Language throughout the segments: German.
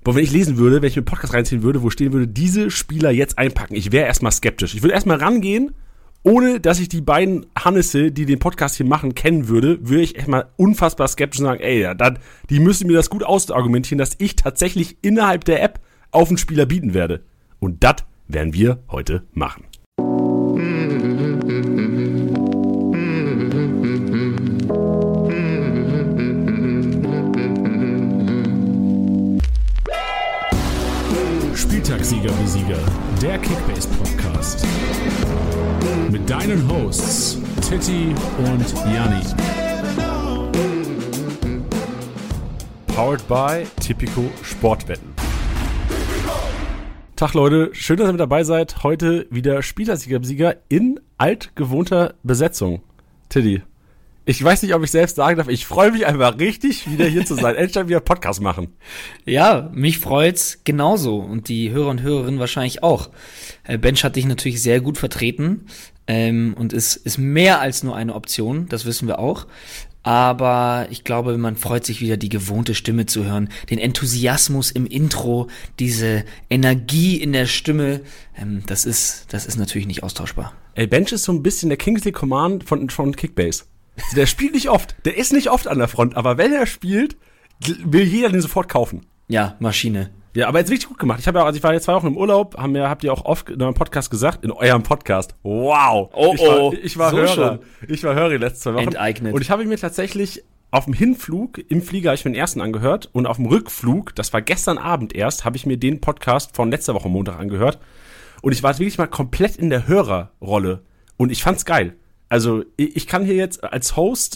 wenn ich lesen würde, wenn ich mir einen Podcast reinziehen würde, wo stehen würde, diese Spieler jetzt einpacken, ich wäre erstmal skeptisch. Ich würde erstmal rangehen, ohne dass ich die beiden Hannisse, die den Podcast hier machen, kennen würde ich erstmal unfassbar skeptisch sagen, die müssen mir das gut ausargumentieren, dass ich tatsächlich innerhalb der App auf einen Spieler bieten werde. Und das werden wir heute machen. Spieltagssieger wie Sieger, der Kickbase-Podcast. Mit deinen Hosts Titti und Janni. Powered by Tipico Sportwetten. Tag Leute, schön, dass ihr mit dabei seid. Heute wieder Spieltagssieger wie Sieger in altgewohnter Besetzung. Titti, ich weiß nicht, ob ich selbst sagen darf, ich freue mich einfach richtig, wieder hier zu sein. Endlich wieder Podcast machen. Ja, mich freut's genauso und die Hörer und Hörerinnen wahrscheinlich auch. Bench hat dich natürlich sehr gut vertreten und ist mehr als nur eine Option, das wissen wir auch. Aber ich glaube, man freut sich wieder, die gewohnte Stimme zu hören, den Enthusiasmus im Intro, diese Energie in der Stimme, das ist natürlich nicht austauschbar. Bench ist so ein bisschen der Kingsley Coman von Kickbase. Der spielt nicht oft, der ist nicht oft an der Front, aber wenn er spielt, will jeder den sofort kaufen. Ja, Maschine. Ja, aber jetzt richtig gut gemacht. Ich war jetzt 2 Wochen im Urlaub, habt ihr auch oft in eurem Podcast gesagt, in eurem Podcast. Wow. Ich war so Hörer. schon. Ich war Hörer die letzten 2 Wochen. Enteignet. Und ich habe mir tatsächlich auf dem Hinflug, im Flieger, habe ich mir den ersten angehört und auf dem Rückflug, das war gestern Abend erst, habe ich mir den Podcast von letzter Woche Montag angehört. Und ich war wirklich mal komplett in der Hörerrolle. Und ich fand's geil. Also, ich kann hier jetzt als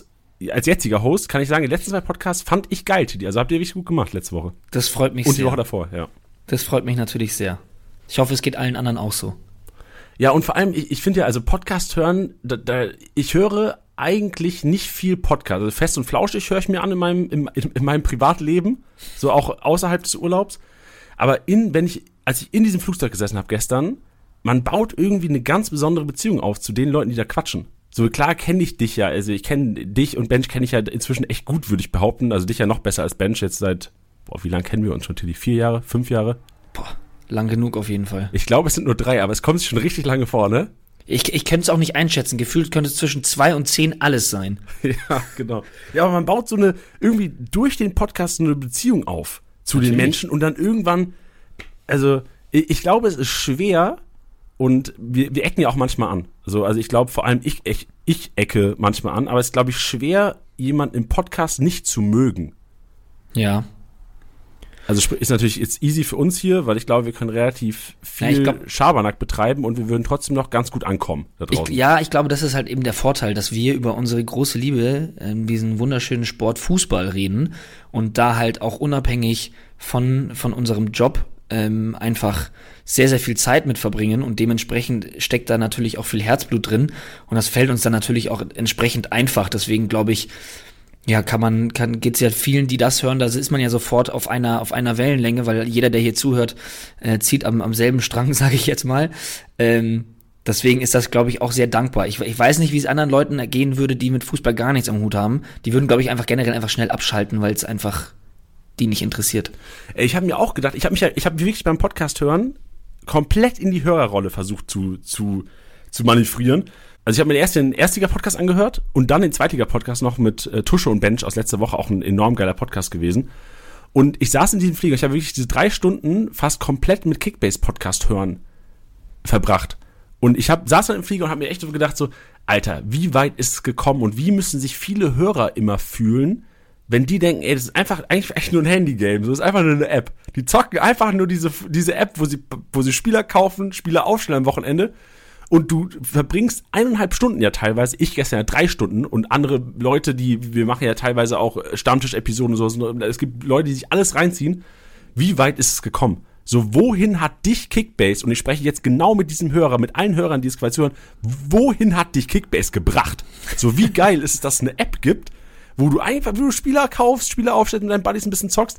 jetziger Host, kann ich sagen, die letzten 2 Podcasts fand ich geil, Titi. Also habt ihr richtig gut gemacht letzte Woche. Das freut mich sehr. Und die Woche davor, ja. Das freut mich natürlich sehr. Ich hoffe, es geht allen anderen auch so. Ja, und vor allem, ich finde ja, also Podcast hören, ich höre eigentlich nicht viel Podcast. Also Fest und Flauschig höre ich mir an in meinem Privatleben, so auch außerhalb des Urlaubs. Aber als ich in diesem Flugzeug gesessen habe gestern, man baut irgendwie eine ganz besondere Beziehung auf zu den Leuten, die da quatschen. So, klar kenne ich dich ja, also ich kenne dich und Bench kenne ich ja inzwischen echt gut, würde ich behaupten. Also dich ja noch besser als Bench jetzt seit, wie lange kennen wir uns schon, Tilly? 4 Jahre, 5 Jahre? Lang genug auf jeden Fall. Ich glaube, es sind nur 3, aber es kommt schon richtig lange vor, ne? Ich könnte es auch nicht einschätzen. Gefühlt könnte es zwischen 2 und 10 alles sein. Ja, genau. Ja, aber man baut irgendwie durch den Podcast so eine Beziehung auf zu den Menschen und dann irgendwann, also ich glaube, es ist schwer. Und wir ecken ja auch manchmal an. Also ich glaube, vor allem ich ecke manchmal an, aber es ist, glaube ich, schwer, jemanden im Podcast nicht zu mögen. Ja. Also ist natürlich jetzt easy für uns hier, weil ich glaube, wir können relativ viel Schabernack betreiben und wir würden trotzdem noch ganz gut ankommen da draußen. Ich glaube, das ist halt eben der Vorteil, dass wir über unsere große Liebe, diesen wunderschönen Sport Fußball reden und da halt auch unabhängig von unserem Job einfach sehr, sehr viel Zeit mit verbringen und dementsprechend steckt da natürlich auch viel Herzblut drin und das fällt uns dann natürlich auch entsprechend einfach. Deswegen glaube ich, ja, geht's ja vielen, die das hören, da ist man ja sofort auf einer Wellenlänge, weil jeder, der hier zuhört, zieht am selben Strang, sage ich jetzt mal. Deswegen ist das, glaube ich, auch sehr dankbar. Ich weiß nicht, wie es anderen Leuten ergehen würde, die mit Fußball gar nichts am Hut haben. Die würden, glaube ich, einfach generell einfach schnell abschalten, weil es einfach die nicht interessiert. Ich habe mir auch gedacht, ich habe wirklich beim Podcast hören komplett in die Hörerrolle versucht zu manövrieren. Also ich habe mir erst den Erstliga-Podcast angehört und dann den Zweitliga-Podcast noch mit Tusche und Bench aus letzter Woche, auch ein enorm geiler Podcast gewesen. Und ich saß in diesem Flieger, ich habe wirklich diese 3 Stunden fast komplett mit Kickbase-Podcast hören verbracht. Und saß dann im Flieger und habe mir echt so gedacht, so, Alter, wie weit ist es gekommen und wie müssen sich viele Hörer immer fühlen, wenn die denken, das ist eigentlich echt nur ein Handygame, so ist einfach nur eine App. Die zocken einfach nur diese App, wo sie Spieler kaufen, Spieler aufstellen am Wochenende und du verbringst 1,5 Stunden ja teilweise, ich gestern ja 3 Stunden und andere Leute, wir machen ja teilweise auch Stammtisch-Episoden und so, es gibt Leute, die sich alles reinziehen. Wie weit ist es gekommen? So, wohin hat dich Kickbase, und ich spreche jetzt genau mit diesem Hörer, mit allen Hörern, die es quasi hören, wohin hat dich Kickbase gebracht? So, wie geil ist es, dass es eine App gibt, wo du Spieler kaufst, Spieler aufstellst und mit deinen Buddies ein bisschen zockst.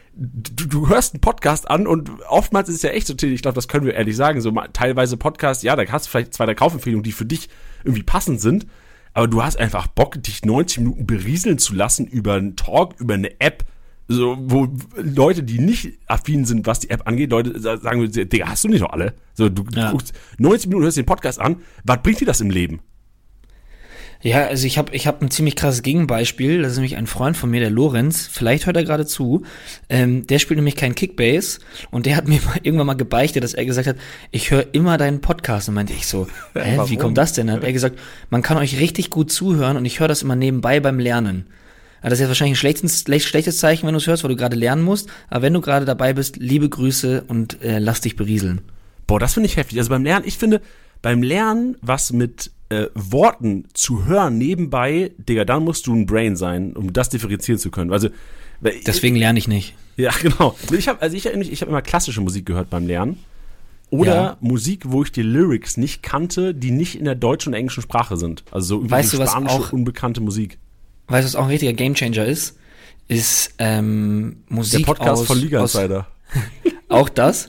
Du hörst einen Podcast an und oftmals ist es ja echt so, ich glaube, das können wir ehrlich sagen, so teilweise Podcasts, ja, da hast du vielleicht 2, 3 Kaufempfehlungen, die für dich irgendwie passend sind, aber du hast einfach Bock, dich 90 Minuten berieseln zu lassen über einen Talk, über eine App, So, wo Leute, die nicht affin sind, was die App angeht, Leute sagen, Digga, hast du nicht noch alle? So, du guckst 90 Minuten, hörst den Podcast an, was bringt dir das im Leben? Ja, also ich hab ein ziemlich krasses Gegenbeispiel. Das ist nämlich ein Freund von mir, der Lorenz. Vielleicht hört er gerade zu. Der spielt nämlich kein Kickbase und der hat mir irgendwann mal gebeichtet, dass er gesagt hat, ich höre immer deinen Podcast. Und meinte ich so, wie kommt das denn? Dann hat er gesagt, man kann euch richtig gut zuhören und ich höre das immer nebenbei beim Lernen. Das ist jetzt wahrscheinlich ein schlechtes Zeichen, wenn du es hörst, weil du gerade lernen musst. Aber wenn du gerade dabei bist, liebe Grüße und lass dich berieseln. Boah, das finde ich heftig. Also beim Lernen, ich finde, beim Lernen was mit Worten zu hören nebenbei, Digga, dann musst du ein Brain sein, um das differenzieren zu können. Also deswegen lerne ich nicht. Ja, genau. Ich habe immer klassische Musik gehört beim Lernen. Oder Musik, wo ich die Lyrics nicht kannte, die nicht in der deutschen und englischen Sprache sind. Also so weißt du, spanische, was auch, unbekannte Musik. Weißt du, was auch ein richtiger Gamechanger ist? Ist Musik der Podcast von Liga Insider. Auch das.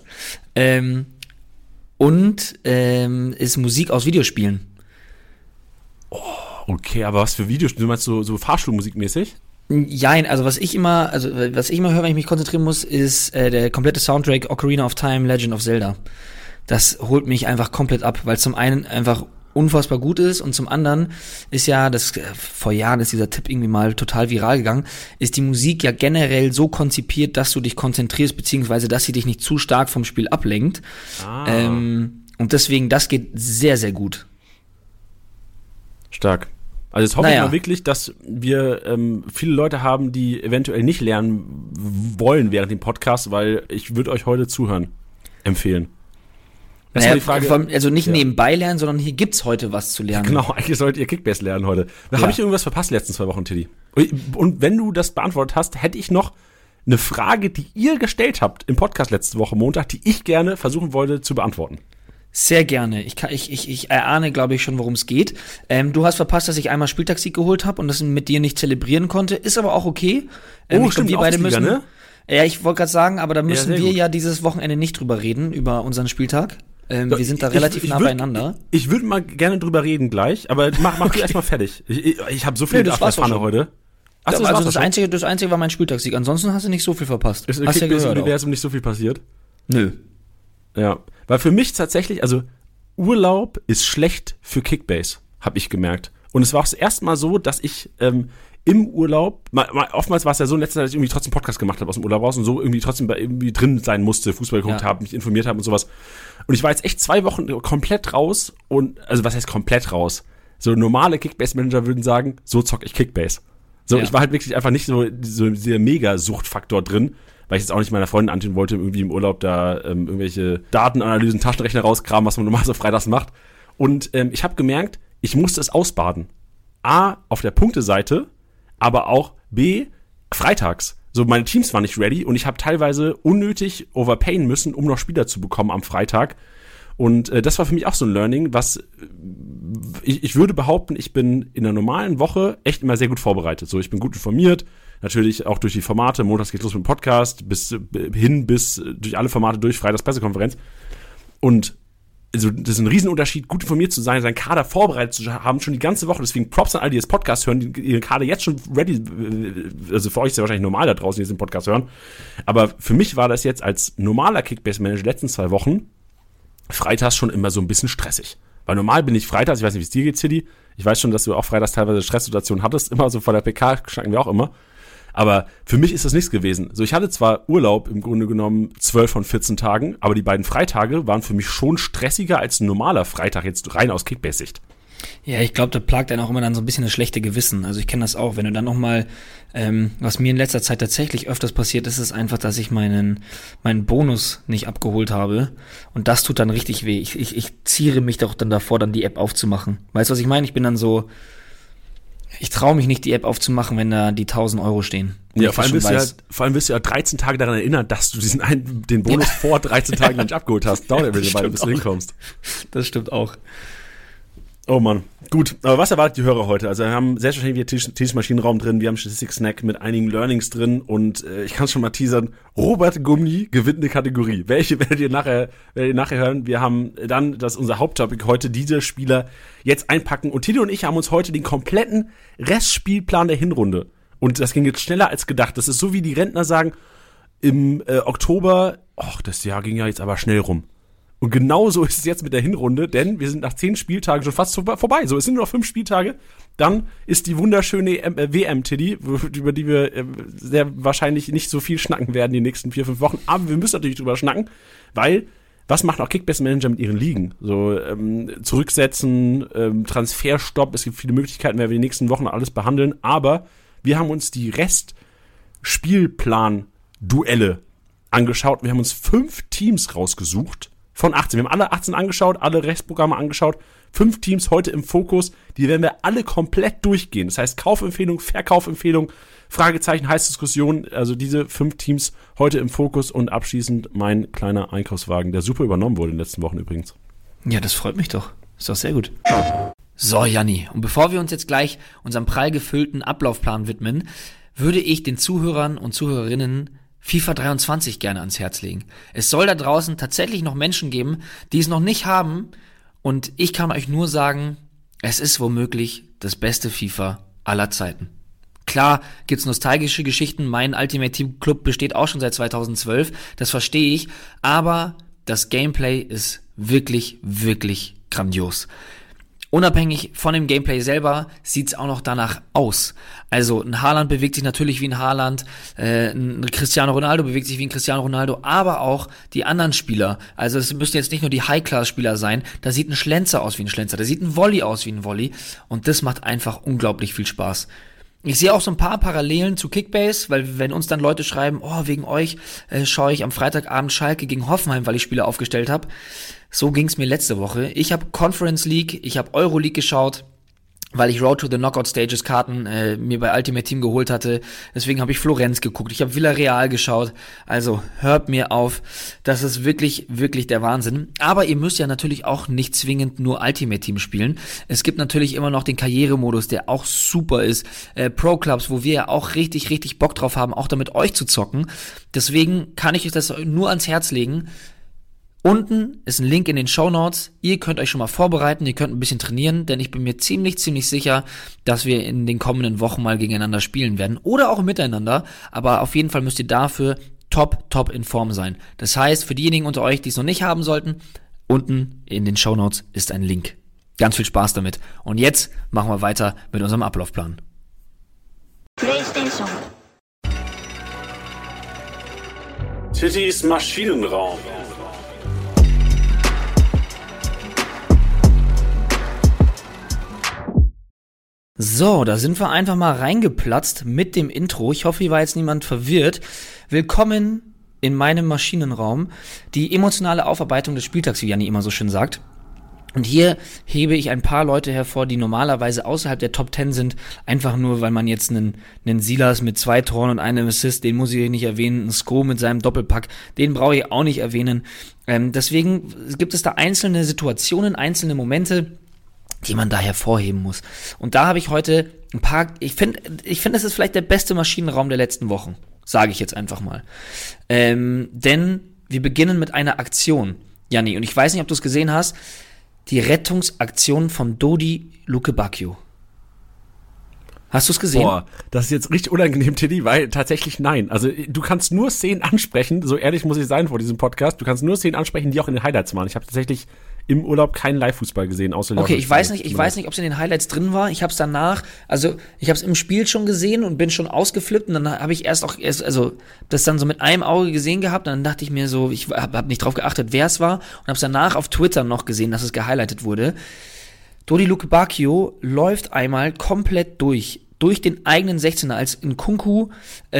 Und ist Musik aus Videospielen. Oh, okay, aber was für Videospiele? Du meinst so Fahrschulmusikmäßig? Ja, also was ich immer höre, wenn ich mich konzentrieren muss, ist der komplette Soundtrack Ocarina of Time, Legend of Zelda. Das holt mich einfach komplett ab, weil zum einen einfach unfassbar gut ist und zum anderen ist ja, vor Jahren ist dieser Tipp irgendwie mal total viral gegangen, ist die Musik ja generell so konzipiert, dass du dich konzentrierst, beziehungsweise dass sie dich nicht zu stark vom Spiel ablenkt. Und deswegen, das geht sehr, sehr gut. Stark. Also jetzt hoffe ich mal wirklich, dass wir viele Leute haben, die eventuell nicht lernen wollen während dem Podcast, weil ich würde euch heute zuhören empfehlen. Das war die Frage. Also nicht nebenbei lernen, sondern hier gibt's heute was zu lernen. Genau, eigentlich solltet ihr Kickbase lernen heute. Habe ich irgendwas verpasst die letzten 2 Wochen, Tiddy? Und wenn du das beantwortet hast, hätte ich noch eine Frage, die ihr gestellt habt im Podcast letzte Woche Montag, die ich gerne versuchen wollte zu beantworten. Sehr gerne. Ich erahne, glaube ich, schon, worum es geht. Du hast verpasst, dass ich einmal Spieltagssieg geholt habe und das mit dir nicht zelebrieren konnte. Ist aber auch okay. Stimmt, wir beide müssen, ne? Ja, ich wollte gerade sagen, aber da müssen wir ja dieses Wochenende nicht drüber reden, über unseren Spieltag. Wir sind da relativ nah beieinander. Ich würde mal gerne drüber reden gleich, aber mach du erstmal fertig. Ich habe so viel auf der Pfanne heute. Achso, also das Einzige war mein Spieltagssieg. Ansonsten hast du nicht so viel verpasst. Ist im Kickbase-Universum nicht so viel passiert? Nö. Ja, weil für mich tatsächlich, also Urlaub ist schlecht für Kickbase, habe ich gemerkt. Und es war auch das erste Mal so, dass ich im Urlaub, oftmals war es ja so in letzter Zeit, dass ich irgendwie trotzdem Podcast gemacht habe aus dem Urlaub raus und so irgendwie trotzdem irgendwie drin sein musste, Fußball geguckt habe, mich informiert habe und sowas. Und ich war jetzt echt 2 Wochen komplett raus und, also was heißt komplett raus? So normale Kickbase-Manager würden sagen, so zock ich Kickbase. So, ich war halt wirklich einfach nicht so dieser Mega-Suchtfaktor drin, weil ich jetzt auch nicht meiner Freundin antun wollte, irgendwie im Urlaub da irgendwelche Datenanalysen, Taschenrechner rauskramen, was man normalerweise freitags macht. Und ich habe gemerkt, ich musste es ausbaden. A, auf der Punkteseite, aber auch B, freitags. So, meine Teams waren nicht ready und ich habe teilweise unnötig overpayen müssen, um noch Spieler zu bekommen am Freitag. Und das war für mich auch so ein Learning, was ich würde behaupten, ich bin in einer normalen Woche echt immer sehr gut vorbereitet. So, ich bin gut informiert, natürlich auch durch die Formate. Montags geht's los mit dem Podcast, bis durch alle Formate durch, Freitags Pressekonferenz. Und also das ist ein Riesenunterschied, gut informiert zu sein, seinen Kader vorbereitet zu haben, schon die ganze Woche. Deswegen Props an alle, die das Podcast hören, die ihren Kader jetzt schon ready, also für euch ist ja wahrscheinlich normal da draußen, die diesen Podcast hören. Aber für mich war das jetzt als normaler Kickbase-Manager die letzten 2 Wochen freitags schon immer so ein bisschen stressig. Weil normal bin ich freitags, ich weiß nicht, wie es dir geht, City. Ich weiß schon, dass du auch freitags teilweise Stresssituationen hattest, immer so vor der PK schnacken wir auch immer. Aber für mich ist das nichts gewesen. So, ich hatte zwar Urlaub im Grunde genommen 12 von 14 Tagen, aber die beiden Freitage waren für mich schon stressiger als ein normaler Freitag, jetzt rein aus Kickbase-Sicht. Ja, ich glaube, da plagt einen auch immer dann so ein bisschen das schlechte Gewissen. Also ich kenne das auch, wenn du dann nochmal, was mir in letzter Zeit tatsächlich öfters passiert ist, ist einfach, dass ich meinen Bonus nicht abgeholt habe. Und das tut dann richtig weh. Ich ziere mich doch dann davor, dann die App aufzumachen. Weißt du, was ich meine? Ich bin dann so, ich traue mich nicht, die App aufzumachen, wenn da die 1.000 Euro stehen. Ja, vor allem wirst du ja 13 Tage daran erinnern, dass du den Bonus vor 13 Tagen nicht abgeholt hast. Dauert ja wieder, weil du bis du hinkommst. Das stimmt auch. Oh Mann, gut. Aber was erwartet die Hörer heute? Also wir haben selbstverständlich Tisch Maschinenraum drin, wir haben Statistik-Snack mit einigen Learnings drin und ich kann es schon mal teasern, Robert Gummi gewinnt eine Kategorie. Welche werdet ihr nachher hören? Wir haben dann, das ist unser Haupttopic heute, diese Spieler jetzt einpacken und Tilo und ich haben uns heute den kompletten Restspielplan der Hinrunde Und das ging jetzt schneller als gedacht. Das ist so, wie die Rentner sagen, im Oktober, das Jahr ging ja jetzt aber schnell rum. Und genauso ist es jetzt mit der Hinrunde, denn wir sind nach 10 Spieltagen schon fast vorbei. So, es sind nur noch 5 Spieltage. Dann ist die wunderschöne WM, Tiddy, über die wir sehr wahrscheinlich nicht so viel schnacken werden die nächsten 4-5 Wochen. Aber wir müssen natürlich drüber schnacken, weil was machen auch Kickbase-Manager mit ihren Ligen? So zurücksetzen, Transferstopp, es gibt viele Möglichkeiten, werden wir die nächsten Wochen alles behandeln. Aber wir haben uns die Restspielplan-Duelle angeschaut. Wir haben uns 5 Teams rausgesucht von 18. Wir haben alle 18 angeschaut, alle Restprogramme angeschaut. 5 Teams heute im Fokus. Die werden wir alle komplett durchgehen. Das heißt Kaufempfehlung, Verkaufempfehlung, Fragezeichen, heiße Diskussion. Also diese 5 Teams heute im Fokus und abschließend mein kleiner Einkaufswagen, der super übernommen wurde in den letzten Wochen übrigens. Ja, das freut mich doch. Ist doch sehr gut. So, Janni, und bevor wir uns jetzt gleich unserem prall gefüllten Ablaufplan widmen, würde ich den Zuhörern und Zuhörerinnen FIFA 23 gerne ans Herz legen. Es soll da draußen tatsächlich noch Menschen geben, die es noch nicht haben, und ich kann euch nur sagen, es ist womöglich das beste FIFA aller Zeiten. Klar gibt's nostalgische Geschichten, mein Ultimate Team Club besteht auch schon seit 2012, das verstehe ich, aber das Gameplay ist wirklich, wirklich grandios. Unabhängig von dem Gameplay selber sieht's auch noch danach aus. Also ein Haaland bewegt sich natürlich wie ein Haaland, ein Cristiano Ronaldo bewegt sich wie ein Cristiano Ronaldo, aber auch die anderen Spieler. Also es müssen jetzt nicht nur die High-Class-Spieler sein, da sieht ein Schlenzer aus wie ein Schlenzer, da sieht ein Volley aus wie ein Volley, und das macht einfach unglaublich viel Spaß. Ich sehe auch so ein paar Parallelen zu Kickbase, weil wenn uns dann Leute schreiben, wegen euch schaue ich am Freitagabend Schalke gegen Hoffenheim, weil ich Spiele aufgestellt habe. So ging's mir letzte Woche. Ich habe Conference League, ich habe Euro League geschaut, weil ich Road to the Knockout Stages Karten mir bei Ultimate Team geholt hatte. Deswegen habe ich Florenz geguckt, ich habe Villarreal geschaut. Also hört mir auf, das ist wirklich, wirklich der Wahnsinn. Aber ihr müsst ja natürlich auch nicht zwingend nur Ultimate Team spielen. Es gibt natürlich immer noch den Karrieremodus, der auch super ist. Pro Clubs, wo wir ja auch richtig, richtig Bock drauf haben, auch damit euch zu zocken. Deswegen kann ich euch das nur ans Herz legen. Unten ist ein Link in den Shownotes. Ihr könnt euch schon mal vorbereiten, ihr könnt ein bisschen trainieren, denn ich bin mir ziemlich sicher, dass wir in den kommenden Wochen mal gegeneinander spielen werden oder auch miteinander, aber auf jeden Fall müsst ihr dafür top in Form sein. Das heißt, für diejenigen unter euch, die es noch nicht haben sollten, unten in den Shownotes ist ein Link. Ganz viel Spaß damit. Und jetzt machen wir weiter mit unserem Ablaufplan. PlayStation. Tittys Maschinenraum. So, da sind wir einfach mal reingeplatzt mit dem Intro. Ich hoffe, hier war jetzt niemand verwirrt. Willkommen in meinem Maschinenraum. Die emotionale Aufarbeitung des Spieltags, wie Janni immer so schön sagt. Und hier hebe ich ein paar Leute hervor, die normalerweise außerhalb der Top 10 sind. Einfach nur, weil man jetzt einen Silas mit 2 Toren und einem Assist, den muss ich nicht erwähnen. Einen Sko mit seinem Doppelpack, den brauche ich auch nicht erwähnen. Deswegen gibt es da einzelne Situationen, einzelne Momente, die man da hervorheben muss. Und da habe ich heute ein paar, ich finde, das ist vielleicht der beste Maschinenraum der letzten Wochen. Sage ich jetzt einfach mal. Denn wir beginnen mit einer Aktion, Janni. Und ich weiß nicht, ob du es gesehen hast. Die Rettungsaktion von Dodi Lukebakio. Hast du es gesehen? Boah, das ist jetzt richtig unangenehm, Tiddy, weil tatsächlich nein. Also du kannst nur Szenen ansprechen, so ehrlich muss ich sein vor diesem Podcast, du kannst nur Szenen ansprechen, die auch in den Highlights waren. Ich habe tatsächlich im Urlaub keinen Live-Fußball gesehen, außer okay, ich weiß nicht, ob es in den Highlights drin war. Ich habe es danach, also ich habe es im Spiel schon gesehen und bin schon ausgeflippt, und dann habe ich erst das dann so mit einem Auge gesehen gehabt, und dann dachte ich mir so, ich hab nicht drauf geachtet, wer es war, und habe es danach auf Twitter noch gesehen, dass es gehighlightet wurde. Dodi Lukebakio läuft einmal komplett durch den eigenen 16er, als Nkunku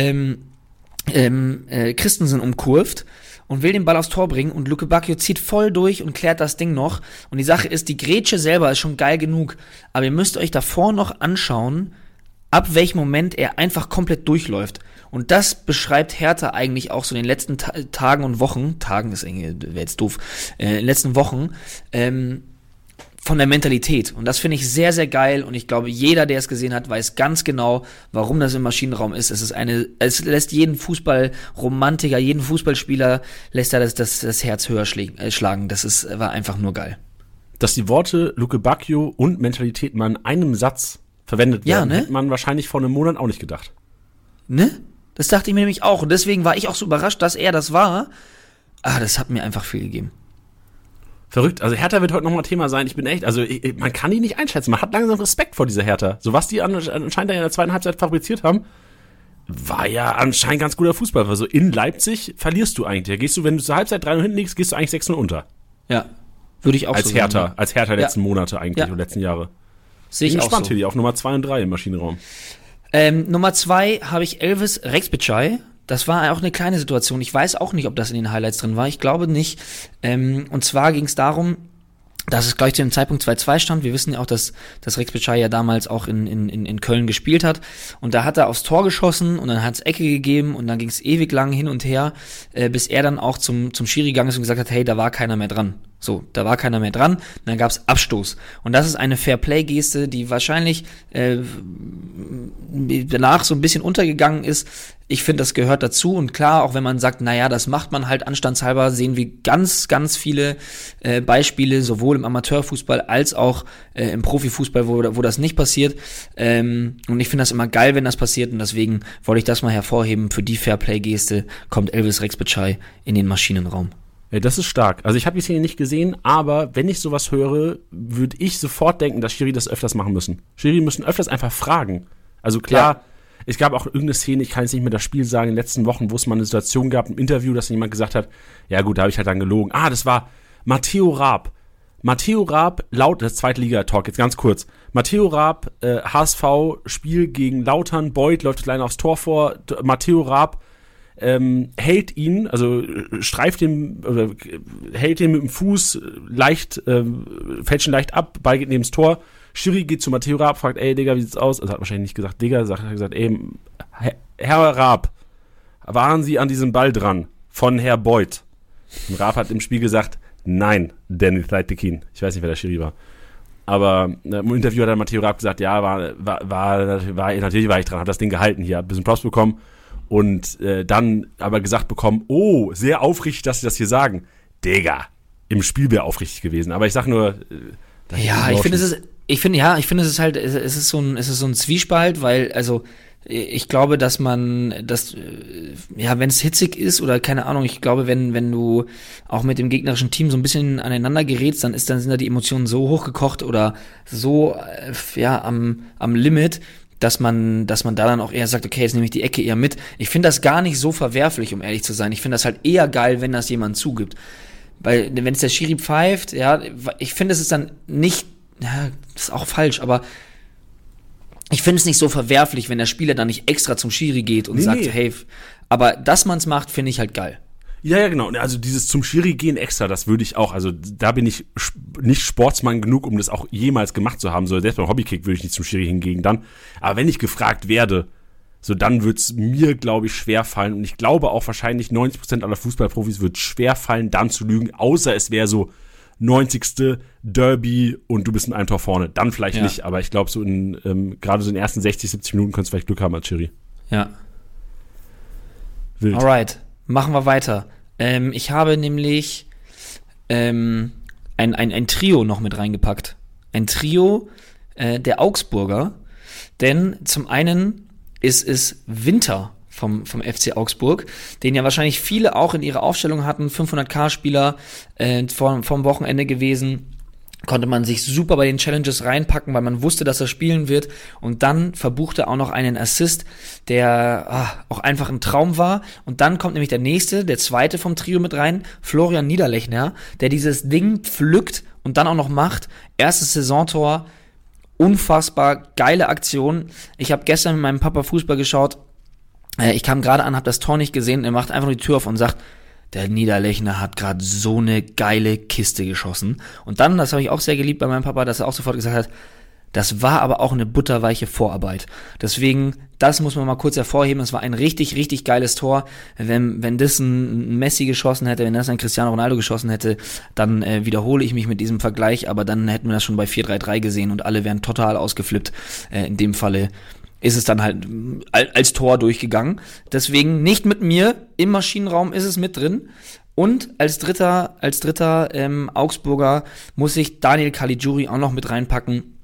Christensen umkurvt und will den Ball aufs Tor bringen, und Lukebakio zieht voll durch und klärt das Ding noch. Und die Sache ist, die Grätsche selber ist schon geil genug, aber ihr müsst euch davor noch anschauen, ab welchem Moment er einfach komplett durchläuft. Und das beschreibt Hertha eigentlich auch so in den letzten Tagen und Wochen, wäre jetzt doof, in den letzten Wochen, von der Mentalität. Und das finde ich sehr, sehr geil, und ich glaube, jeder, der es gesehen hat, weiß ganz genau, warum das im Maschinenraum ist. Es lässt jeden Fußballromantiker, jeden Fußballspieler lässt er das Herz höher schlagen. War einfach nur geil. Dass die Worte Lukebakio und Mentalität mal in einem Satz verwendet werden, hätte man wahrscheinlich vor einem Monat auch nicht gedacht. Ne? Das dachte ich mir nämlich auch. Und deswegen war ich auch so überrascht, dass er das war. Das hat mir einfach viel gegeben. Verrückt. Also Hertha wird heute nochmal Thema sein. Ich bin echt, man kann die nicht einschätzen. Man hat langsam Respekt vor dieser Hertha. So was die anscheinend in der zweiten Halbzeit fabriziert haben, war ja anscheinend ganz guter Fußball. Also in Leipzig verlierst du eigentlich. Da gehst du, wenn du zur Halbzeit 3-0 hinten liegst, gehst du eigentlich 6-0 unter. Ja, würde ich auch als so Hertha, sagen. Als Hertha letzten Monate eigentlich, oder letzten Jahre. Sehe ich auch gespannt, so. Hier auf Nummer 2 und 3 im Maschinenraum. Nummer 2 habe ich Elvis Rexbecaj. Das war auch eine kleine Situation. Ich weiß auch nicht, ob das in den Highlights drin war. Ich glaube nicht. Und zwar ging es darum, dass es gleich zu dem Zeitpunkt 2-2 stand. Wir wissen ja auch, dass Rexbecaj ja damals auch in Köln gespielt hat. Und da hat er aufs Tor geschossen und dann hat es Ecke gegeben und dann ging es ewig lang hin und her, bis er dann auch zum Schiri gegangen ist und gesagt hat, hey, da war keiner mehr dran. So, da war keiner mehr dran. Und dann gab es Abstoß. Und das ist eine Fair-Play-Geste, die wahrscheinlich danach so ein bisschen untergegangen ist. Ich finde, das gehört dazu. Und klar, auch wenn man sagt, naja, das macht man halt anstandshalber, sehen wir ganz, ganz viele Beispiele, sowohl im Amateurfußball als auch im Profifußball, wo das nicht passiert. Und ich finde das immer geil, wenn das passiert. Und deswegen wollte ich das mal hervorheben. Für die Fair-Play-Geste kommt Elvis Rexbecaj in den Maschinenraum. Ja, das ist stark. Also ich habe die Szene nicht gesehen, aber wenn ich sowas höre, würde ich sofort denken, dass Schiri das öfters machen müssen. Schiri müssen öfters einfach fragen. Also klar, es gab auch irgendeine Szene, ich kann jetzt nicht mehr das Spiel sagen, in den letzten Wochen, wo es mal eine Situation gab, im Interview, dass jemand gesagt hat, ja gut, da habe ich halt dann gelogen. Das war Matteo Raab. Matteo Raab, das Zweitliga-Talk, jetzt ganz kurz. Matteo Raab, HSV, Spiel gegen Lautern, Beuth läuft klein aufs Tor vor, Matteo Raab hält ihn, also streift ihn, oder hält ihn mit dem Fuß leicht, fällt ihn leicht ab, Ball geht neben das Tor. Schiri geht zu Matteo Raab, fragt, ey Digga, wie sieht's aus? Also hat wahrscheinlich nicht gesagt Digga, hat gesagt, ey, Herr Raab, waren Sie an diesem Ball dran von Herr Beuth? Und Raab hat im Spiel gesagt, nein, Danny Thleitekin. Ich weiß nicht, wer der Schiri war. Aber im Interview hat dann Matteo Raab gesagt, ja, natürlich war ich dran, hat das Ding gehalten hier, hat ein bisschen Props bekommen. Und dann aber gesagt bekommen, oh, sehr aufrichtig, dass Sie das hier sagen. Digga, im Spiel wäre aufrichtig gewesen. Aber ich sag nur, ich finde, es ist halt, es ist so ein Zwiespalt, weil, also, ich glaube, dass wenn es hitzig ist oder keine Ahnung, ich glaube, wenn du auch mit dem gegnerischen Team so ein bisschen aneinander gerätst, dann sind da die Emotionen so hochgekocht oder so, am Limit, dass man da dann auch eher sagt, okay, jetzt nehme ich die Ecke eher mit. Ich finde das gar nicht so verwerflich, um ehrlich zu sein. Ich finde das halt eher geil, wenn das jemand zugibt. Weil, wenn es der Schiri pfeift, ja, ich finde, es ist dann nicht, ja, das ist auch falsch, aber ich finde es nicht so verwerflich, wenn der Spieler dann nicht extra zum Schiri geht und sagt, hey, aber dass man es macht, finde ich halt geil. Ja, genau. Also dieses zum Schiri gehen extra, das würde ich auch, also da bin ich nicht Sportsmann genug, um das auch jemals gemacht zu haben. So, selbst beim Hobbykick würde ich nicht zum Schiri hingehen dann. Aber wenn ich gefragt werde, so dann wird es mir, glaube ich, schwer fallen. Und ich glaube auch wahrscheinlich 90% aller Fußballprofis wird schwer fallen, dann zu lügen, außer es wäre so 90. Derby und du bist in einem Tor vorne. Dann vielleicht nicht, aber ich glaube so gerade so in den ersten 60, 70 Minuten könntest du vielleicht Glück haben als Schiri. Ja. Wild. Alright, machen wir weiter. Ich habe nämlich ein Trio noch mit reingepackt. Ein Trio der Augsburger, denn zum einen ist es Winter vom FC Augsburg, den ja wahrscheinlich viele auch in ihrer Aufstellung hatten, 500k-Spieler vom Wochenende gewesen, konnte man sich super bei den Challenges reinpacken, weil man wusste, dass er spielen wird, und dann verbuchte er auch noch einen Assist, der auch einfach ein Traum war, und dann kommt nämlich der zweite vom Trio mit rein, Florian Niederlechner, der dieses Ding pflückt und dann auch noch macht, erstes Saisontor, unfassbar geile Aktion. Ich habe gestern mit meinem Papa Fußball geschaut, ich kam gerade an, habe das Tor nicht gesehen, er macht einfach nur die Tür auf und sagt, der Niederlechner hat gerade so eine geile Kiste geschossen. Und dann, das habe ich auch sehr geliebt bei meinem Papa, dass er auch sofort gesagt hat, das war aber auch eine butterweiche Vorarbeit. Deswegen, das muss man mal kurz hervorheben, es war ein richtig, richtig geiles Tor. Wenn das ein Messi geschossen hätte, wenn das ein Cristiano Ronaldo geschossen hätte, dann wiederhole ich mich mit diesem Vergleich, aber dann hätten wir das schon bei 4-3-3 gesehen und alle wären total ausgeflippt. In dem Falle ist es dann halt als Tor durchgegangen. Deswegen nicht mit mir, im Maschinenraum ist es mit drin. Und als dritter Augsburger muss ich Daniel Caligiuri auch noch mit reinpacken.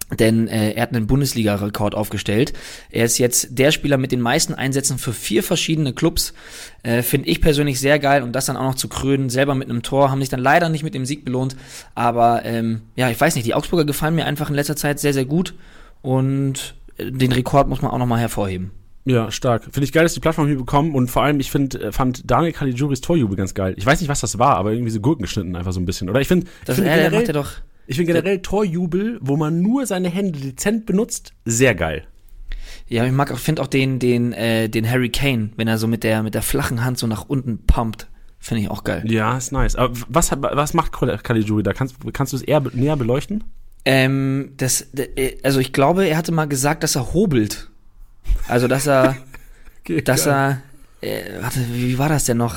Denn er hat einen Bundesliga-Rekord aufgestellt. Er ist jetzt der Spieler mit den meisten Einsätzen für 4 verschiedene Clubs. Finde ich persönlich sehr geil. Und das dann auch noch zu krönen, selber mit einem Tor, haben sich dann leider nicht mit dem Sieg belohnt. Aber ich weiß nicht, die Augsburger gefallen mir einfach in letzter Zeit sehr, sehr gut. Und den Rekord muss man auch nochmal hervorheben. Ja, stark. Finde ich geil, dass die Plattform hier bekommen. Und vor allem, fand Daniel Caligiuris Torjubel ganz geil. Ich weiß nicht, was das war, aber irgendwie so Gurken geschnitten einfach so ein bisschen. Oder ich finde generell Torjubel, wo man nur seine Hände dezent benutzt, sehr geil. Ja, finde auch den Harry Kane, wenn er so mit der flachen Hand so nach unten pumpt, finde ich auch geil. Ja, ist nice. Aber was macht Caligiuri da? Kannst du es eher näher beleuchten? Also ich glaube, er hatte mal gesagt, dass er hobelt. Also, dass er, okay, wie war das denn noch?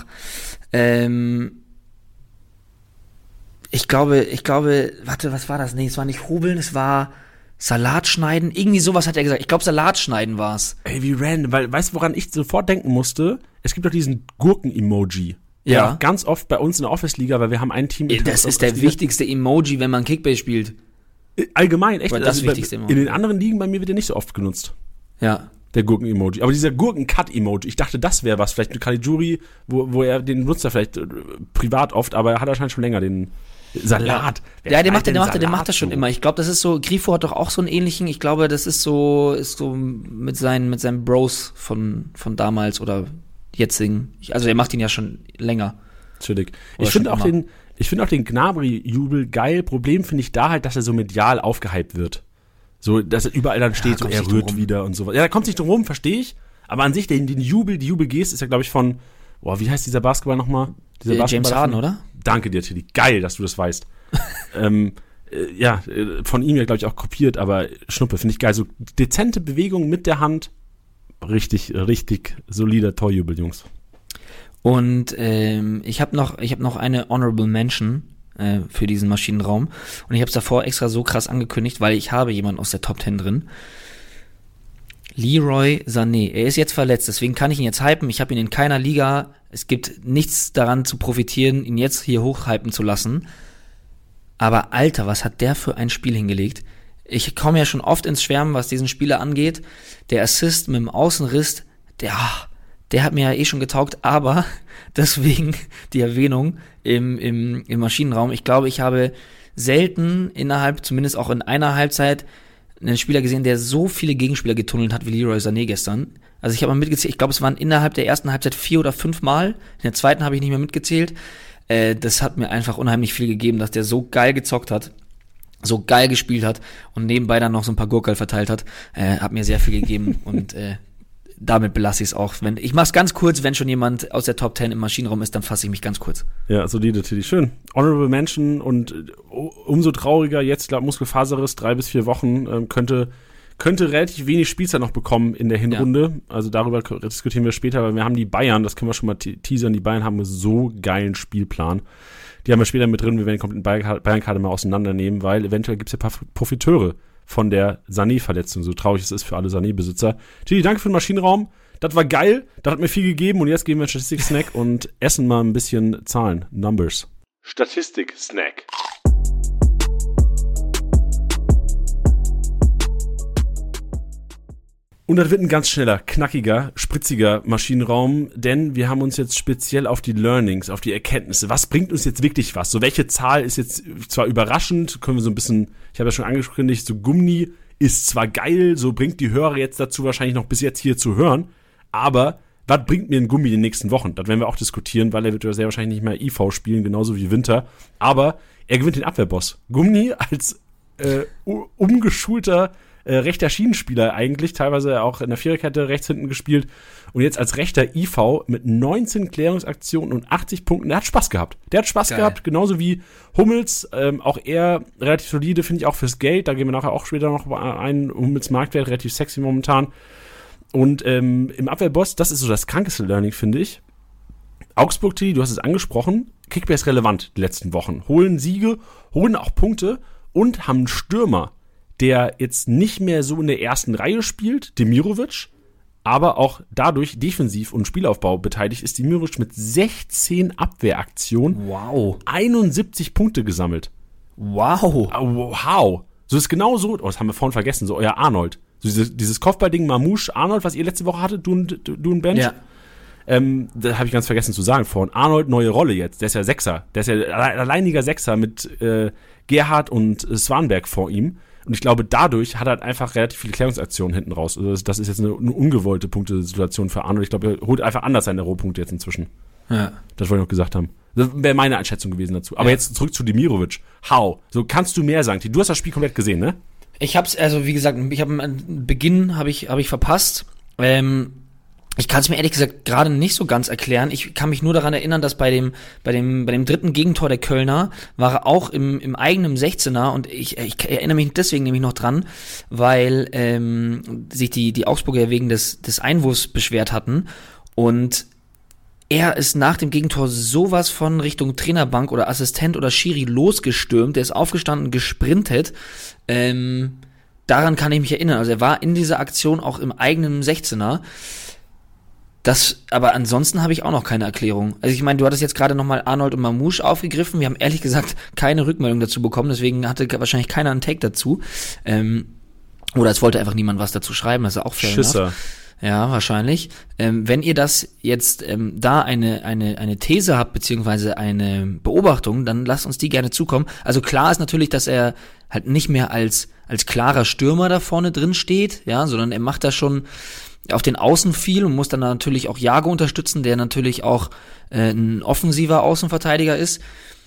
Ich glaube, was war das? Nee, es war nicht hobeln, es war Salat schneiden. Irgendwie sowas hat er gesagt. Ich glaube, Salat schneiden war's. Ey, wie random, weil, weißt du, woran ich sofort denken musste? Es gibt doch diesen Gurken-Emoji. Ja. Auch ganz oft bei uns in der Office-Liga, weil wir haben ein Team. Das ist der wichtigste Emoji, wenn man Kickbase spielt. Allgemein, echt. Das wichtigste Emoji. In den anderen Ligen bei mir wird der nicht so oft genutzt. Ja. Der Gurken-Emoji. Aber dieser Gurken-Cut-Emoji, ich dachte, das wäre was. Vielleicht mit Caligiuri, wo er den nutzt er vielleicht privat oft, aber er hat anscheinend schon länger den Salat. Ja, der macht das schon immer. Ich glaube, das ist so, Grifo hat doch auch so einen ähnlichen, ich glaube, das ist so mit seinen Bros von damals oder jetzigen. Also er macht ihn ja schon länger. Chillig. Ich finde auch den Gnabry-Jubel geil. Problem finde ich da halt, dass er so medial aufgehypt wird. So, dass er überall dann steht, so er rührt wieder und sowas. Ja, da kommt nicht drum rum, verstehe ich. Aber an sich, die Jubelgeste ist ja, glaube ich, von, wie heißt dieser Basketball nochmal? James Harden, oder? Danke dir, Tilly. Geil, dass du das weißt. Von ihm ja, glaube ich, auch kopiert, aber Schnuppe, finde ich geil. So dezente Bewegungen mit der Hand. Richtig, richtig solider Torjubel, Jungs. Und ich habe noch eine Honorable Mention für diesen Maschinenraum. Und ich habe es davor extra so krass angekündigt, weil ich habe jemanden aus der Top 10 drin. Leroy Sané. Er ist jetzt verletzt, deswegen kann ich ihn jetzt hypen. Ich habe ihn in keiner Liga. Es gibt nichts daran zu profitieren, ihn jetzt hier hochhypen zu lassen. Aber Alter, was hat der für ein Spiel hingelegt? Ich komme ja schon oft ins Schwärmen, was diesen Spieler angeht. Der Assist mit dem Außenriss, der hat mir ja eh schon getaugt, aber deswegen die Erwähnung im Maschinenraum. Ich glaube, ich habe selten zumindest auch in einer Halbzeit, einen Spieler gesehen, der so viele Gegenspieler getunnelt hat wie Leroy Sané gestern. Also ich habe mal mitgezählt, ich glaube, es waren innerhalb der ersten Halbzeit 4 oder 5 Mal. In der zweiten habe ich nicht mehr mitgezählt. Das hat mir einfach unheimlich viel gegeben, dass der so geil gezockt hat, so geil gespielt hat und nebenbei dann noch so ein paar Gurkel verteilt hat. Hat mir sehr viel gegeben und damit belasse ich es auch. Ich mache es ganz kurz, wenn schon jemand aus der Top 10 im Maschinenraum ist, dann fasse ich mich ganz kurz. Ja, solide, Tilly. Schön. Honorable Mention und umso trauriger jetzt, ich glaube, Muskelfaserriss, 3 bis 4 Wochen, könnte relativ wenig Spielzeit noch bekommen in der Hinrunde. Ja. Also darüber diskutieren wir später, weil wir haben die Bayern, das können wir schon mal teasern, die Bayern haben einen so geilen Spielplan. Die haben wir später mit drin, wir werden den kompletten Bayern-Kader mal auseinandernehmen, weil eventuell gibt es ja ein paar Profiteure von der Sané-Verletzung, so traurig es ist für alle Sané-Besitzer. Tilly, danke für den Maschinenraum. Das war geil, das hat mir viel gegeben und jetzt gehen wir in Statistik-Snack und essen mal ein bisschen Zahlen, Numbers. Statistik-Snack. Und das wird ein ganz schneller, knackiger, spritziger Maschinenraum, denn wir haben uns jetzt speziell auf die Learnings, auf die Erkenntnisse, was bringt uns jetzt wirklich was? So, welche Zahl ist jetzt zwar überraschend, können wir so ein bisschen, ich habe ja schon angekündigt, so Gummi ist zwar geil, so bringt die Hörer jetzt dazu wahrscheinlich noch bis jetzt hier zu hören, aber was bringt mir ein Gummi in den nächsten Wochen? Das werden wir auch diskutieren, weil er wird ja sehr wahrscheinlich nicht mehr IV spielen, genauso wie Winter, aber er gewinnt den Abwehrboss. Gummi als umgeschulter rechter Schienenspieler eigentlich, teilweise auch in der Viererkette rechts hinten gespielt und jetzt als rechter IV mit 19 Klärungsaktionen und 80 Punkten. Der hat Spaß gehabt. Gehabt, genauso wie Hummels, auch er relativ solide, finde ich auch fürs Geld. Da gehen wir nachher auch später noch ein. Hummels Marktwert, relativ sexy momentan. Und im Abwehrboss, das ist so das krankeste Learning, finde ich. Augsburg, du hast es angesprochen, Kickbase relevant die letzten Wochen. Holen Siege, holen auch Punkte und haben einen Stürmer, der jetzt nicht mehr so in der ersten Reihe spielt, Demirovic, aber auch dadurch defensiv und Spielaufbau beteiligt ist. Demirovic mit 16 Abwehraktionen, 71 Punkte gesammelt. Wow. So ist genau so, das haben wir vorhin vergessen, so euer Arnold. So dieses Kopfballding Mamouche, Arnold, was ihr letzte Woche hattet, du und Bench. Ja. Da habe ich ganz vergessen zu sagen vorhin. Arnold, neue Rolle jetzt. Der ist ja Sechser. Der ist ja alleiniger Sechser mit Gerhard und Swanberg vor ihm. Und ich glaube, dadurch hat er halt einfach relativ viele Klärungsaktionen hinten raus. Also das ist jetzt eine ungewollte Punktesituation für Arnold. Ich glaube, er holt einfach anders seine Rohpunkte jetzt inzwischen. Ja. Das wollte ich noch gesagt haben. Das wäre meine Einschätzung gewesen dazu. Aber jetzt zurück zu Demirovic. So kannst du mehr sagen. Du hast das Spiel komplett gesehen, ne? Ich hab's, also wie gesagt, Beginn habe ich verpasst. Ich kann es mir ehrlich gesagt gerade nicht so ganz erklären. Ich kann mich nur daran erinnern, dass bei dem dritten Gegentor der Kölner war er auch im eigenen 16er und ich erinnere mich deswegen nämlich noch dran, weil sich die Augsburger wegen des Einwurfs beschwert hatten und er ist nach dem Gegentor sowas von Richtung Trainerbank oder Assistent oder Schiri losgestürmt, der ist aufgestanden, gesprintet. Daran kann ich mich erinnern. Also er war in dieser Aktion auch im eigenen 16er. Aber ansonsten habe ich auch noch keine Erklärung. Also ich meine, du hattest jetzt gerade nochmal Arnold und Mamouche aufgegriffen. Wir haben ehrlich gesagt keine Rückmeldung dazu bekommen, deswegen hatte wahrscheinlich keiner einen Take dazu. Oder es wollte einfach niemand was dazu schreiben, das ist auch fair enough. Ja, wahrscheinlich. Wenn ihr das jetzt da eine These habt, beziehungsweise eine Beobachtung, dann lasst uns die gerne zukommen. Also klar ist natürlich, dass er halt nicht mehr als klarer Stürmer da vorne drin steht, ja, sondern er macht da schon auf den Außen viel und muss dann natürlich auch Jago unterstützen, der natürlich auch ein offensiver Außenverteidiger ist.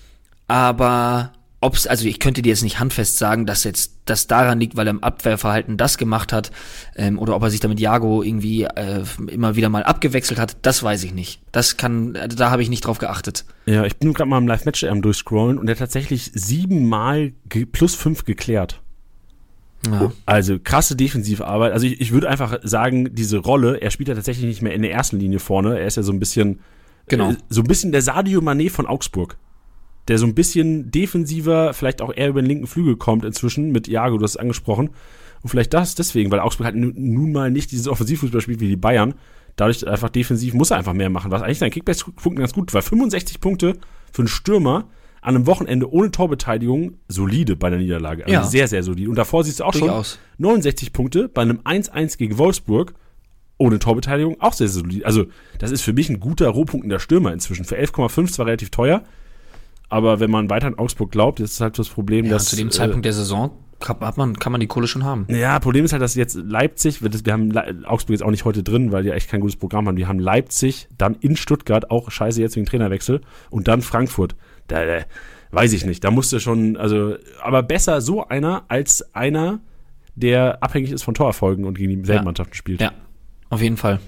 Aber also ich könnte dir jetzt nicht handfest sagen, dass jetzt das daran liegt, weil er im Abwehrverhalten das gemacht hat, oder ob er sich damit Jago irgendwie immer wieder mal abgewechselt hat, das weiß ich nicht. Da habe ich nicht drauf geachtet. Ja, ich bin gerade mal im Live-Match durchscrollen und er hat tatsächlich 7 Mal plus 5 geklärt. Ja. Also krasse defensive Arbeit. Also ich würde einfach sagen, diese Rolle, er spielt ja tatsächlich nicht mehr in der ersten Linie vorne. Er ist ja so ein bisschen der Sadio Mané von Augsburg, der so ein bisschen defensiver, vielleicht auch eher über den linken Flügel kommt inzwischen mit Jago, du hast es angesprochen. Und vielleicht deswegen, weil Augsburg halt nun mal nicht dieses Offensivfußball spielt wie die Bayern. Dadurch einfach defensiv muss er einfach mehr machen, was eigentlich sein Kickbase-Punkten ganz gut war. 65 Punkte für einen Stürmer an einem Wochenende ohne Torbeteiligung, solide bei der Niederlage. Also sehr, sehr solide. Und davor siehst du auch schon 69 Punkte bei einem 1-1 gegen Wolfsburg ohne Torbeteiligung, auch sehr, sehr solide. Also das ist für mich ein guter Rohpunkt in der Stürmer inzwischen. Für 11,5 zwar relativ teuer, aber wenn man weiter an Augsburg glaubt, ist halt das Problem, dass zu dem Zeitpunkt der Saison kann man die Kohle schon haben. Ja, Problem ist halt, dass jetzt Leipzig, wir haben Augsburg jetzt auch nicht heute drin, weil die echt kein gutes Programm haben. Wir haben Leipzig, dann in Stuttgart, auch scheiße jetzt wegen Trainerwechsel, und dann Frankfurt. Da weiß ich nicht, da musste schon, also, aber besser so einer als einer, der abhängig ist von Torerfolgen und gegen dieselben Mannschaften spielt. Ja, auf jeden Fall.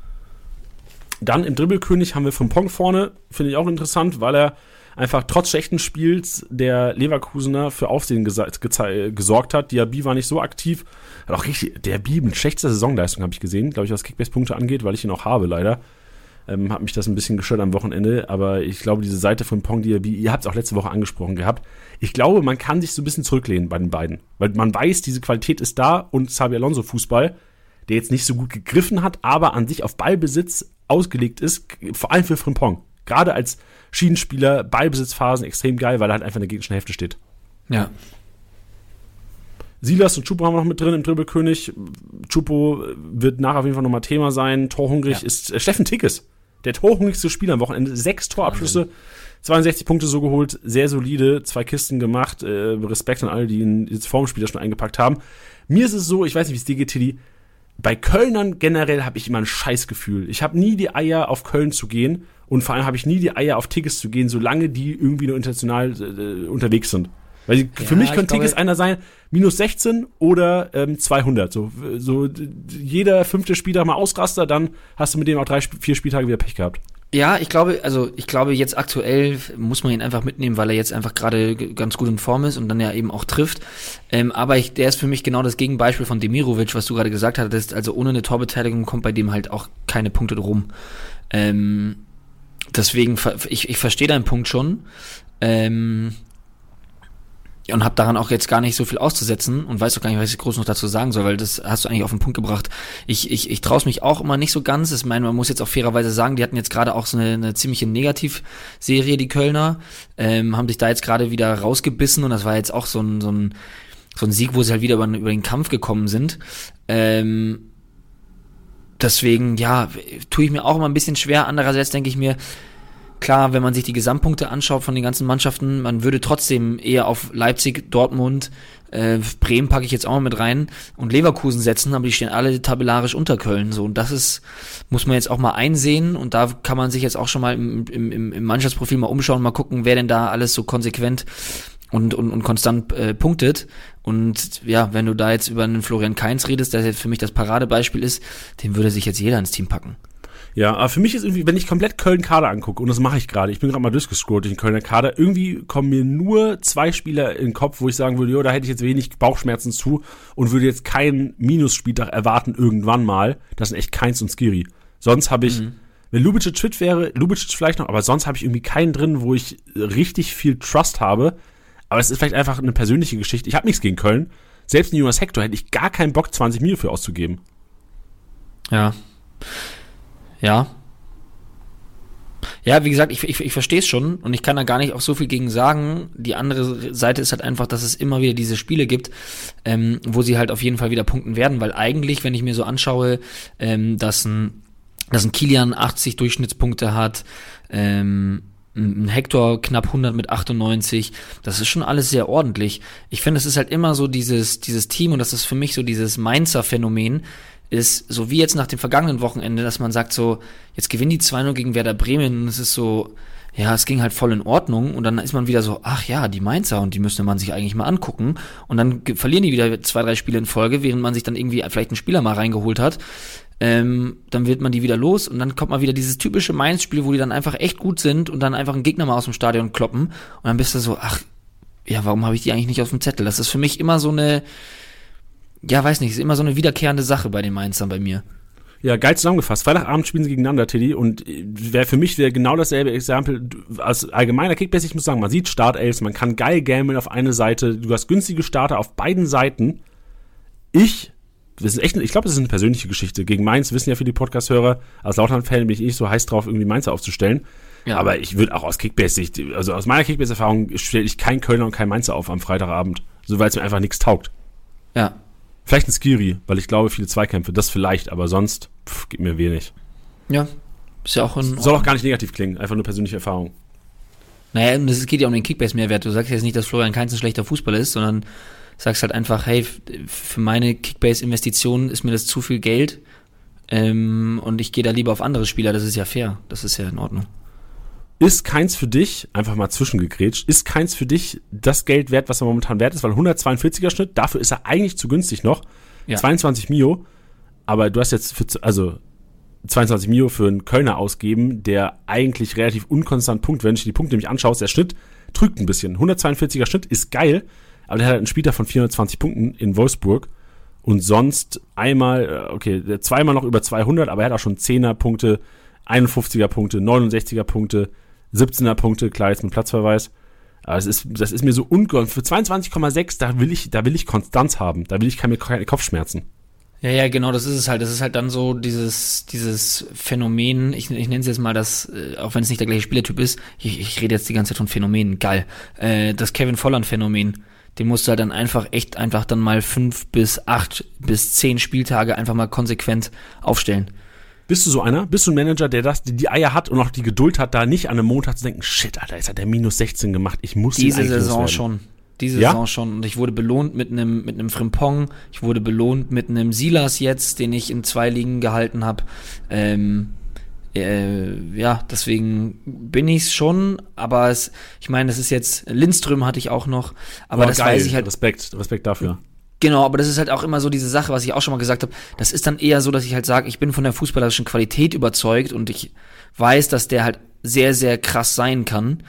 Dann im Dribbelkönig haben wir Frimpong vorne, finde ich auch interessant, weil er einfach trotz schlechten Spiels der Leverkusener für Aufsehen gesorgt hat. Diaby war nicht so aktiv, hat auch richtig, Diaby mit schlechter Saisonleistung habe ich gesehen, glaube ich, was Kickbase-Punkte angeht, weil ich ihn auch habe leider. Hat mich das ein bisschen gestört am Wochenende, aber ich glaube, diese Seite von Pong Diaby, ihr habt es auch letzte Woche angesprochen gehabt, ich glaube, man kann sich so ein bisschen zurücklehnen bei den beiden, weil man weiß, diese Qualität ist da und Xabi Alonso Fußball, der jetzt nicht so gut gegriffen hat, aber an sich auf Ballbesitz ausgelegt ist, vor allem für Frimpong. Gerade als Schienenspieler, Ballbesitzphasen extrem geil, weil er halt einfach in der gegnerischen Hälfte steht. Ja. Silas und Chupo haben wir noch mit drin im Dribbelkönig. Chupo wird nachher auf jeden Fall nochmal Thema sein. Torhungrig ist Steffen Tickes, der torhungrigste Spieler am Wochenende. 6 Torabschlüsse, 62 Punkte so geholt, sehr solide, 2 Kisten gemacht. Respekt an alle, die ihn jetzt vor dem Spiel schon eingepackt haben. Mir ist es so, ich weiß nicht, wie es dir geht, Tilly, bei Kölnern generell habe ich immer ein Scheißgefühl. Ich habe nie die Eier, auf Köln zu gehen, und vor allem habe ich nie die Eier, auf Tickets zu gehen, solange die irgendwie nur international unterwegs sind. Weil für mich können Tickets einer sein, minus 16 oder 200. So jeder 5. Spieltag mal Ausraster, dann hast du mit dem auch 3-4 Spieltage wieder Pech gehabt. Ja, ich glaube jetzt aktuell muss man ihn einfach mitnehmen, weil er jetzt einfach gerade ganz gut in Form ist und dann ja eben auch trifft. Aber der ist für mich genau das Gegenbeispiel von Demirovic, was du gerade gesagt hattest. Also ohne eine Torbeteiligung kommt bei dem halt auch keine Punkte drum. Deswegen, ich verstehe deinen Punkt schon. Und habe daran auch jetzt gar nicht so viel auszusetzen und weiß auch gar nicht, was ich groß noch dazu sagen soll, weil das hast du eigentlich auf den Punkt gebracht. Ich traue es mich auch immer nicht so ganz. Ich meine, man muss jetzt auch fairerweise sagen, die hatten jetzt gerade auch so eine ziemliche Negativserie, die Kölner, haben sich da jetzt gerade wieder rausgebissen und das war jetzt auch so ein ein Sieg, wo sie halt wieder über den Kampf gekommen sind. Deswegen, ja, tue ich mir auch immer ein bisschen schwer. Andererseits denke ich mir, klar, wenn man sich die Gesamtpunkte anschaut von den ganzen Mannschaften, man würde trotzdem eher auf Leipzig, Dortmund, Bremen packe ich jetzt auch mal mit rein und Leverkusen setzen, aber die stehen alle tabellarisch unter Köln. So, und das muss man jetzt auch mal einsehen, und da kann man sich jetzt auch schon mal im Mannschaftsprofil mal umschauen, mal gucken, wer denn da alles so konsequent und konstant punktet. Und ja, wenn du da jetzt über einen Florian Kainz redest, der jetzt für mich das Paradebeispiel ist, den würde sich jetzt jeder ins Team packen. Ja, aber für mich ist irgendwie, wenn ich komplett Köln-Kader angucke, und das mache ich gerade, ich bin gerade mal durchgescrollt durch den Kölner Kader, irgendwie kommen mir nur 2 Spieler in den Kopf, wo ich sagen würde, jo, da hätte ich jetzt wenig Bauchschmerzen zu und würde jetzt keinen Minusspieltag erwarten irgendwann mal. Das sind echt Kainz und Skiri. Sonst habe ich, wenn Lubicic fit wäre, Lubicic vielleicht noch, aber sonst habe ich irgendwie keinen drin, wo ich richtig viel Trust habe. Aber es ist vielleicht einfach eine persönliche Geschichte. Ich habe nichts gegen Köln. Selbst in Jonas Hector hätte ich gar keinen Bock, 20 Mio für auszugeben. Ja. Ja, wie gesagt, ich verstehe es schon und ich kann da gar nicht auch so viel gegen sagen. Die andere Seite ist halt einfach, dass es immer wieder diese Spiele gibt, wo sie halt auf jeden Fall wieder punkten werden, weil eigentlich, wenn ich mir so anschaue, dass ein Kilian 80 Durchschnittspunkte hat, ein Hector knapp 100 mit 98, das ist schon alles sehr ordentlich. Ich finde, es ist halt immer so dieses Team, und das ist für mich so dieses Mainzer Phänomen, ist so wie jetzt nach dem vergangenen Wochenende, dass man sagt so, jetzt gewinnen die 2-0 gegen Werder Bremen, und es ist so, ja, es ging halt voll in Ordnung, und dann ist man wieder so, ach ja, die Mainzer, und die müsste man sich eigentlich mal angucken, und dann verlieren die wieder 2-3 Spiele in Folge, während man sich dann irgendwie vielleicht einen Spieler mal reingeholt hat, dann wird man die wieder los, und dann kommt mal wieder dieses typische Mainz-Spiel, wo die dann einfach echt gut sind und dann einfach einen Gegner mal aus dem Stadion kloppen, und dann bist du so, ach, ja, warum habe ich die eigentlich nicht auf dem Zettel? Das ist für mich immer so eine, ja, weiß nicht, ist immer so eine wiederkehrende Sache bei den Mainzern bei mir. Ja, geil zusammengefasst. Freitagabend spielen sie gegeneinander, Teddy, und für mich wäre genau dasselbe Exempel als allgemeiner Kickbase. Ich muss sagen, man sieht Startelfs, man kann geil gamblen auf eine Seite, du hast günstige Starter auf beiden Seiten. Ich glaube, das ist eine persönliche Geschichte. Gegen Mainz wissen ja viele Podcast-Hörer, als Lautern-Fan bin ich nicht so heiß drauf, irgendwie Mainzer aufzustellen. Ja. Aber ich würde auch aus Kickbase-Sicht, also aus meiner Kickbase-Erfahrung stelle ich keinen Kölner und keinen Mainzer auf am Freitagabend, so weil es mir einfach nichts taugt. Ja. Vielleicht ein Skiri, weil ich glaube, viele Zweikämpfe, das vielleicht, aber sonst gibt mir wenig. Ja, ist ja auch soll auch gar nicht negativ klingen, einfach nur persönliche Erfahrung. Naja, es geht ja um den Kickbase-Mehrwert. Du sagst jetzt nicht, dass Florian Kainz ein schlechter Fußballer ist, sondern sagst halt einfach, hey, für meine Kickbase-Investitionen ist mir das zu viel Geld, und ich gehe da lieber auf andere Spieler, das ist ja fair, das ist ja in Ordnung. Ist Kainz für dich, einfach mal zwischengegrätscht, ist Kainz für dich das Geld wert, was er momentan wert ist? Weil 142er Schnitt, dafür ist er eigentlich zu günstig noch. Ja. 22 Mio, aber du hast jetzt 22 Mio für einen Kölner ausgeben, der eigentlich relativ unkonstant punktet. Wenn du die Punkte nämlich anschaust, der Schnitt trügt ein bisschen. 142er Schnitt ist geil, aber der hat einen Spieler von 420 Punkten in Wolfsburg und sonst zweimal noch über 200, aber er hat auch schon 10er Punkte, 51er Punkte, 69er Punkte, 17er Punkte, klar jetzt mit Platzverweis. Aber das ist mir so ungeheuer. Für 22,6, da will ich Konstanz haben. Da will ich keine Kopfschmerzen. Ja, genau, das ist es halt. Das ist halt dann so dieses Phänomen, ich nenne es jetzt mal das, auch wenn es nicht der gleiche Spielertyp ist, ich rede jetzt die ganze Zeit von Phänomenen, geil. Das Kevin Volland-Phänomen, den musst du halt dann einfach dann mal 5 bis 8 bis 10 Spieltage einfach mal konsequent aufstellen. Bist du so einer? Bist du ein Manager, der die Eier hat und auch die Geduld hat, da nicht an einem Montag zu denken, shit, Alter, jetzt hat der minus 16 gemacht, ich muss diese Saison schon. Saison schon. Und ich wurde belohnt mit einem Frimpong, ich wurde belohnt mit einem Silas jetzt, den ich in 2 Ligen gehalten habe. Deswegen bin ich's schon, aber ich meine, das ist jetzt, Lindström hatte ich auch noch, aber das geil, weiß ich halt. Respekt dafür. Genau, aber das ist halt auch immer so diese Sache, was ich auch schon mal gesagt habe, das ist dann eher so, dass ich halt sage, ich bin von der fußballerischen Qualität überzeugt und ich weiß, dass der halt sehr, sehr krass sein kann.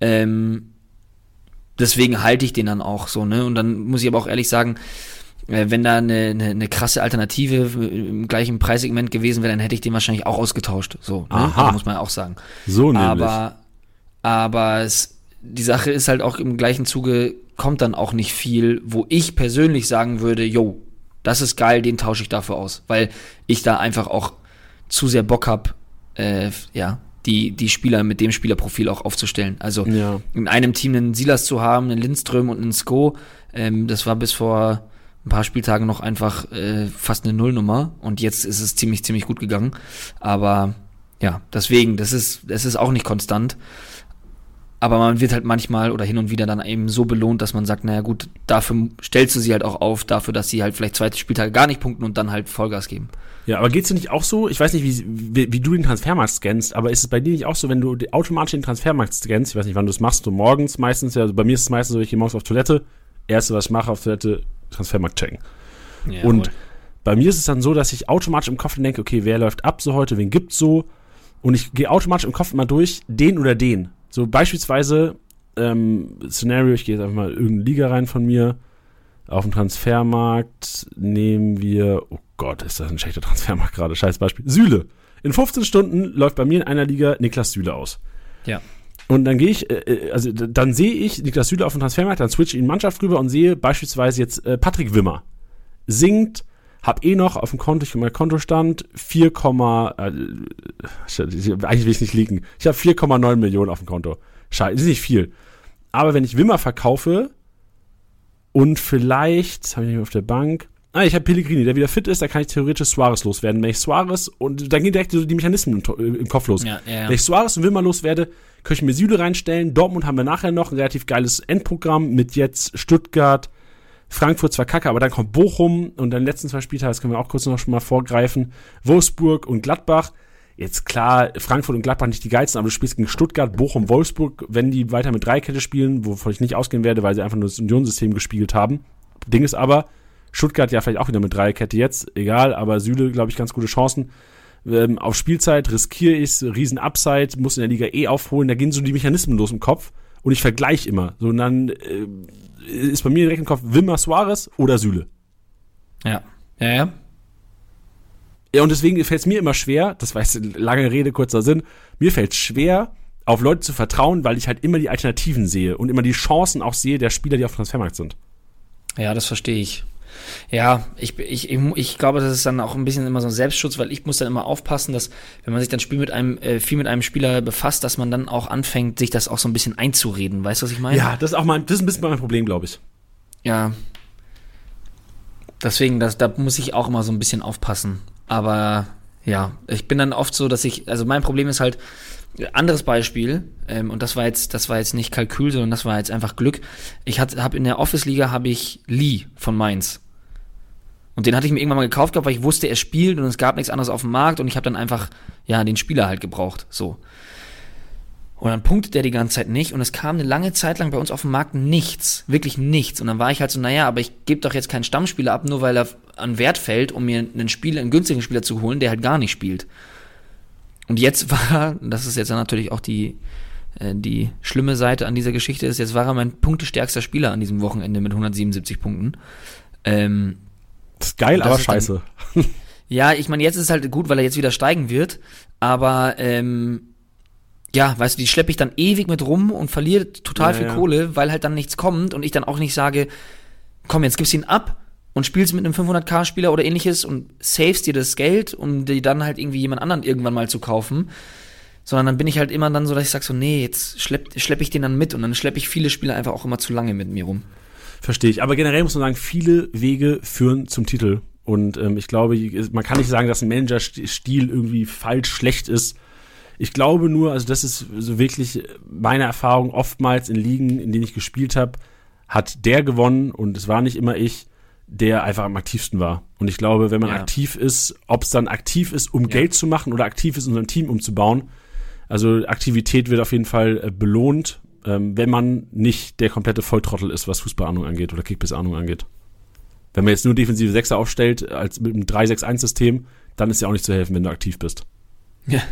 Deswegen halte ich den dann auch so, ne? Und dann muss ich aber auch ehrlich sagen, wenn da eine krasse Alternative im gleichen Preissegment gewesen wäre, dann hätte ich den wahrscheinlich auch ausgetauscht. So, ne? Also muss man auch sagen. So nämlich. Aber die Sache ist halt auch im gleichen Zuge, kommt dann auch nicht viel, wo ich persönlich sagen würde, yo, das ist geil, den tausche ich dafür aus. Weil ich da einfach auch zu sehr Bock habe, die Spieler mit dem Spielerprofil auch aufzustellen. Also in einem Team einen Silas zu haben, einen Lindström und einen Sko, Das war bis vor ein paar Spieltagen noch einfach fast eine Nullnummer und jetzt ist es ziemlich, ziemlich gut gegangen. Aber ja, deswegen, das ist auch nicht konstant. Aber man wird halt manchmal oder hin und wieder dann eben so belohnt, dass man sagt, naja gut, dafür stellst du sie halt auch auf, dafür, dass sie halt vielleicht 2. Spieltage gar nicht punkten und dann halt Vollgas geben. Ja, aber geht's dir nicht auch so, ich weiß nicht, wie du den Transfermarkt scannst, aber ist es bei dir nicht auch so, wenn du automatisch den Transfermarkt scannst, ich weiß nicht, wann du es machst, so morgens meistens, ja, also bei mir ist es meistens so, ich gehe morgens auf Toilette, erste, was ich mache auf Toilette, Transfermarkt checken. Ja, und bei mir ist es dann so, dass ich automatisch im Kopf denke, okay, wer läuft ab so heute, wen gibt's so? Und ich gehe automatisch im Kopf immer durch, den oder den. So beispielsweise, Szenario, ich gehe jetzt einfach mal in irgendeine Liga rein von mir. Auf dem Transfermarkt nehmen wir, oh Gott, ist das ein schlechter Transfermarkt gerade, scheiß Beispiel. Süle. In 15 Stunden läuft bei mir in einer Liga Niklas Süle aus. Ja. Und dann gehe ich, dann sehe ich Niklas Süle auf dem Transfermarkt, dann switche ich in Mannschaft rüber und sehe beispielsweise jetzt Patrick Wimmer. Singt, hab noch auf dem Konto, ich mein Kontostand, eigentlich will ich nicht liegen. Ich habe 4,9 Millionen auf dem Konto. Scheiße, ist nicht viel. Aber wenn ich Wimmer verkaufe und vielleicht, habe ich nicht auf der Bank, ich habe Pellegrini, der wieder fit ist, da kann ich theoretisch Suarez loswerden. Wenn ich Suarez, und dann gehen direkt so die Mechanismen im Kopf los. Ja. Wenn ich Suarez und Wimmer loswerde, kann ich mir Süle reinstellen. Dortmund haben wir nachher noch ein relativ geiles Endprogramm mit jetzt Stuttgart, Frankfurt zwar kacke, aber dann kommt Bochum und dann letzten 2 Spieltage, das können wir auch kurz noch schon mal vorgreifen, Wolfsburg und Gladbach. Jetzt klar, Frankfurt und Gladbach nicht die geilsten, aber du spielst gegen Stuttgart, Bochum, Wolfsburg, wenn die weiter mit Dreikette spielen, wovon ich nicht ausgehen werde, weil sie einfach nur das Unionsystem gespielt haben. Ding ist aber, Stuttgart ja vielleicht auch wieder mit Dreikette jetzt, egal, aber Süle, glaube ich, ganz gute Chancen. Auf Spielzeit riskiere ich es, riesen Upside, muss in der Liga aufholen, da gehen so die Mechanismen los im Kopf und ich vergleiche immer. So, und dann ist bei mir direkt im Kopf Wimmer, Suarez oder Süle. Ja. Ja, und deswegen fällt es mir immer schwer, das war jetzt lange Rede, kurzer Sinn, mir fällt es schwer, auf Leute zu vertrauen, weil ich halt immer die Alternativen sehe und immer die Chancen auch sehe der Spieler, die auf dem Transfermarkt sind. Ja, das verstehe ich. Ja, ich glaube, das ist dann auch ein bisschen immer so ein Selbstschutz, weil ich muss dann immer aufpassen, dass, wenn man sich dann viel mit einem Spieler befasst, dass man dann auch anfängt, sich das auch so ein bisschen einzureden. Weißt du, was ich meine? Ja, das ist ein bisschen mein Problem, glaube ich. Ja. Deswegen, da muss ich auch immer so ein bisschen aufpassen. Aber ja, ich bin dann oft so, also mein Problem ist halt, anderes Beispiel, und das war jetzt nicht Kalkül, sondern das war jetzt einfach Glück. Ich habe in der Office-Liga Lee von Mainz. Und den hatte ich mir irgendwann mal gekauft gehabt, weil ich wusste, er spielt und es gab nichts anderes auf dem Markt und ich habe dann einfach, den Spieler halt gebraucht, so. Und dann punktet der die ganze Zeit nicht und es kam eine lange Zeit lang bei uns auf dem Markt nichts, wirklich nichts. Und dann war ich halt so, aber ich gebe doch jetzt keinen Stammspieler ab, nur weil er an Wert fällt, um mir einen günstigen Spieler zu holen, der halt gar nicht spielt. Und jetzt das ist jetzt natürlich auch die schlimme Seite an dieser Geschichte ist, jetzt war er mein punktestärkster Spieler an diesem Wochenende mit 177 Punkten. Das ist geil, aber scheiße. Ja, ich meine, jetzt ist es halt gut, weil er jetzt wieder steigen wird, aber weißt du, die schleppe ich dann ewig mit rum und verliere total viel Kohle, weil halt dann nichts kommt und ich dann auch nicht sage, komm, jetzt gibst du ihn ab und spielst mit einem 500k-Spieler oder ähnliches und savest dir das Geld, um dir dann halt irgendwie jemand anderen irgendwann mal zu kaufen, sondern dann bin ich halt immer dann so, dass ich sag so, jetzt schlepp ich den dann mit und dann schleppe ich viele Spieler einfach auch immer zu lange mit mir rum. Verstehe ich, aber generell muss man sagen, viele Wege führen zum Titel und ich glaube, man kann nicht sagen, dass ein Manager-Stil irgendwie falsch schlecht ist. Ich glaube nur, also das ist so wirklich meine Erfahrung, oftmals in Ligen, in denen ich gespielt habe, hat der gewonnen und es war nicht immer ich, der einfach am aktivsten war. Und ich glaube, wenn man aktiv ist, ob es dann aktiv ist, um Geld zu machen oder aktiv ist, um sein Team umzubauen, also Aktivität wird auf jeden Fall belohnt, wenn man nicht der komplette Volltrottel ist, was Fußballahnung angeht oder Kickbase-Ahnung angeht. Wenn man jetzt nur defensive Sechser aufstellt, als mit einem 3-6-1-System, dann ist ja auch nicht zu helfen, wenn du aktiv bist. Ja.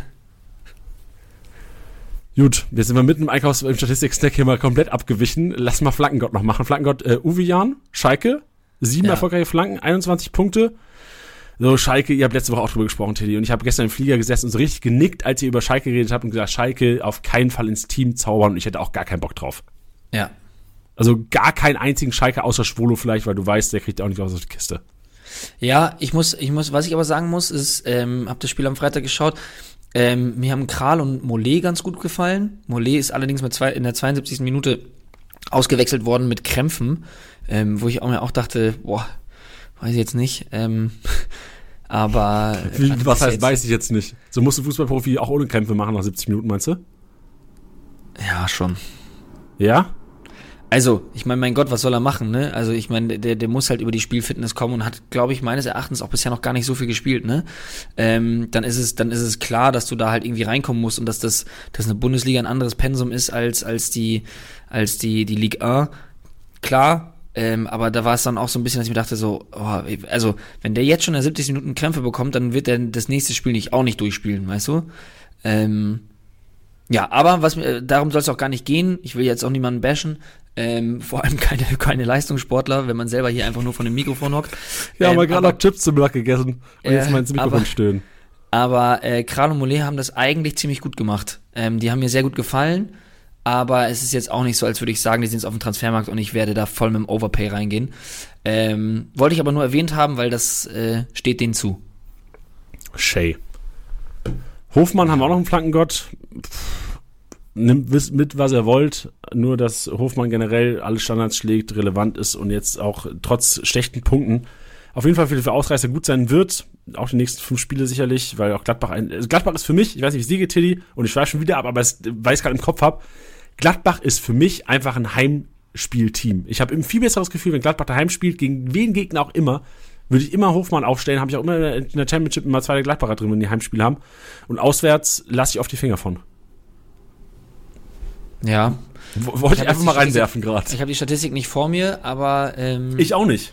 Gut, jetzt sind wir mitten im Statistik-Stack hier mal komplett abgewichen. Lass mal Flankengott noch machen. Flankengott, Uwe Jan, Schalke, 7 erfolgreiche Flanken, 21 Punkte. So, Schalke, ihr habt letzte Woche auch drüber gesprochen, Teddy, und ich habe gestern im Flieger gesessen und so richtig genickt, als ihr über Schalke geredet habt und gesagt, Schalke auf keinen Fall ins Team zaubern und ich hätte auch gar keinen Bock drauf. Ja. Also gar keinen einzigen Schalke außer Schwolo vielleicht, weil du weißt, der kriegt auch nicht aus der Kiste. Ja, ich muss, was ich aber sagen muss, ist, hab das Spiel am Freitag geschaut, mir haben Kral und Mollet ganz gut gefallen. Mollet ist allerdings in der 72. Minute ausgewechselt worden mit Krämpfen, wo ich mir auch dachte, boah, weiß ich jetzt nicht, aber... Was heißt, weiß ich jetzt nicht? So musst du Fußballprofi auch ohne Krämpfe machen nach 70 Minuten, meinst du? Ja, schon. Ja? Also, ich meine, mein Gott, was soll er machen, ne? Also, ich meine, der muss halt über die Spielfitness kommen und hat, glaube ich, meines Erachtens auch bisher noch gar nicht so viel gespielt, ne? Dann ist es klar, dass du da halt irgendwie reinkommen musst und dass eine Bundesliga ein anderes Pensum ist als die Ligue 1. Klar, aber da war es dann auch so ein bisschen, dass ich mir dachte so, oh, also, wenn der jetzt schon in der 70 Minuten Krämpfe bekommt, dann wird der das nächste Spiel auch nicht durchspielen, weißt du? Ja, aber darum soll es auch gar nicht gehen. Ich will jetzt auch niemanden bashen. Vor allem keine Leistungssportler, wenn man selber hier einfach nur von dem Mikrofon hockt. Ja, aber gerade noch Chips zum Mittag gegessen und jetzt mal ins Mikrofon stöhnen. Aber Kral und Mollet haben das eigentlich ziemlich gut gemacht. Die haben mir sehr gut gefallen, aber es ist jetzt auch nicht so, als würde ich sagen, die sind jetzt auf dem Transfermarkt und ich werde da voll mit dem Overpay reingehen. Wollte ich aber nur erwähnt haben, weil das steht denen zu. Shay. Hofmann haben wir auch noch einen Flankengott. Nimmt mit, was er wollt, nur dass Hofmann generell alle Standards schlägt, relevant ist und jetzt auch trotz schlechten Punkten auf jeden Fall für Ausreißer gut sein wird. Auch die nächsten 5 Spiele sicherlich, weil auch Gladbach ist für mich, ich weiß nicht, wie es dir geht, Tilly, und ich schweife schon wieder ab, aber weil ich es gerade im Kopf habe, Gladbach ist für mich einfach ein Heimspielteam. Ich habe ein viel besseres Gefühl, wenn Gladbach daheim spielt, gegen wen Gegner auch immer, würde ich immer Hofmann aufstellen, habe ich auch immer in der Championship immer 2 Gladbacher drin, wenn die Heimspiele haben. Und auswärts lasse ich auf die Finger von. Ja. Wollte ich einfach mal reinwerfen gerade. Ich habe die Statistik nicht vor mir, aber... ich auch nicht.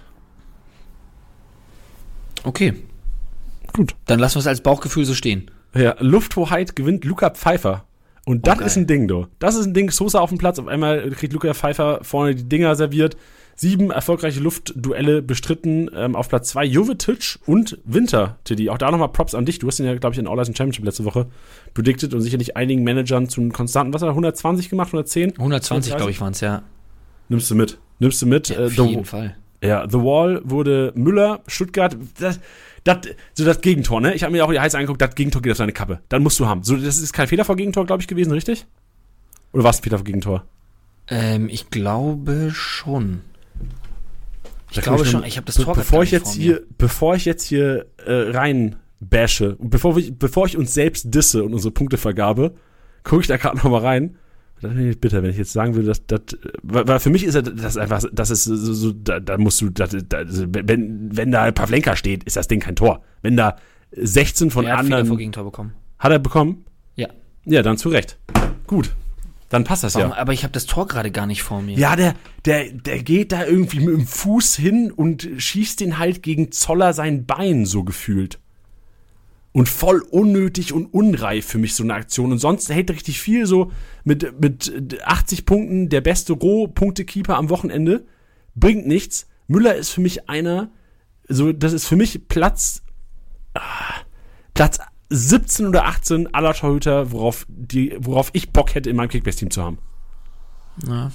Okay. Gut. Dann lassen wir es als Bauchgefühl so stehen. Ja, Lufthoheit gewinnt Luca Pfeiffer. Und das ist ein Ding, du. Das ist ein Ding. Sosa auf dem Platz, auf einmal kriegt Luca Pfeiffer vorne die Dinger serviert. 7 erfolgreiche Luftduelle bestritten. Auf Platz 2 Jovetic und Winter, Tiddy. Auch da nochmal Props an dich. Du hast ihn ja, glaube ich, in All-Eyes Championship letzte Woche predicted und sicherlich einigen Managern zu einem konstanten, was hat er, 120 gemacht, 110? 120, glaube ich, waren es, ja. Nimmst du mit. Ja, auf jeden Fall. Ja, The Wall wurde Müller, Stuttgart, das Gegentor, ne? Ich habe mir auch die Heiß angeguckt, das Gegentor geht auf seine Kappe. Dann musst du haben. So, das ist kein Fehler vor Gegentor, glaube ich, gewesen, richtig? Oder war es ein Fehler vor Gegentor? Ich glaube schon. Ich glaube schon, ich habe das Tor bevor ich jetzt hier rein bashe und bevor ich uns selbst disse und unsere Punktevergabe, gucke ich da gerade nochmal rein. Das wäre nicht bitter, wenn ich jetzt sagen würde, weil für mich ist das einfach, das ist so, da musst du, wenn da Pavlenka steht, ist das Ding kein Tor. Wenn da 16 von anderen... Er hat vor Gegentor bekommen. Hat er bekommen? Ja. Ja, dann zu Recht. Gut. Dann passt das ja. Aber ich habe das Tor gerade gar nicht vor mir. Ja, der geht da irgendwie mit dem Fuß hin und schießt den halt gegen Zoller sein Bein, so gefühlt. Und voll unnötig und unreif für mich so eine Aktion. Und sonst hält richtig viel so mit 80 Punkten der beste Roh-Punkte-Keeper am Wochenende. Bringt nichts. Müller ist für mich das ist für mich Platz 17 oder 18 aller Torhüter, worauf ich Bock hätte, in meinem Kickbase-Team zu haben. Ja.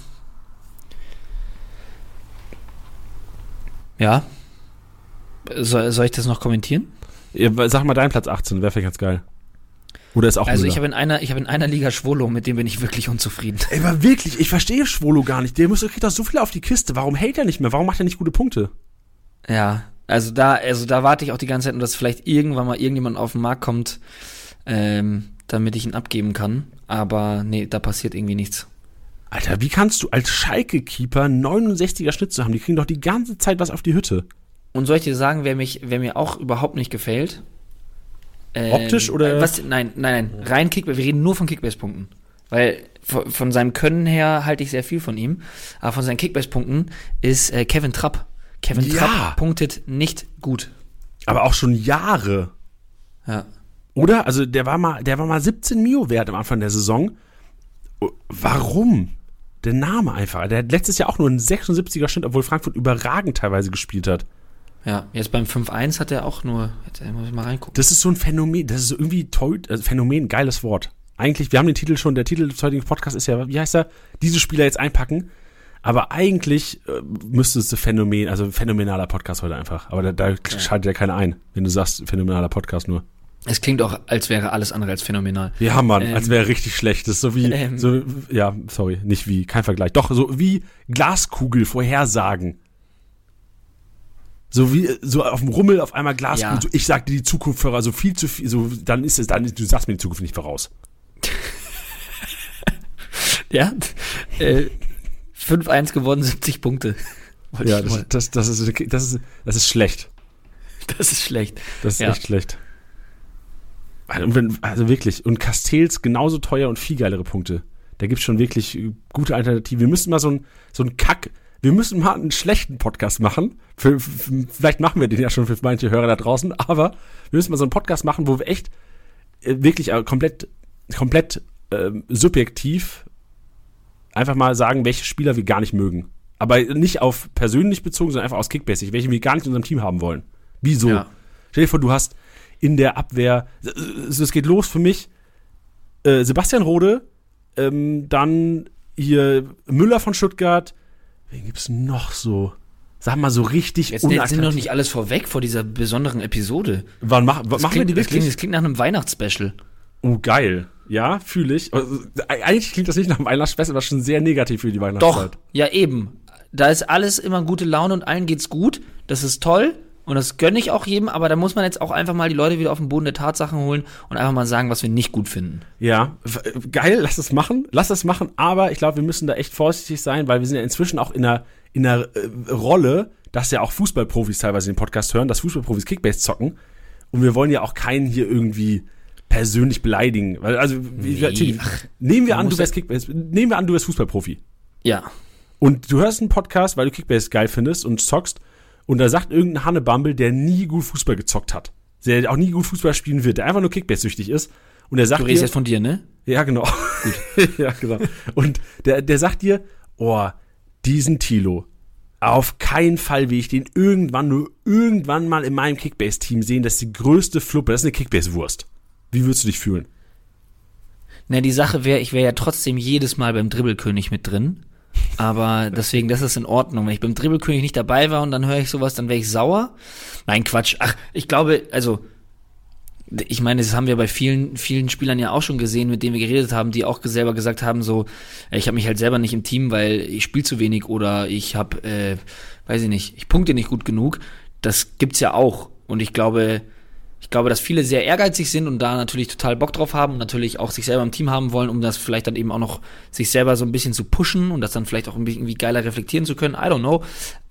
Ja. Soll ich das noch kommentieren? Ja, sag mal deinen Platz 18, wäre vielleicht ganz geil. Oder ist auch Also Müller? ich habe in einer Liga Schwolo, mit dem bin ich wirklich unzufrieden. Ey, aber wirklich, ich verstehe Schwolo gar nicht. Der kriegt doch so viel auf die Kiste. Warum hält er nicht mehr? Warum macht er nicht gute Punkte? Ja, also da warte ich auch die ganze Zeit, dass vielleicht irgendwann mal irgendjemand auf den Markt kommt, damit ich ihn abgeben kann. Aber nee, da passiert irgendwie nichts. Alter, wie kannst du als Schalke-Keeper 69er Schnitt zu haben? Die kriegen doch die ganze Zeit was auf die Hütte. Und soll ich dir sagen, wer mir auch überhaupt nicht gefällt? Optisch oder? Nein. Rein Kickbase. Wir reden nur von Kickbase-Punkten. Weil von seinem Können her halte ich sehr viel von ihm. Aber von seinen Kickbase-Punkten ist Kevin Trapp. Kevin Trapp punktet nicht gut. Aber auch schon Jahre. Ja. Oder? Also der war mal 17 Mio wert am Anfang der Saison. Warum? Der Name einfach. Der hat letztes Jahr auch nur einen 76er Schnitt, obwohl Frankfurt überragend teilweise gespielt hat. Ja, jetzt beim 5-1 hat er auch nur, jetzt muss ich mal reingucken. Das ist so ein Phänomen, das ist so irgendwie toll, also Phänomen, geiles Wort. Eigentlich, wir haben den Titel schon, der Titel des heutigen Podcasts ist ja, wie heißt er? Diese Spieler jetzt einpacken. Aber eigentlich müsste es phänomenaler Podcast heute einfach. Aber da schaltet ja keiner ein, wenn du sagst, phänomenaler Podcast nur. Es klingt auch, als wäre alles andere als phänomenal. Ja, Mann, als wäre richtig schlecht. Das ist so wie, nicht wie, kein Vergleich. Doch, so wie Glaskugel vorhersagen. So wie, so auf dem Rummel auf einmal Glaskugel. Ja. So, ich sag dir die Zukunft voraus, so viel zu viel, so, dann ist es, dann, du sagst mir die Zukunft nicht voraus. Ja, 5-1 gewonnen, 70 Punkte. Ja, das ist schlecht. Das ist schlecht. Das ist echt schlecht. Also wirklich, und Castells genauso teuer und viel geilere Punkte. Da gibt's schon wirklich gute Alternativen. Wir müssen mal so einen schlechten Podcast machen. Vielleicht machen wir den ja schon für manche Hörer da draußen, aber wir müssen mal so einen Podcast machen, wo wir echt wirklich komplett subjektiv einfach mal sagen, welche Spieler wir gar nicht mögen. Aber nicht auf persönlich bezogen, sondern einfach aus Kickbase, welche wir gar nicht in unserem Team haben wollen. Wieso? Ja. Stell dir vor, du hast in der Abwehr, es geht los für mich, Sebastian Rode, dann hier Müller von Stuttgart, wen gibt's noch so? Sag mal so richtig Jetzt sind noch nicht alles vorweg vor dieser besonderen Episode. Wann machen wir die wirklich? Das klingt nach einem Weihnachtsspecial. Oh, geil. Ja, fühle ich. Eigentlich klingt das nicht nach einem Weihnachtsspecial, aber schon sehr negativ für die Weihnachtszeit. Doch, ja eben. Da ist alles immer gute Laune und allen geht's gut. Das ist toll. Und das gönne ich auch jedem, aber da muss man jetzt auch einfach mal die Leute wieder auf den Boden der Tatsachen holen und einfach mal sagen, was wir nicht gut finden. Ja, geil, lass das machen, aber ich glaube, wir müssen da echt vorsichtig sein, weil wir sind ja inzwischen auch in einer Rolle, dass ja auch Fußballprofis teilweise den Podcast hören, dass Fußballprofis Kickbase zocken und wir wollen ja auch keinen hier irgendwie persönlich beleidigen. Also, nehmen wir an, du wärst Fußballprofi. Ja. Und du hörst einen Podcast, weil du Kickbase geil findest und zockst. Und da sagt irgendein Hannebumble, der nie gut Fußball gezockt hat, der auch nie gut Fußball spielen wird, der einfach nur Kickbase-süchtig ist. Und der sagt du redest jetzt von dir, ne? Ja, genau. Gut. Ja, genau. Und der sagt dir, diesen Thilo, auf keinen Fall will ich den irgendwann mal in meinem Kickbase-Team sehen. Das ist die größte Fluppe, das ist eine Kickbase-Wurst. Wie würdest du dich fühlen? Na, die Sache wäre, ich wäre ja trotzdem jedes Mal beim Dribbelkönig mit drin. Aber deswegen, das ist in Ordnung. Wenn ich beim Dribbelkönig nicht dabei war und dann höre ich sowas, dann wäre ich sauer. Nein, Quatsch. Ach, ich glaube, also, ich meine, das haben wir bei vielen Spielern ja auch schon gesehen, mit denen wir geredet haben, die auch selber gesagt haben, so, ich habe mich halt selber nicht im Team, weil ich spiele zu wenig oder ich habe, weiß ich nicht, ich punkte nicht gut genug. Das gibt's ja auch. Und ich glaube, dass viele sehr ehrgeizig sind und da natürlich total Bock drauf haben und natürlich auch sich selber im Team haben wollen, um das vielleicht dann eben auch noch sich selber so ein bisschen zu pushen und das dann vielleicht auch irgendwie geiler reflektieren zu können. I don't know.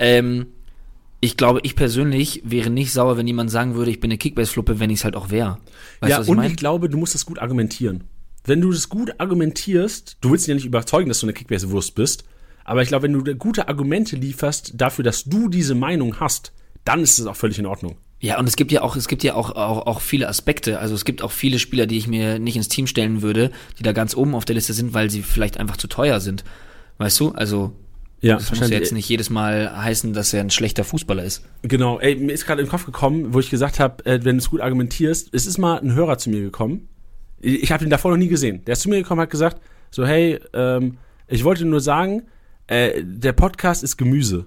Ich glaube, ich persönlich wäre nicht sauer, wenn jemand sagen würde, ich bin eine Kickbase-Fluppe, wenn ich es halt auch wäre. Ja, und ich glaube, du musst das gut argumentieren. Wenn du das gut argumentierst, du willst ja nicht überzeugen, dass du eine Kickbase-Wurst bist, aber ich glaube, wenn du gute Argumente lieferst dafür, dass du diese Meinung hast, dann ist es auch völlig in Ordnung. Ja, und es gibt ja auch viele Aspekte. Also es gibt auch viele Spieler, die ich mir nicht ins Team stellen würde, die da ganz oben auf der Liste sind, weil sie vielleicht einfach zu teuer sind. Weißt du? Also ja, das muss ja jetzt nicht jedes Mal heißen, dass er ein schlechter Fußballer ist. Genau. Mir ist gerade in den Kopf gekommen, wo ich gesagt habe, wenn du es gut argumentierst, es ist mal ein Hörer zu mir gekommen. Ich habe ihn davor noch nie gesehen. Der ist zu mir gekommen, hat gesagt, so hey, ich wollte nur sagen, der Podcast ist Gemüse.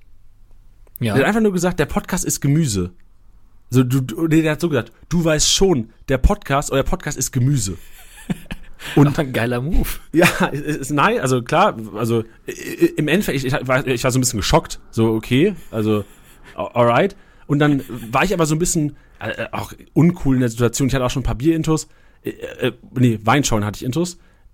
Ja. Der hat einfach nur gesagt, der Podcast ist Gemüse. So, der hat so gesagt, du weißt schon, euer Podcast ist Gemüse. Und ein geiler Move. Ja, nein, also klar, also im Endeffekt, ich war so ein bisschen geschockt, so okay, also alright. Und dann war ich aber so ein bisschen auch uncool in der Situation. Ich hatte auch schon ein paar Bier-Intos, Weinschauen hatte ich Intos.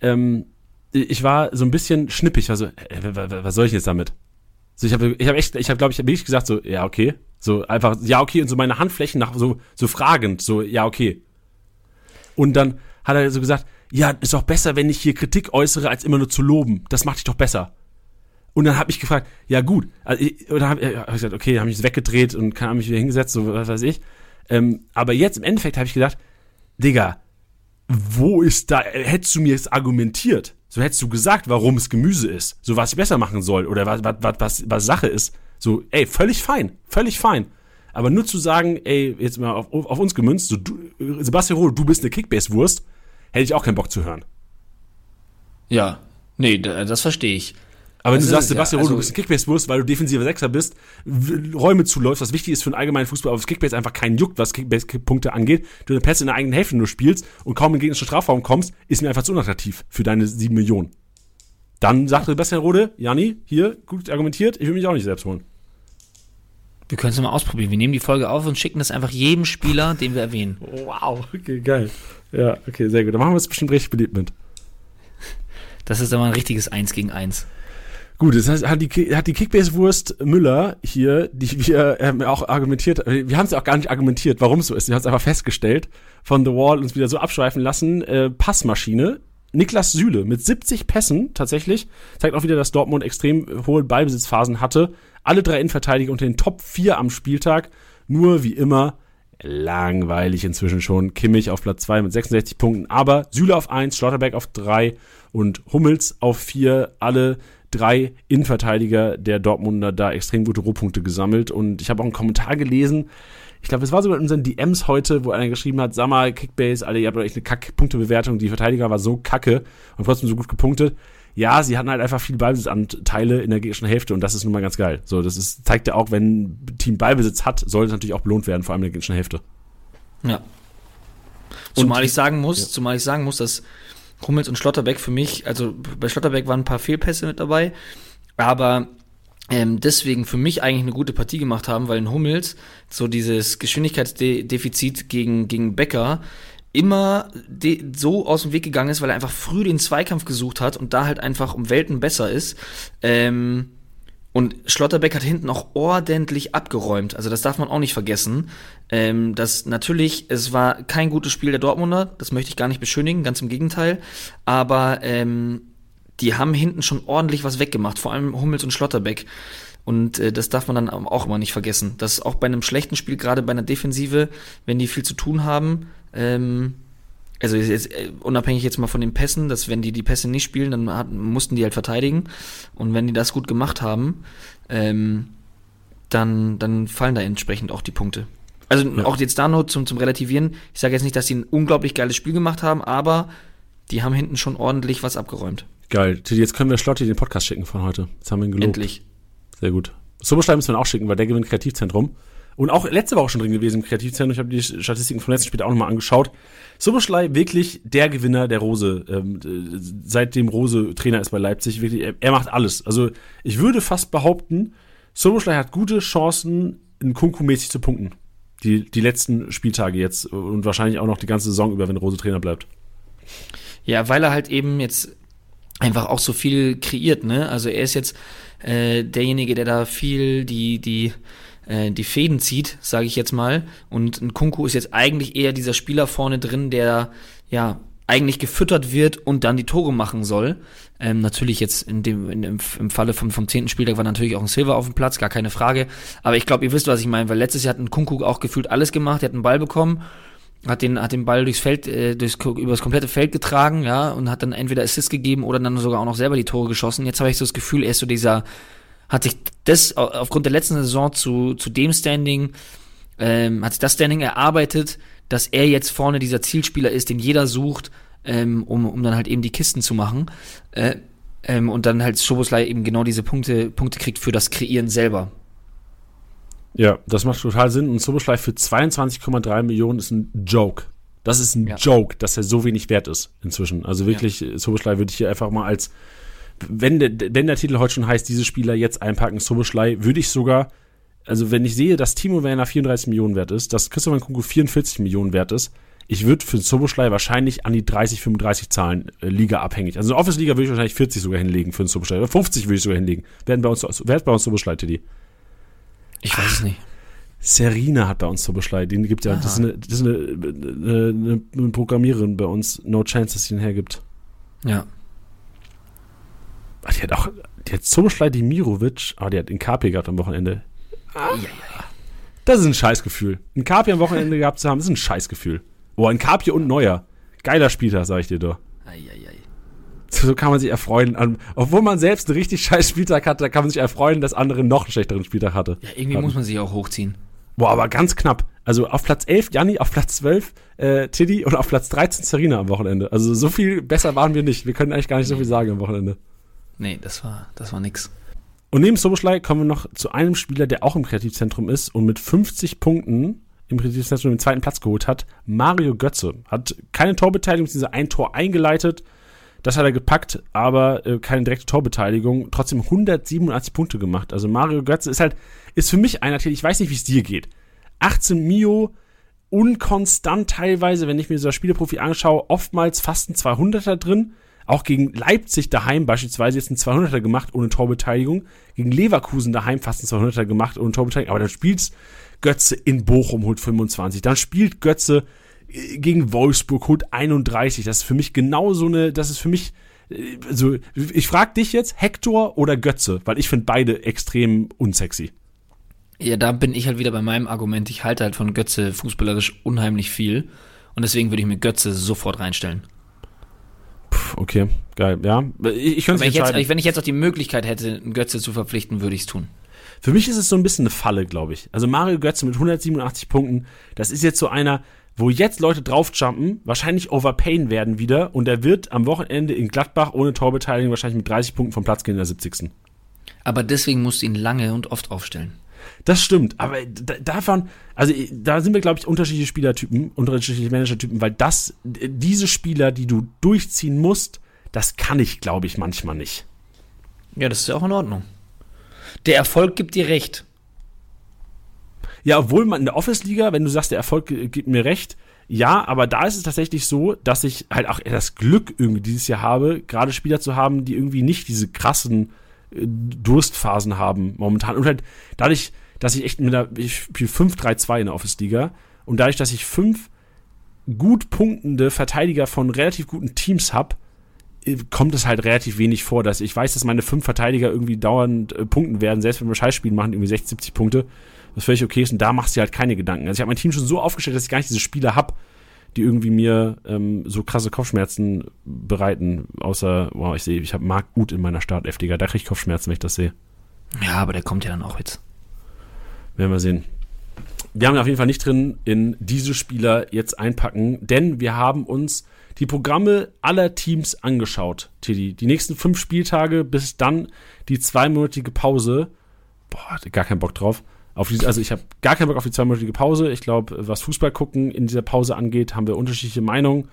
Ich war so ein bisschen schnippig, also was soll ich jetzt damit? So, ich habe wirklich gesagt so, ja, okay. So einfach, ja, okay, und so meine Handflächen nach so fragend, so, ja, okay. Und dann hat er so gesagt, ja, ist doch besser, wenn ich hier Kritik äußere, als immer nur zu loben. Das macht dich doch besser. Und dann habe ich gefragt, ja gut. Also dann habe ich gesagt, okay, dann habe ich es weggedreht und habe mich wieder hingesetzt, so was weiß ich. Aber jetzt im Endeffekt habe ich gedacht, Digga, wo ist da, hättest du mir jetzt argumentiert? So hättest du gesagt, warum es Gemüse ist, so was ich besser machen soll oder was Sache ist. So, ey, völlig fein. Aber nur zu sagen, ey, jetzt mal auf uns gemünzt, so, Sebastian Rode, du bist eine Kickbase-Wurst, hätte ich auch keinen Bock zu hören. Ja, nee, das verstehe ich. Aber wenn Das du sagst, ist es, Sebastian ja. Rode, du bist ein Kickbase-Wurst, weil du defensiver Sechser bist, Räume zuläufst, was wichtig ist für einen allgemeinen Fußball, aber das Kickbase einfach keinen juckt, was Kickbase-Punkte angeht, du eine Pässe in der eigenen Hälfte nur spielst und kaum in den gegnerischen Strafraum kommst, ist mir einfach zu unattraktiv für deine 7 Millionen. Dann sagt Sebastian Rode, Janni, hier, gut argumentiert, ich will mich auch nicht selbst holen. Wir können es mal ausprobieren. Wir nehmen die Folge auf und schicken das einfach jedem Spieler, den wir erwähnen. Wow, okay, geil. Ja, okay, sehr gut. Dann machen wir es bestimmt richtig beliebt mit. Das ist aber ein richtiges 1 gegen 1. Gut, das heißt, hat die Kickbase-Wurst Müller hier, die wir auch argumentiert, wir haben es ja auch gar nicht argumentiert, warum es so ist. Wir haben es einfach festgestellt, von The Wall uns wieder so abschweifen lassen. Passmaschine, Niklas Süle mit 70 Pässen tatsächlich, zeigt auch wieder, dass Dortmund extrem hohe Ballbesitzphasen hatte. Alle 3 Innenverteidiger unter den Top 4 am Spieltag. Nur wie immer langweilig inzwischen schon. Kimmich auf Platz 2 mit 66 Punkten, aber Süle auf 1, Schlotterbeck auf 3 und Hummels auf 4. Alle 3 Innenverteidiger der Dortmunder da extrem gute Rohpunkte gesammelt. Und ich habe auch einen Kommentar gelesen, ich glaube, es war sogar in unseren DMs heute, wo einer geschrieben hat, sag mal, Kickbase, Alter, ihr habt doch echt eine Kack-Punktebewertung, die Verteidiger war so kacke und trotzdem so gut gepunktet. Ja, sie hatten halt einfach viel Ballbesitzanteile in der gegnerischen Hälfte und das ist nun mal ganz geil. So, das zeigt ja auch, wenn ein Team Ballbesitz hat, sollte es natürlich auch belohnt werden, vor allem in der gegnerischen Hälfte. Ja. Zumal ich sagen muss, dass Hummels und Schlotterbeck für mich, also bei Schlotterbeck waren ein paar Fehlpässe mit dabei, aber deswegen für mich eigentlich eine gute Partie gemacht haben, weil in Hummels so dieses Geschwindigkeitsdefizit gegen Becker immer so aus dem Weg gegangen ist, weil er einfach früh den Zweikampf gesucht hat und da halt einfach um Welten besser ist. Und Schlotterbeck hat hinten auch ordentlich abgeräumt. Also das darf man auch nicht vergessen. Das natürlich, es war kein gutes Spiel der Dortmunder, das möchte ich gar nicht beschönigen, ganz im Gegenteil. Aber die haben hinten schon ordentlich was weggemacht, vor allem Hummels und Schlotterbeck. Und das darf man dann auch immer nicht vergessen. Dass auch bei einem schlechten Spiel, gerade bei einer Defensive, wenn die viel zu tun haben, also jetzt, unabhängig jetzt mal von den Pässen, dass wenn die Pässe nicht spielen, dann mussten die halt verteidigen. Und wenn die das gut gemacht haben, dann fallen da entsprechend auch die Punkte. Also ja. Auch jetzt da nur zum Relativieren. Ich sage jetzt nicht, dass sie ein unglaublich geiles Spiel gemacht haben, aber die haben hinten schon ordentlich was abgeräumt. Geil. Jetzt können wir Schlotti den Podcast schicken von heute. Jetzt haben wir ihn gelobt. Endlich. Sehr gut. Soboschlei müssen wir auch schicken, weil der gewinnt Kreativzentrum. Und auch letzte Woche schon drin gewesen im Kreativzentrum. Ich habe die Statistiken vom letzten Spiel auch nochmal angeschaut. Soboschlei wirklich der Gewinner der Rose. Seitdem Rose Trainer ist bei Leipzig. Wirklich, er macht alles. Also ich würde fast behaupten, Soboschlei hat gute Chancen, Nkunku-mäßig zu punkten. Die letzten Spieltage jetzt und wahrscheinlich auch noch die ganze Saison über, wenn Rose Trainer bleibt. Ja, weil er halt eben jetzt einfach auch so viel kreiert, ne? Also er ist jetzt derjenige, der da viel die Fäden zieht, sage ich jetzt mal. Und Nkunku ist jetzt eigentlich eher dieser Spieler vorne drin, der ja eigentlich gefüttert wird und dann die Tore machen soll. Natürlich jetzt im Falle vom 10. Spieltag war natürlich auch ein Silva auf dem Platz, gar keine Frage. Aber ich glaube, ihr wisst, was ich meine, weil letztes Jahr hat Nkunku auch gefühlt alles gemacht. Er hat einen Ball bekommen, hat den Ball durchs Feld, übers komplette Feld getragen, ja, und hat dann entweder Assist gegeben oder dann sogar auch noch selber die Tore geschossen. Jetzt habe ich so das Gefühl, er ist so hat sich das aufgrund der letzten Saison zu dem Standing, hat sich das Standing erarbeitet, dass er jetzt vorne dieser Zielspieler ist, den jeder sucht, um dann halt eben die Kisten zu machen. Und dann halt Szoboszlai eben genau diese Punkte kriegt für das Kreieren selber. Ja, das macht total Sinn. Und Szoboszlai für 22,3 Millionen ist ein Joke. Das ist ein Joke, dass er so wenig wert ist inzwischen. Also wirklich, Szoboszlai würde ich hier einfach mal als, wenn der Titel heute schon heißt, diese Spieler jetzt einpacken, Szoboszlai, würde ich sogar, also wenn ich sehe, dass Timo Werner 34 Millionen wert ist, dass Christopher Nkunku 44 Millionen wert ist, ich würde für Szoboszlai wahrscheinlich an die 30, 35 zahlen, Liga abhängig. Also in der Office-Liga würde ich wahrscheinlich 40 sogar hinlegen für einen Szoboszlai. Oder 50 würde ich sogar hinlegen. Wer hat bei uns Szoboszlai, Teddy? Ich weiß es nicht. Serena hat bei uns Szoboszlai. Den gibt ja, das ist eine Programmiererin bei uns. No chance, dass sie den hergibt. Ja. Ach, die hat Szoboszlai, Dimirovic, die hat Nkapie gehabt am Wochenende. Ja. Das ist ein Scheißgefühl. Nkapie am Wochenende gehabt zu haben, ist ein Scheißgefühl. Oh, Nkapie und Neuer. Geiler Spieltag, sag ich dir doch. So kann man sich erfreuen. Obwohl man selbst einen richtig scheiß Spieltag hatte, da kann man sich erfreuen, dass andere noch einen schlechteren Spieltag hatte. Ja, irgendwie muss man sich auch hochziehen. Boah, aber ganz knapp. Also auf Platz 11 Janni, auf Platz 12 Tiddy und auf Platz 13 Serena am Wochenende. Also so viel besser waren wir nicht. Wir können eigentlich gar nicht so viel sagen am Wochenende. Nee, das war nix. Und neben Szoboszlai kommen wir noch zu einem Spieler, der auch im Kreativzentrum ist und mit 50 Punkten im Kreativzentrum den zweiten Platz geholt hat. Mario Götze hat keine Torbeteiligung, beziehungsweise ein Tor eingeleitet. Das hat er gepackt, aber keine direkte Torbeteiligung. Trotzdem 187 Punkte gemacht. Also Mario Götze ist für mich einer, ich weiß nicht, wie es dir geht. 18 Mio, unkonstant teilweise, wenn ich mir so das Spieleprofil anschaue, oftmals fast ein 200er drin. Auch gegen Leipzig daheim beispielsweise jetzt ein 200er gemacht ohne Torbeteiligung. Gegen Leverkusen daheim fast ein 200er gemacht ohne Torbeteiligung. Aber dann spielt Götze in Bochum, holt 25. Dann spielt Götze gegen Wolfsburg, holt 31. Das ist für mich so, ich frage dich jetzt, Hector oder Götze? Weil ich finde beide extrem unsexy. Ja, da bin ich halt wieder bei meinem Argument. Ich halte halt von Götze fußballerisch unheimlich viel. Und deswegen würde ich mir Götze sofort reinstellen. Okay, geil, ja. Ich könnte wenn ich jetzt auch die Möglichkeit hätte, einen Götze zu verpflichten, würde ich es tun. Für mich ist es so ein bisschen eine Falle, glaube ich. Also Mario Götze mit 187 Punkten, das ist jetzt so einer, wo jetzt Leute draufjumpen, wahrscheinlich overpayen werden wieder und er wird am Wochenende in Gladbach ohne Torbeteiligung wahrscheinlich mit 30 Punkten vom Platz gehen in der 70. Aber deswegen musst du ihn lange und oft aufstellen. Das stimmt, aber da sind wir, glaube ich, unterschiedliche Spielertypen, unterschiedliche Managertypen, weil diese Spieler, die du durchziehen musst, das kann ich, glaube ich, manchmal nicht. Ja, das ist ja auch in Ordnung. Der Erfolg gibt dir recht. Ja, obwohl man in der Office-Liga, wenn du sagst, der Erfolg gibt mir recht, ja, aber da ist es tatsächlich so, dass ich halt auch das Glück irgendwie dieses Jahr habe, gerade Spieler zu haben, die irgendwie nicht diese Durstphasen haben momentan. Und halt dadurch, dass ich spiele 5-3-2 in der Office-Liga und dadurch, dass ich 5 gut punktende Verteidiger von relativ guten Teams habe, kommt es halt relativ wenig vor, dass ich weiß, dass meine 5 Verteidiger irgendwie dauernd punkten werden, selbst wenn wir Scheißspiele machen, irgendwie 60, 70 Punkte, was völlig okay ist und da machst du halt keine Gedanken. Also ich habe mein Team schon so aufgestellt, dass ich gar nicht diese Spieler habe, die irgendwie mir so krasse Kopfschmerzen bereiten, außer, ich habe Marc Uth in meiner Startelf, Digga, da kriege ich Kopfschmerzen, wenn ich das sehe. Ja, aber der kommt ja dann auch jetzt. Werden wir sehen. Wir haben auf jeden Fall nicht drin, in diese Spieler jetzt einpacken, denn wir haben uns die Programme aller Teams angeschaut, Tiddy. Die nächsten 5 Spieltage, bis dann die 2-monatige Pause. Hatte gar keinen Bock drauf. Ich habe gar keinen Bock auf die 2-monatige Pause. Ich glaube, was Fußball gucken in dieser Pause angeht, haben wir unterschiedliche Meinungen.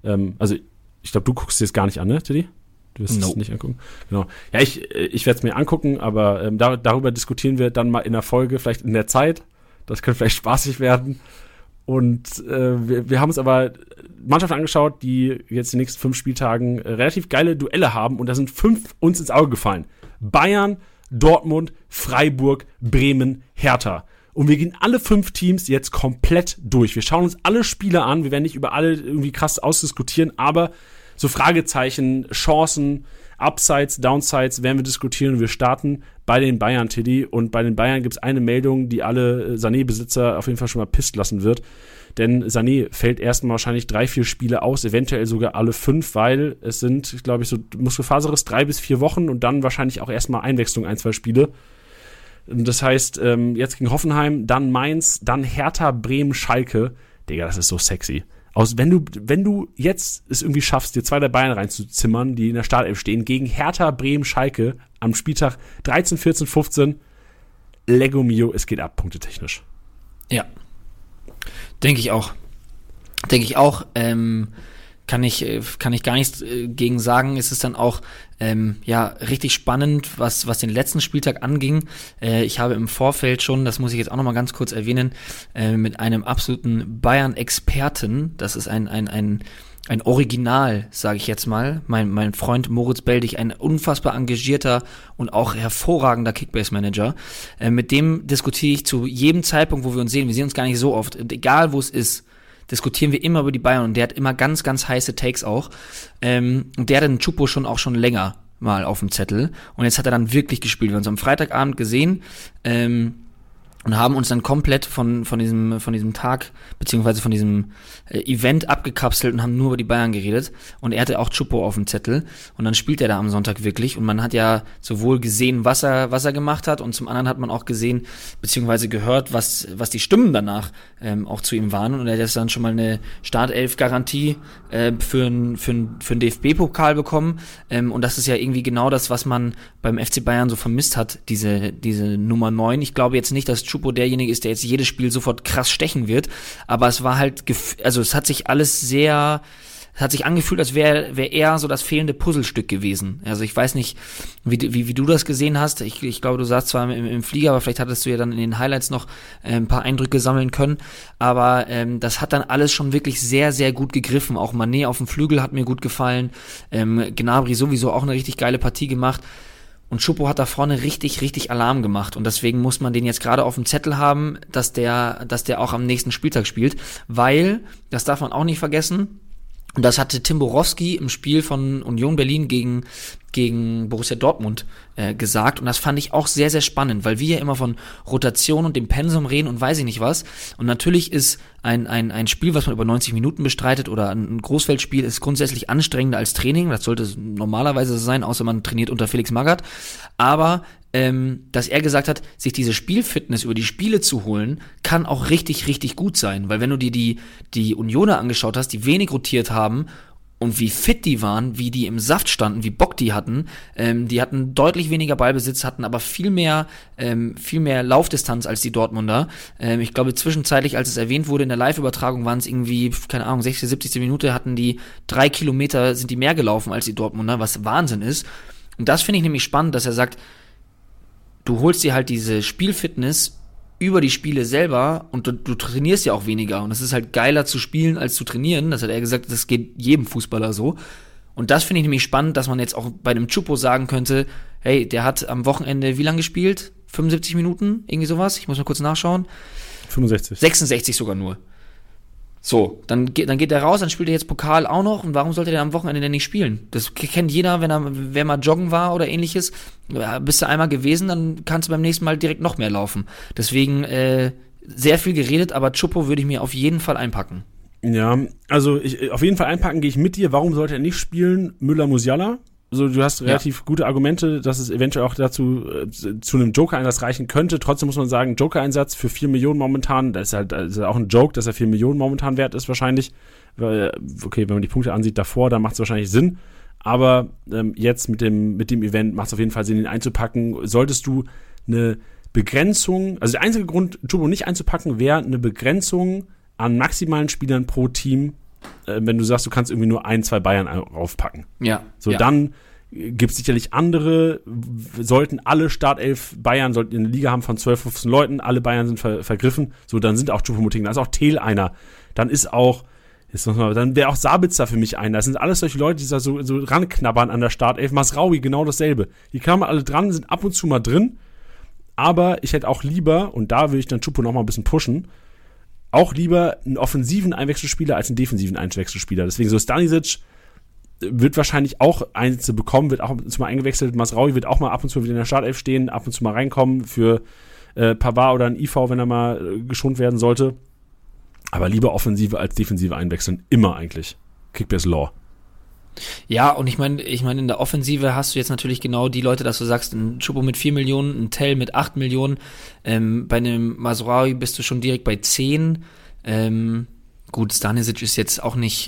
Ich glaube, du guckst dir das gar nicht an, ne, Tiddy? Du wirst es nicht angucken. Genau. Ja, ich werde es mir angucken, aber darüber diskutieren wir dann mal in der Folge, vielleicht in der Zeit. Das könnte vielleicht spaßig werden. Und wir haben uns aber Mannschaften angeschaut, die jetzt in den nächsten 5 Spieltagen relativ geile Duelle haben. Und da sind 5 uns ins Auge gefallen. Bayern, Dortmund, Freiburg, Bremen, Hertha. Und wir gehen alle 5 Teams jetzt komplett durch. Wir schauen uns alle Spiele an. Wir werden nicht über alle irgendwie krass ausdiskutieren, aber so Fragezeichen, Chancen, Upsides, Downsides werden wir diskutieren. Wir starten bei den Bayern, Tiddy. Und bei den Bayern gibt es eine Meldung, die alle Sané-Besitzer auf jeden Fall schon mal pisst lassen wird. Denn Sané fällt erstmal wahrscheinlich 3-4 Spiele aus, eventuell sogar alle 5, weil es sind, glaube ich, so Muskelfaserriss 3 bis 4 Wochen und dann wahrscheinlich auch erstmal Einwechslung 1-2 Spiele. Das heißt, jetzt gegen Hoffenheim, dann Mainz, dann Hertha, Bremen, Schalke. Digga, das ist so sexy. Wenn du jetzt es irgendwie schaffst, dir 2 der Bayern reinzuzimmern, die in der Startelf stehen, gegen Hertha, Bremen, Schalke am Spieltag 13, 14, 15, Lego Mio, es geht ab, punktetechnisch. Ja, denke ich auch. Kann ich gar nichts gegen sagen. Es ist dann auch richtig spannend, was den letzten Spieltag anging. Ich habe im Vorfeld schon, das muss ich jetzt auch noch mal ganz kurz erwähnen, mit einem absoluten Bayern-Experten, das ist ein Original, sage ich jetzt mal, mein Freund Moritz Beldig, ein unfassbar engagierter und auch hervorragender Kickbase-Manager. Mit dem diskutiere ich zu jedem Zeitpunkt, wo wir uns sehen. Wir sehen uns gar nicht so oft, egal wo es ist, diskutieren wir immer über die Bayern und der hat immer ganz, ganz heiße Takes auch. Und der hat den Chupo schon länger mal auf dem Zettel und jetzt hat er dann wirklich gespielt. Wir haben uns am Freitagabend gesehen und haben uns dann komplett von diesem Tag, beziehungsweise von diesem Event abgekapselt und haben nur über die Bayern geredet. Und er hatte auch Choupo auf dem Zettel. Und dann spielt er da am Sonntag wirklich. Und man hat ja sowohl gesehen, was er gemacht hat, und zum anderen hat man auch gesehen, beziehungsweise gehört, was die Stimmen danach auch zu ihm waren. Und er hat jetzt dann schon mal eine Startelf-Garantie für einen DFB-Pokal bekommen. Und das ist ja irgendwie genau das, was man beim FC Bayern so vermisst hat, diese Nummer 9. Ich glaube jetzt nicht, dass Choupo derjenige ist, der jetzt jedes Spiel sofort krass stechen wird, aber es war halt, es hat sich angefühlt, als wäre er so das fehlende Puzzlestück gewesen. Also ich weiß nicht, wie du das gesehen hast. Ich glaube, du saßt zwar im Flieger, aber vielleicht hattest du ja dann in den Highlights noch ein paar Eindrücke sammeln können. Aber das hat dann alles schon wirklich sehr, sehr gut gegriffen. Auch Mané auf dem Flügel hat mir gut gefallen. Gnabry sowieso auch eine richtig geile Partie gemacht. Und Choupo hat da vorne richtig, richtig Alarm gemacht. Und deswegen muss man den jetzt gerade auf dem Zettel haben, dass der auch am nächsten Spieltag spielt. Weil, das darf man auch nicht vergessen, und das hatte Tim Borowski im Spiel von Union Berlin gegen Borussia Dortmund gesagt. Und das fand ich auch sehr, sehr spannend, weil wir ja immer von Rotation und dem Pensum reden und weiß ich nicht was. Und natürlich ist ein Spiel, was man über 90 Minuten bestreitet, oder ein Großfeldspiel, ist grundsätzlich anstrengender als Training. Das sollte es normalerweise sein, außer man trainiert unter Felix Magath. Aber dass er gesagt hat, sich diese Spielfitness über die Spiele zu holen, kann auch richtig, richtig gut sein. Weil wenn du dir die Unioner angeschaut hast, die wenig rotiert haben und wie fit die waren, wie die im Saft standen, wie Bock die hatten deutlich weniger Ballbesitz, hatten aber viel mehr Laufdistanz als die Dortmunder. Ich glaube, zwischenzeitlich, als es erwähnt wurde in der Live-Übertragung, waren es irgendwie, keine Ahnung, 60, 70. Minute hatten die 3 Kilometer, sind die mehr gelaufen als die Dortmunder, was Wahnsinn ist. Und das finde ich nämlich spannend, dass er sagt, du holst dir halt diese Spielfitness über die Spiele selber und du trainierst ja auch weniger. Und es ist halt geiler zu spielen als zu trainieren. Das hat er gesagt, das geht jedem Fußballer so. Und das finde ich nämlich spannend, dass man jetzt auch bei einem Choupo sagen könnte, hey, der hat am Wochenende wie lange gespielt? 75 Minuten? Irgendwie sowas? Ich muss mal kurz nachschauen. 65. 66 sogar nur. So, dann geht er raus, dann spielt er jetzt Pokal auch noch, und warum sollte der am Wochenende denn nicht spielen? Das kennt jeder, wer mal joggen war oder ähnliches. Bist du einmal gewesen, dann kannst du beim nächsten Mal direkt noch mehr laufen. Deswegen sehr viel geredet, aber Choupo würde ich mir auf jeden Fall einpacken. Ja, also auf jeden Fall einpacken gehe ich mit dir. Warum sollte er nicht spielen? Müller-Musiala. Also du hast relativ gute Argumente, dass es eventuell auch dazu zu einem Joker-Einsatz reichen könnte. Trotzdem muss man sagen, Joker-Einsatz für 4 Millionen momentan, das ist auch ein Joke, dass er 4 Millionen momentan wert ist wahrscheinlich. Okay, wenn man die Punkte ansieht davor, dann macht es wahrscheinlich Sinn. Aber jetzt mit dem Event macht es auf jeden Fall Sinn, ihn einzupacken. Solltest du eine Begrenzung, also der einzige Grund, Choupo nicht einzupacken, wäre eine Begrenzung an maximalen Spielern pro Team, wenn du sagst, du kannst irgendwie nur 1-2 Bayern aufpacken. Ja. So, dann gibt es sicherlich andere, sollten alle Startelf Bayern, sollten eine Liga haben von 12, 15 Leuten, alle Bayern sind vergriffen, so, dann sind auch Choupo-Moting, da ist auch Thiel einer, dann wäre auch Sabitzer für mich einer, das sind alles solche Leute, die da so ranknabbern an der Startelf, Masraoui genau dasselbe, die kamen alle dran, sind ab und zu mal drin, aber ich hätte auch lieber, und da will ich dann Choupo noch mal ein bisschen pushen, auch lieber einen offensiven Einwechselspieler als einen defensiven Einwechselspieler. Deswegen so Stanisic wird wahrscheinlich auch Einsätze bekommen, wird auch ab und zu mal eingewechselt. Masraoui wird auch mal ab und zu wieder in der Startelf stehen, ab und zu mal reinkommen für Pavard oder ein IV, wenn er mal geschont werden sollte. Aber lieber offensive als defensive einwechseln. Immer eigentlich. Kickbase Law. Ja, und ich meine, in der Offensive hast du jetzt natürlich genau die Leute, dass du sagst, ein Choupo mit 4 Millionen, ein Tell mit 8 Millionen, bei einem Masraoui bist du schon direkt bei 10. Gut, Stanisic ist jetzt auch nicht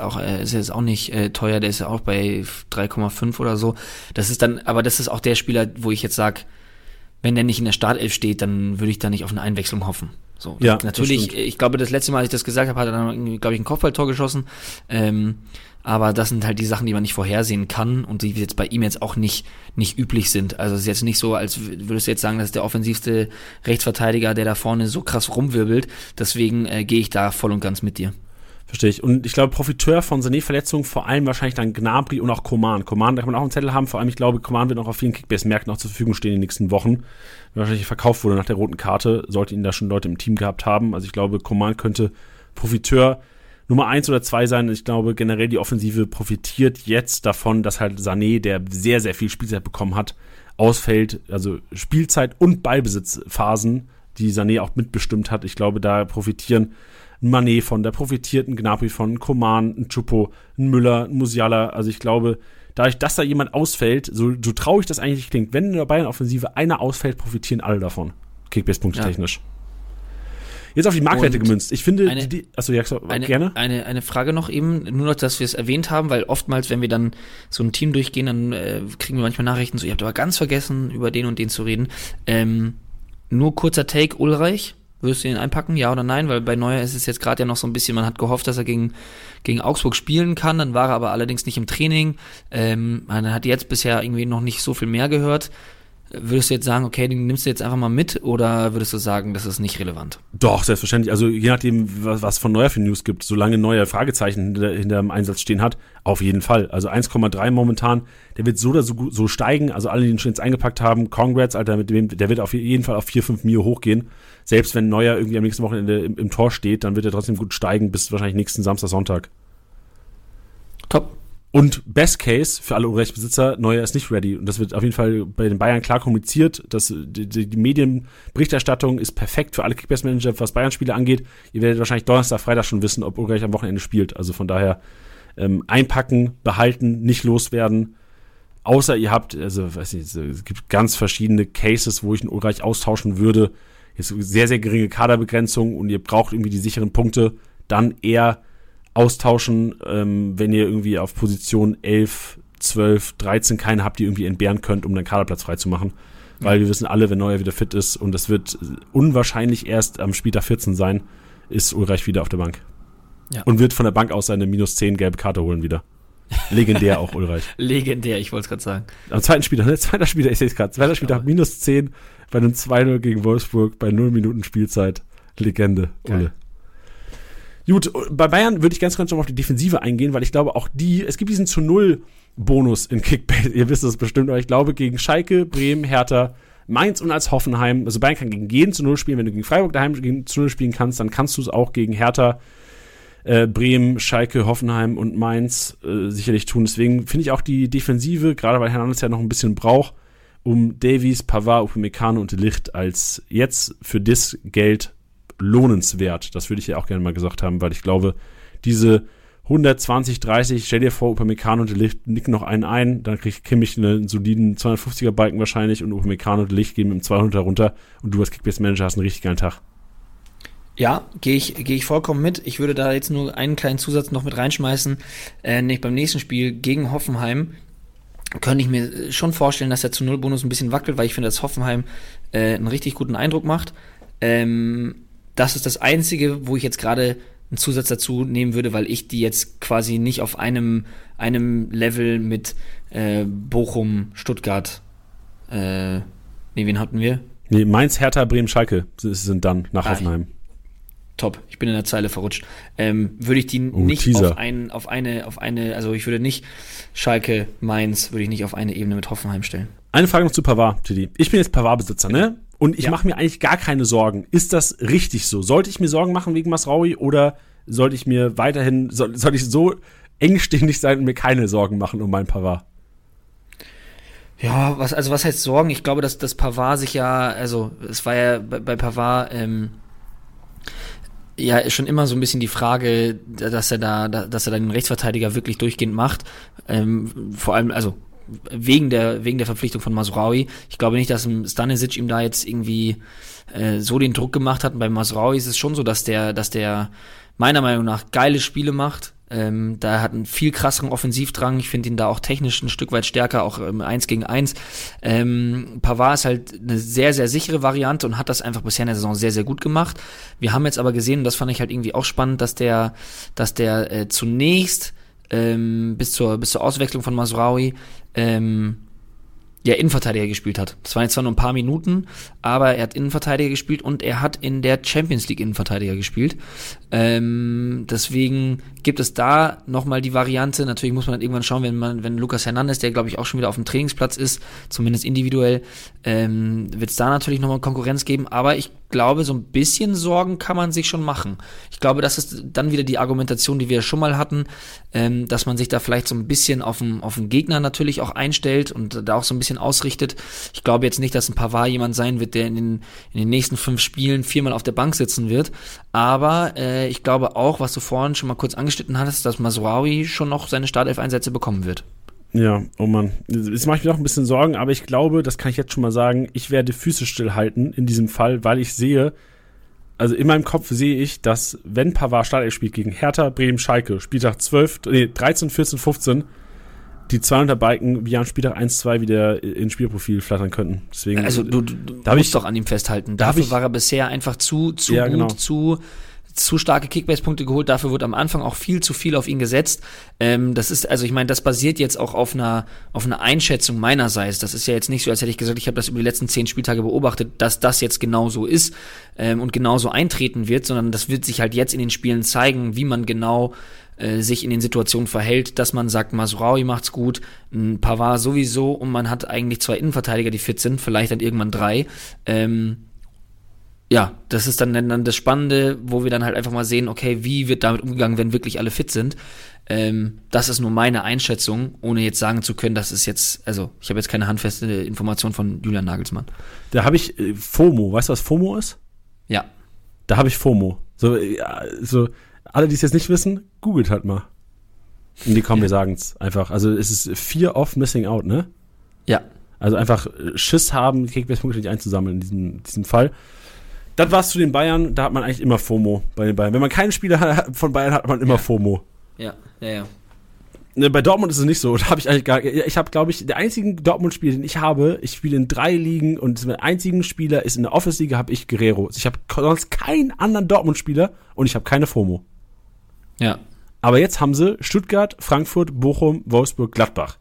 teuer, der ist ja auch bei 3,5 oder so. Das ist auch der Spieler, wo ich jetzt sag, wenn der nicht in der Startelf steht, dann würde ich da nicht auf eine Einwechslung hoffen. So, ja, natürlich, ich glaube, das letzte Mal, als ich das gesagt habe, hat er dann, glaube ich, ein Kopfballtor geschossen. Aber das sind halt die Sachen, die man nicht vorhersehen kann und die jetzt bei ihm jetzt auch nicht üblich sind. Also es ist jetzt nicht so, als würdest du jetzt sagen, das ist der offensivste Rechtsverteidiger, der da vorne so krass rumwirbelt. Deswegen gehe ich da voll und ganz mit dir. Verstehe ich. Und ich glaube, Profiteur von Sané-Verletzungen, vor allem wahrscheinlich dann Gnabry und auch Coman. Coman, da kann man auch einen Zettel haben. Vor allem, ich glaube, Coman wird noch auf vielen Kickbase-Märkten noch zur Verfügung stehen in den nächsten Wochen. Wahrscheinlich verkauft wurde nach der roten Karte, sollte ihn da schon Leute im Team gehabt haben. Also ich glaube, Coman könnte Profiteur Nummer 1 oder 2 sein. Ich glaube, generell die Offensive profitiert jetzt davon, dass halt Sané, der sehr, sehr viel Spielzeit bekommen hat, ausfällt. Also Spielzeit und Ballbesitzphasen die Sané auch mitbestimmt hat. Ich glaube, da profitieren ein Mané von, da profitiert ein Gnabry von, ein Coman, ein Choupo, ein Müller, ein Musiala. Also ich glaube, dadurch, dass da jemand ausfällt, so traurig das eigentlich klingt, wenn in der Bayern-Offensive einer ausfällt, profitieren alle davon. Kickbase-Punkte technisch. Jetzt auf die Marktwerte gemünzt. Ich finde, gerne. Eine Frage noch eben, nur noch, dass wir es erwähnt haben, weil oftmals, wenn wir dann so ein Team durchgehen, dann kriegen wir manchmal Nachrichten so, ihr habt aber ganz vergessen, über den und den zu reden. Nur kurzer Take, Ulreich, würdest du ihn einpacken, ja oder nein? Weil bei Neuer ist es jetzt gerade ja noch so ein bisschen, man hat gehofft, dass er gegen Augsburg spielen kann, dann war er aber allerdings nicht im Training. Man hat jetzt bisher irgendwie noch nicht so viel mehr gehört. Würdest du jetzt sagen, okay, den nimmst du jetzt einfach mal mit, oder würdest du sagen, das ist nicht relevant? Doch, selbstverständlich. Also je nachdem, was von Neuer für News gibt, solange Neuer Fragezeichen hinter dem Einsatz stehen hat, auf jeden Fall. Also 1,3 momentan, der wird so oder so steigen. Also alle, die ihn schon jetzt eingepackt haben, Congrats, Alter, der wird auf jeden Fall auf 4-5 Mio hochgehen. Selbst wenn Neuer irgendwie am nächsten Wochenende im Tor steht, dann wird er trotzdem gut steigen bis wahrscheinlich nächsten Samstag, Sonntag. Top. Und Best Case für alle Urheberrechtsbesitzer, Neuer ist nicht ready. Und das wird auf jeden Fall bei den Bayern klar kommuniziert. Die Medienberichterstattung ist perfekt für alle Kickbase-Manager, was Bayern-Spiele angeht. Ihr werdet wahrscheinlich Donnerstag, Freitag schon wissen, ob Ulreich am Wochenende spielt. Also von daher einpacken, behalten, nicht loswerden. Außer ihr habt, also weiß nicht, es gibt ganz verschiedene Cases, wo ich einen Ulreich austauschen würde. Jetzt sehr, sehr geringe Kaderbegrenzung und ihr braucht irgendwie die sicheren Punkte. Dann eher austauschen, wenn ihr irgendwie auf Position 11, 12, 13 keinen habt, die ihr irgendwie entbehren könnt, um den Kaderplatz frei zu machen. Weil wir wissen alle, wenn Neuer wieder fit ist, und das wird unwahrscheinlich erst am Spieltag 14 sein, ist Ulreich wieder auf der Bank. Ja. Und wird von der Bank aus seine -10 gelbe Karte holen wieder. Legendär auch Ulreich. Legendär, ich wollte es gerade sagen. Am zweiten Spieltag, ich sehe es gerade, zweiter Spieltag -10 bei einem 2-0 gegen Wolfsburg bei 0 Minuten Spielzeit. Legende, Ulle. Gut, bei Bayern würde ich ganz kurz noch auf die Defensive eingehen, weil ich glaube, auch es gibt diesen zu-0-Bonus in Kickbase, ihr wisst das bestimmt, aber ich glaube, gegen Schalke, Bremen, Hertha, Mainz und als Hoffenheim, also Bayern kann gegen jeden zu 0 spielen, wenn du gegen Freiburg daheim zu 0 spielen kannst, dann kannst du es auch gegen Hertha, Bremen, Schalke, Hoffenheim und Mainz sicherlich tun. Deswegen finde ich auch die Defensive, gerade weil Hernandez ja noch ein bisschen braucht, um Davies, Pavard, Upamecano und De Ligt als jetzt für das Geld lohnenswert. Das würde ich ja auch gerne mal gesagt haben, weil ich glaube, diese 120, 30, stell dir vor, Upamecano und De Ligt nicken noch einen ein, dann kriegt Kimmich einen soliden 250er Balken wahrscheinlich und Upamecano und De Ligt gehen mit dem 200er runter und du als Kickbase-Manager hast einen richtig geilen Tag. Ja, gehe ich vollkommen mit. Ich würde da jetzt nur einen kleinen Zusatz noch mit reinschmeißen. Nicht beim nächsten Spiel gegen Hoffenheim könnte ich mir schon vorstellen, dass der zu 0 Bonus ein bisschen wackelt, weil ich finde, dass Hoffenheim einen richtig guten Eindruck macht. Das ist das Einzige, wo ich jetzt gerade einen Zusatz dazu nehmen würde, weil ich die jetzt quasi nicht auf einem Level mit Bochum, Stuttgart, wen hatten wir? Nee, Mainz, Hertha, Bremen, Schalke sind dann nach Hoffenheim. Top, ich bin in der Zeile verrutscht. Würde ich die nicht Teaser. auf eine, also ich würde nicht Schalke, Mainz, würde ich nicht auf eine Ebene mit Hoffenheim stellen. Eine Frage noch zu Pavard, Titi. Ich bin jetzt Pavard-Besitzer, ne? Und ich mache mir eigentlich gar keine Sorgen. Ist das richtig so? Sollte ich mir Sorgen machen wegen Masraoui oder sollte ich mir weiterhin, soll ich so engstirnig sein und mir keine Sorgen machen um meinen Pavard? Ja, was heißt Sorgen? Ich glaube, dass das Pavard sich ja, also es war ja bei Pavard ja schon immer so ein bisschen die Frage, dass er da den Rechtsverteidiger wirklich durchgehend macht. Vor allem, also wegen der Verpflichtung von Mazraoui. Ich glaube nicht, dass Stanisic ihm da jetzt irgendwie so den Druck gemacht hat. Und bei Mazraoui ist es schon so, dass der meiner Meinung nach geile Spiele macht. Da hat einen viel krasseren Offensivdrang. Ich finde ihn da auch technisch ein Stück weit stärker, auch im 1 gegen 1. Pavard ist halt eine sehr, sehr sichere Variante und hat das einfach bisher in der Saison sehr, sehr gut gemacht. Wir haben jetzt aber gesehen, und das fand ich halt irgendwie auch spannend, dass der zunächst bis zur Auswechslung von Mazraoui Innenverteidiger gespielt hat. Das waren jetzt zwar nur ein paar Minuten, aber er hat Innenverteidiger gespielt und er hat in der Champions League Innenverteidiger gespielt. Deswegen gibt es da nochmal die Variante. Natürlich muss man dann irgendwann schauen, wenn Lucas Hernandez, der glaube ich auch schon wieder auf dem Trainingsplatz ist, zumindest individuell, wird es da natürlich nochmal Konkurrenz geben. Aber ich glaube, so ein bisschen Sorgen kann man sich schon machen. Ich glaube, das ist dann wieder die Argumentation, die wir schon mal hatten, dass man sich da vielleicht so ein bisschen auf den Gegner natürlich auch einstellt und da auch so ein bisschen ausrichtet. Ich glaube jetzt nicht, dass ein Pavard jemand sein wird, der in den nächsten 5 Spielen 4-mal auf der Bank sitzen wird. Aber ich glaube auch, was du vorhin schon mal kurz angeschnitten hattest, dass Mazraoui schon noch seine Startelf-Einsätze bekommen wird. Ja, oh Mann. Jetzt mache ich mir noch ein bisschen Sorgen, aber ich glaube, das kann ich jetzt schon mal sagen, ich werde Füße stillhalten in diesem Fall, weil ich sehe, also in meinem Kopf sehe ich, dass wenn Pavard Startelf spielt gegen Hertha, Bremen, Schalke, Spieltag 13, 14, 15, die 200 Balken wie am Spieltag 1-2 wieder ins Spielprofil flattern könnten. Deswegen, also du musst doch an ihm festhalten. Dafür war er bisher einfach zu ja, gut, genau. zu starke Kickbase-Punkte geholt, dafür wird am Anfang auch viel zu viel auf ihn gesetzt. Das ist, also ich meine, das basiert jetzt auch auf einer Einschätzung meinerseits. Das ist ja jetzt nicht so, als hätte ich gesagt, ich habe das über die letzten 10 Spieltage beobachtet, dass das jetzt genau so ist und genauso eintreten wird, sondern das wird sich halt jetzt in den Spielen zeigen, wie man genau sich in den Situationen verhält, dass man sagt, Mazraoui macht's gut, ein Pavard sowieso und man hat eigentlich 2 Innenverteidiger, die fit sind, vielleicht dann irgendwann 3. Ja, das ist dann das Spannende, wo wir dann halt einfach mal sehen, okay, wie wird damit umgegangen, wenn wirklich alle fit sind. Das ist nur meine Einschätzung, ohne jetzt sagen zu können, dass es jetzt, also ich habe jetzt keine handfeste Information von Julian Nagelsmann. Da habe ich FOMO. Weißt du, was FOMO ist? Ja. Da habe ich FOMO. So alle, die es jetzt nicht wissen, googelt halt mal. Und wir sagen es einfach. Also es ist Fear of Missing Out, ne? Ja. Also einfach Schiss haben, Kickbase-Punkte nicht einzusammeln in diesem Fall. Das war's zu den Bayern, da hat man eigentlich immer FOMO bei den Bayern. Wenn man keinen Spieler von Bayern hat, hat man immer FOMO. Ja. Bei Dortmund ist es nicht so. Da habe ich habe, glaube ich, der einzige Dortmund-Spieler, den ich habe, ich spiele in 3 Ligen und mein einzigen Spieler ist in der Office-Liga, habe ich Guerrero. Ich habe sonst keinen anderen Dortmund-Spieler und ich habe keine FOMO. Ja. Aber jetzt haben sie Stuttgart, Frankfurt, Bochum, Wolfsburg, Gladbach.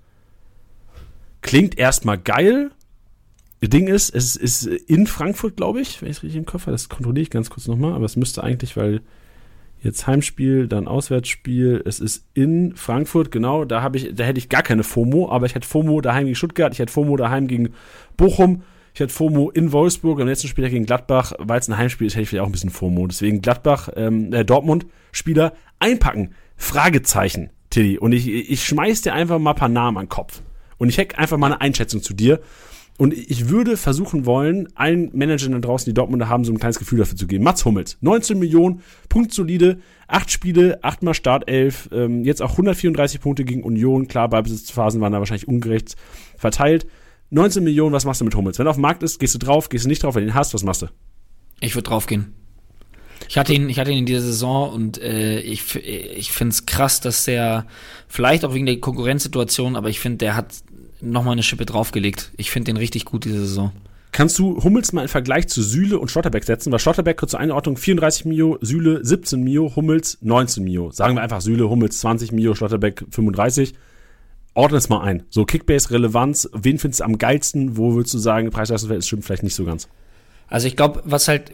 Klingt erstmal geil. Das Ding ist, es ist in Frankfurt, glaube ich, wenn ich es richtig im Kopf habe, das kontrolliere ich ganz kurz nochmal, aber es müsste eigentlich, weil jetzt Heimspiel, dann Auswärtsspiel, es ist in Frankfurt, genau, da hätte ich gar keine FOMO, aber ich hätte FOMO daheim gegen Stuttgart, ich hätte FOMO daheim gegen Bochum, ich hätte FOMO in Wolfsburg, am letzten Spieltag gegen Gladbach, weil es ein Heimspiel ist, hätte ich vielleicht auch ein bisschen FOMO, deswegen Dortmund-Spieler einpacken, Fragezeichen, Tilly, und ich schmeiß dir einfach mal ein paar Namen an den Kopf und ich hätte einfach mal eine Einschätzung zu dir. Und ich würde versuchen wollen, allen Managern da draußen, die Dortmunder haben, so ein kleines Gefühl dafür zu geben. Mats Hummels, 19 Millionen, punktsolide, 8 Spiele, 8-mal Startelf, jetzt auch 134 Punkte gegen Union. Klar, Ballbesitzphasen waren da wahrscheinlich ungerecht verteilt. 19 Millionen, was machst du mit Hummels? Wenn er auf dem Markt ist, gehst du drauf, gehst du nicht drauf, wenn du ihn hast, was machst du? Ich würde drauf gehen. Ich hatte ihn in dieser Saison und ich finde es krass, dass der, vielleicht auch wegen der Konkurrenzsituation, aber ich finde, der hat nochmal eine Schippe draufgelegt. Ich finde den richtig gut diese Saison. Kannst du Hummels mal im Vergleich zu Süle und Schlotterbeck setzen? Weil Schlotterbeck kurz zur Einordnung 34 Mio, Süle 17 Mio, Hummels 19 Mio. Sagen wir einfach Süle, Hummels 20 Mio, Schlotterbeck 35. Ordne es mal ein. So Kickbase, Relevanz, wen findest du am geilsten? Wo würdest du sagen, Preis-Leistungsverhältnis stimmt vielleicht nicht so ganz? Also ich glaube,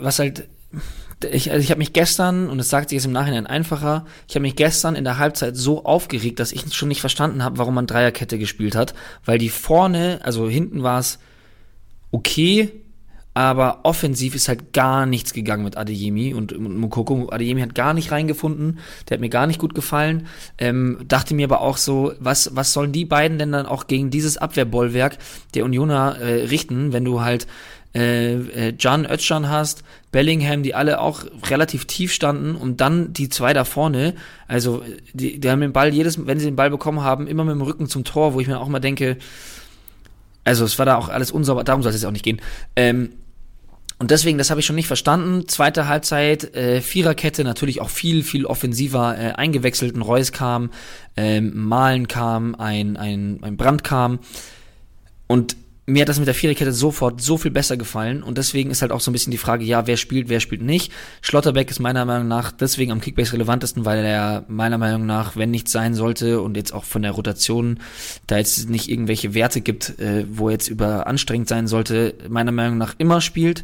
ich habe mich gestern, und es sagt sich jetzt im Nachhinein einfacher, ich habe mich gestern in der Halbzeit so aufgeregt, dass ich schon nicht verstanden habe, warum man Dreierkette gespielt hat, weil die vorne, also hinten war es okay, aber offensiv ist halt gar nichts gegangen mit Adeyemi und Moukoko. Adeyemi hat gar nicht reingefunden, der hat mir gar nicht gut gefallen, dachte mir aber auch so, was sollen die beiden denn dann auch gegen dieses Abwehrbollwerk der Unioner richten, wenn du halt Can Özcan hast, Bellingham, die alle auch relativ tief standen und dann die 2 da vorne, also die haben den Ball wenn sie den Ball bekommen haben, immer mit dem Rücken zum Tor, wo ich mir auch mal denke, also es war da auch alles unsauber, darum soll es jetzt auch nicht gehen. Und deswegen, das habe ich schon nicht verstanden. Zweite Halbzeit, Viererkette, natürlich auch viel, viel offensiver eingewechselt. Ein Reus kam, Malen kam, ein Brandt kam und mir hat das mit der Viererkette sofort so viel besser gefallen und deswegen ist halt auch so ein bisschen die Frage, ja, wer spielt nicht. Schlotterbeck ist meiner Meinung nach deswegen am Kickbase relevantesten, weil er meiner Meinung nach, wenn nichts sein sollte und jetzt auch von der Rotation da jetzt nicht irgendwelche Werte gibt, wo jetzt überanstrengend sein sollte, meiner Meinung nach immer spielt.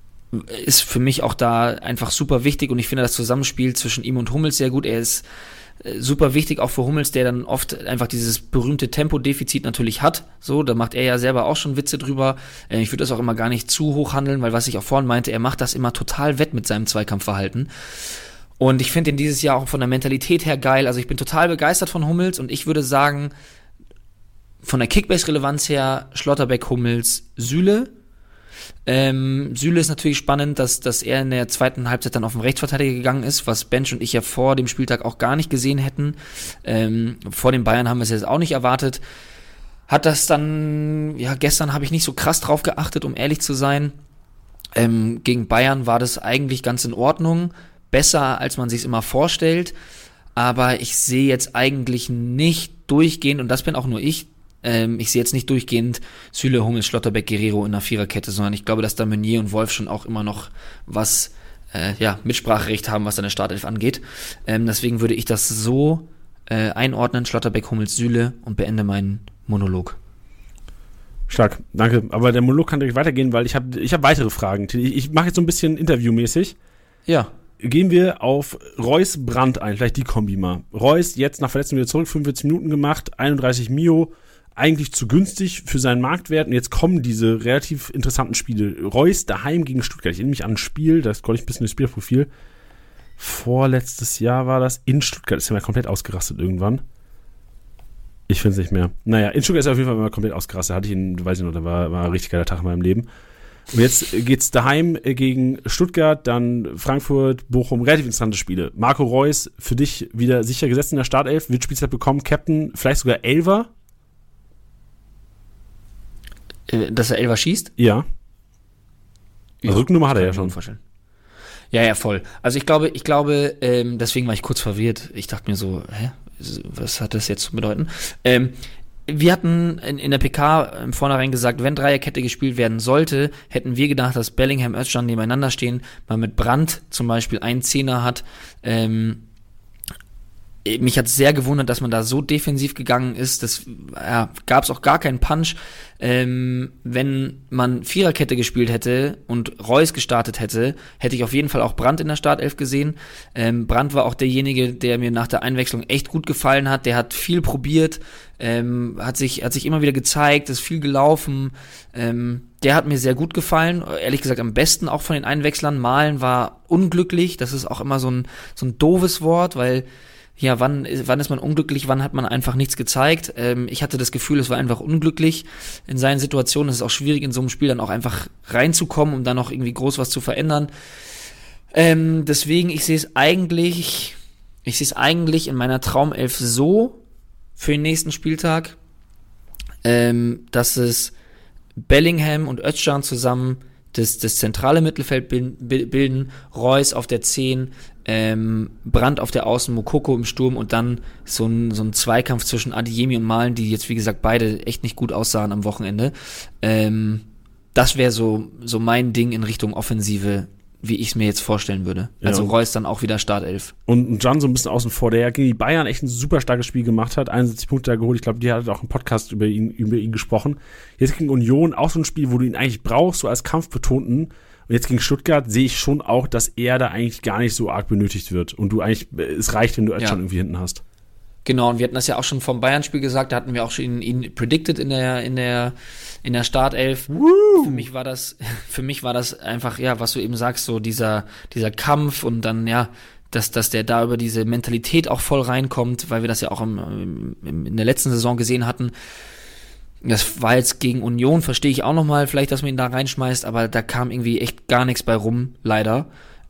Ist für mich auch da einfach super wichtig und ich finde das Zusammenspiel zwischen ihm und Hummels sehr gut. Er ist super wichtig auch für Hummels, der dann oft einfach dieses berühmte Tempodefizit natürlich hat. So, da macht er ja selber auch schon Witze drüber. Ich würde das auch immer gar nicht zu hoch handeln, weil was ich auch vorhin meinte, er macht das immer total wett mit seinem Zweikampfverhalten. Und ich finde ihn dieses Jahr auch von der Mentalität her geil. Also ich bin total begeistert von Hummels und ich würde sagen, von der Kickbase-Relevanz her Schlotterbeck, Hummels, Süle. Süle ist natürlich spannend, dass er in der zweiten Halbzeit dann auf den Rechtsverteidiger gegangen ist, was Bench und ich ja vor dem Spieltag auch gar nicht gesehen hätten. Vor den Bayern haben wir es jetzt auch nicht erwartet. Hat das dann, ja, gestern habe ich nicht so krass drauf geachtet, um ehrlich zu sein. Gegen Bayern war das eigentlich ganz in Ordnung. Besser, als man sich es immer vorstellt. Aber ich sehe jetzt eigentlich nicht durchgehend, und das bin auch nur ich sehe jetzt nicht durchgehend Süle, Hummels, Schlotterbeck, Guerreiro in einer Viererkette, sondern ich glaube, dass da Meunier und Wolf schon auch immer noch was, Mitspracherecht haben, was seine Startelf angeht. Deswegen würde ich das so einordnen, Schlotterbeck, Hummels, Süle, und beende meinen Monolog. Stark, danke. Aber der Monolog kann direkt weitergehen, weil ich hab weitere Fragen. Ich mache jetzt so ein bisschen interviewmäßig. Ja. Gehen wir auf Reus Brandt ein, vielleicht die Kombi mal. Reus jetzt nach Verletzung wieder zurück, 45 Minuten gemacht, 31 Mio, eigentlich zu günstig für seinen Marktwert, und jetzt kommen diese relativ interessanten Spiele. Reus daheim gegen Stuttgart. Ich erinnere mich an ein Spiel, das konnte ich ein bisschen das Spielerprofil. Vorletztes Jahr war das in Stuttgart, ist ja mal komplett ausgerastet irgendwann. Ich finde es nicht mehr. Naja, in Stuttgart ist er auf jeden Fall mal komplett ausgerastet. Hatte ich ihn, weiß ich noch, da war ein richtig geiler Tag in meinem Leben. Und jetzt geht's daheim gegen Stuttgart, dann Frankfurt, Bochum, relativ interessante Spiele. Marco Reus, für dich wieder sicher gesetzt in der Startelf, wird Spielzeit bekommen, Captain, vielleicht sogar Elfer. Dass er Elfer schießt? Ja. Also Rückennummer hat er ja schon. Vorstellen. Ja, voll. Also ich glaube, deswegen war ich kurz verwirrt. Ich dachte mir so, was hat das jetzt zu bedeuten? Wir hatten in der PK im Vornherein gesagt, wenn Dreierkette gespielt werden sollte, hätten wir gedacht, dass Bellingham, Özcan nebeneinander stehen, man mit Brandt zum Beispiel einen Zehner hat. Mich hat sehr gewundert, dass man da so defensiv gegangen ist. Das gab es auch gar keinen Punch. Wenn man Viererkette gespielt hätte und Reus gestartet hätte, hätte ich auf jeden Fall auch Brandt in der Startelf gesehen. Brandt war auch derjenige, der mir nach der Einwechslung echt gut gefallen hat. Der hat viel probiert, hat sich immer wieder gezeigt, ist viel gelaufen. Der hat mir sehr gut gefallen. Ehrlich gesagt am besten auch von den Einwechslern. Malen war unglücklich. Das ist auch immer so ein doofes Wort, weil ja, wann ist man unglücklich, wann hat man einfach nichts gezeigt? Ich hatte das Gefühl, es war einfach unglücklich in seinen Situationen. Es ist auch schwierig, in so einem Spiel dann auch einfach reinzukommen, um dann noch irgendwie groß was zu verändern. Deswegen, ich sehe es eigentlich in meiner Traumelf so für den nächsten Spieltag, dass es Bellingham und Özcan zusammen das zentrale Mittelfeld bilden, Reus auf der 10, Brandt auf der Außen, Moukoko im Sturm und dann so ein Zweikampf zwischen Adeyemi und Malen, die jetzt wie gesagt beide echt nicht gut aussahen am Wochenende. Das wäre so mein Ding in Richtung Offensive, wie ich es mir jetzt vorstellen würde. Also ja. Reus dann auch wieder Startelf. Und Can so ein bisschen außen vor, der ja gegen die Bayern echt ein super starkes Spiel gemacht hat, 71 Punkte da geholt. Ich glaube, die hat auch im Podcast über ihn gesprochen. Jetzt gegen Union auch so ein Spiel, wo du ihn eigentlich brauchst, so als Kampfbetonten. Und jetzt gegen Stuttgart sehe ich schon auch, dass er da eigentlich gar nicht so arg benötigt wird. Und es reicht, wenn du Özcan irgendwie hinten hast. Genau, und wir hatten das ja auch schon vom Bayern-Spiel gesagt, da hatten wir auch schon ihn predicted in der Startelf. Für mich war das einfach, ja, was du eben sagst, so dieser Kampf und dann, ja, dass der da über diese Mentalität auch voll reinkommt, weil wir das ja auch in der letzten Saison gesehen hatten. Das war jetzt gegen Union, verstehe ich auch nochmal, vielleicht, dass man ihn da reinschmeißt, aber da kam irgendwie echt gar nichts bei rum, leider.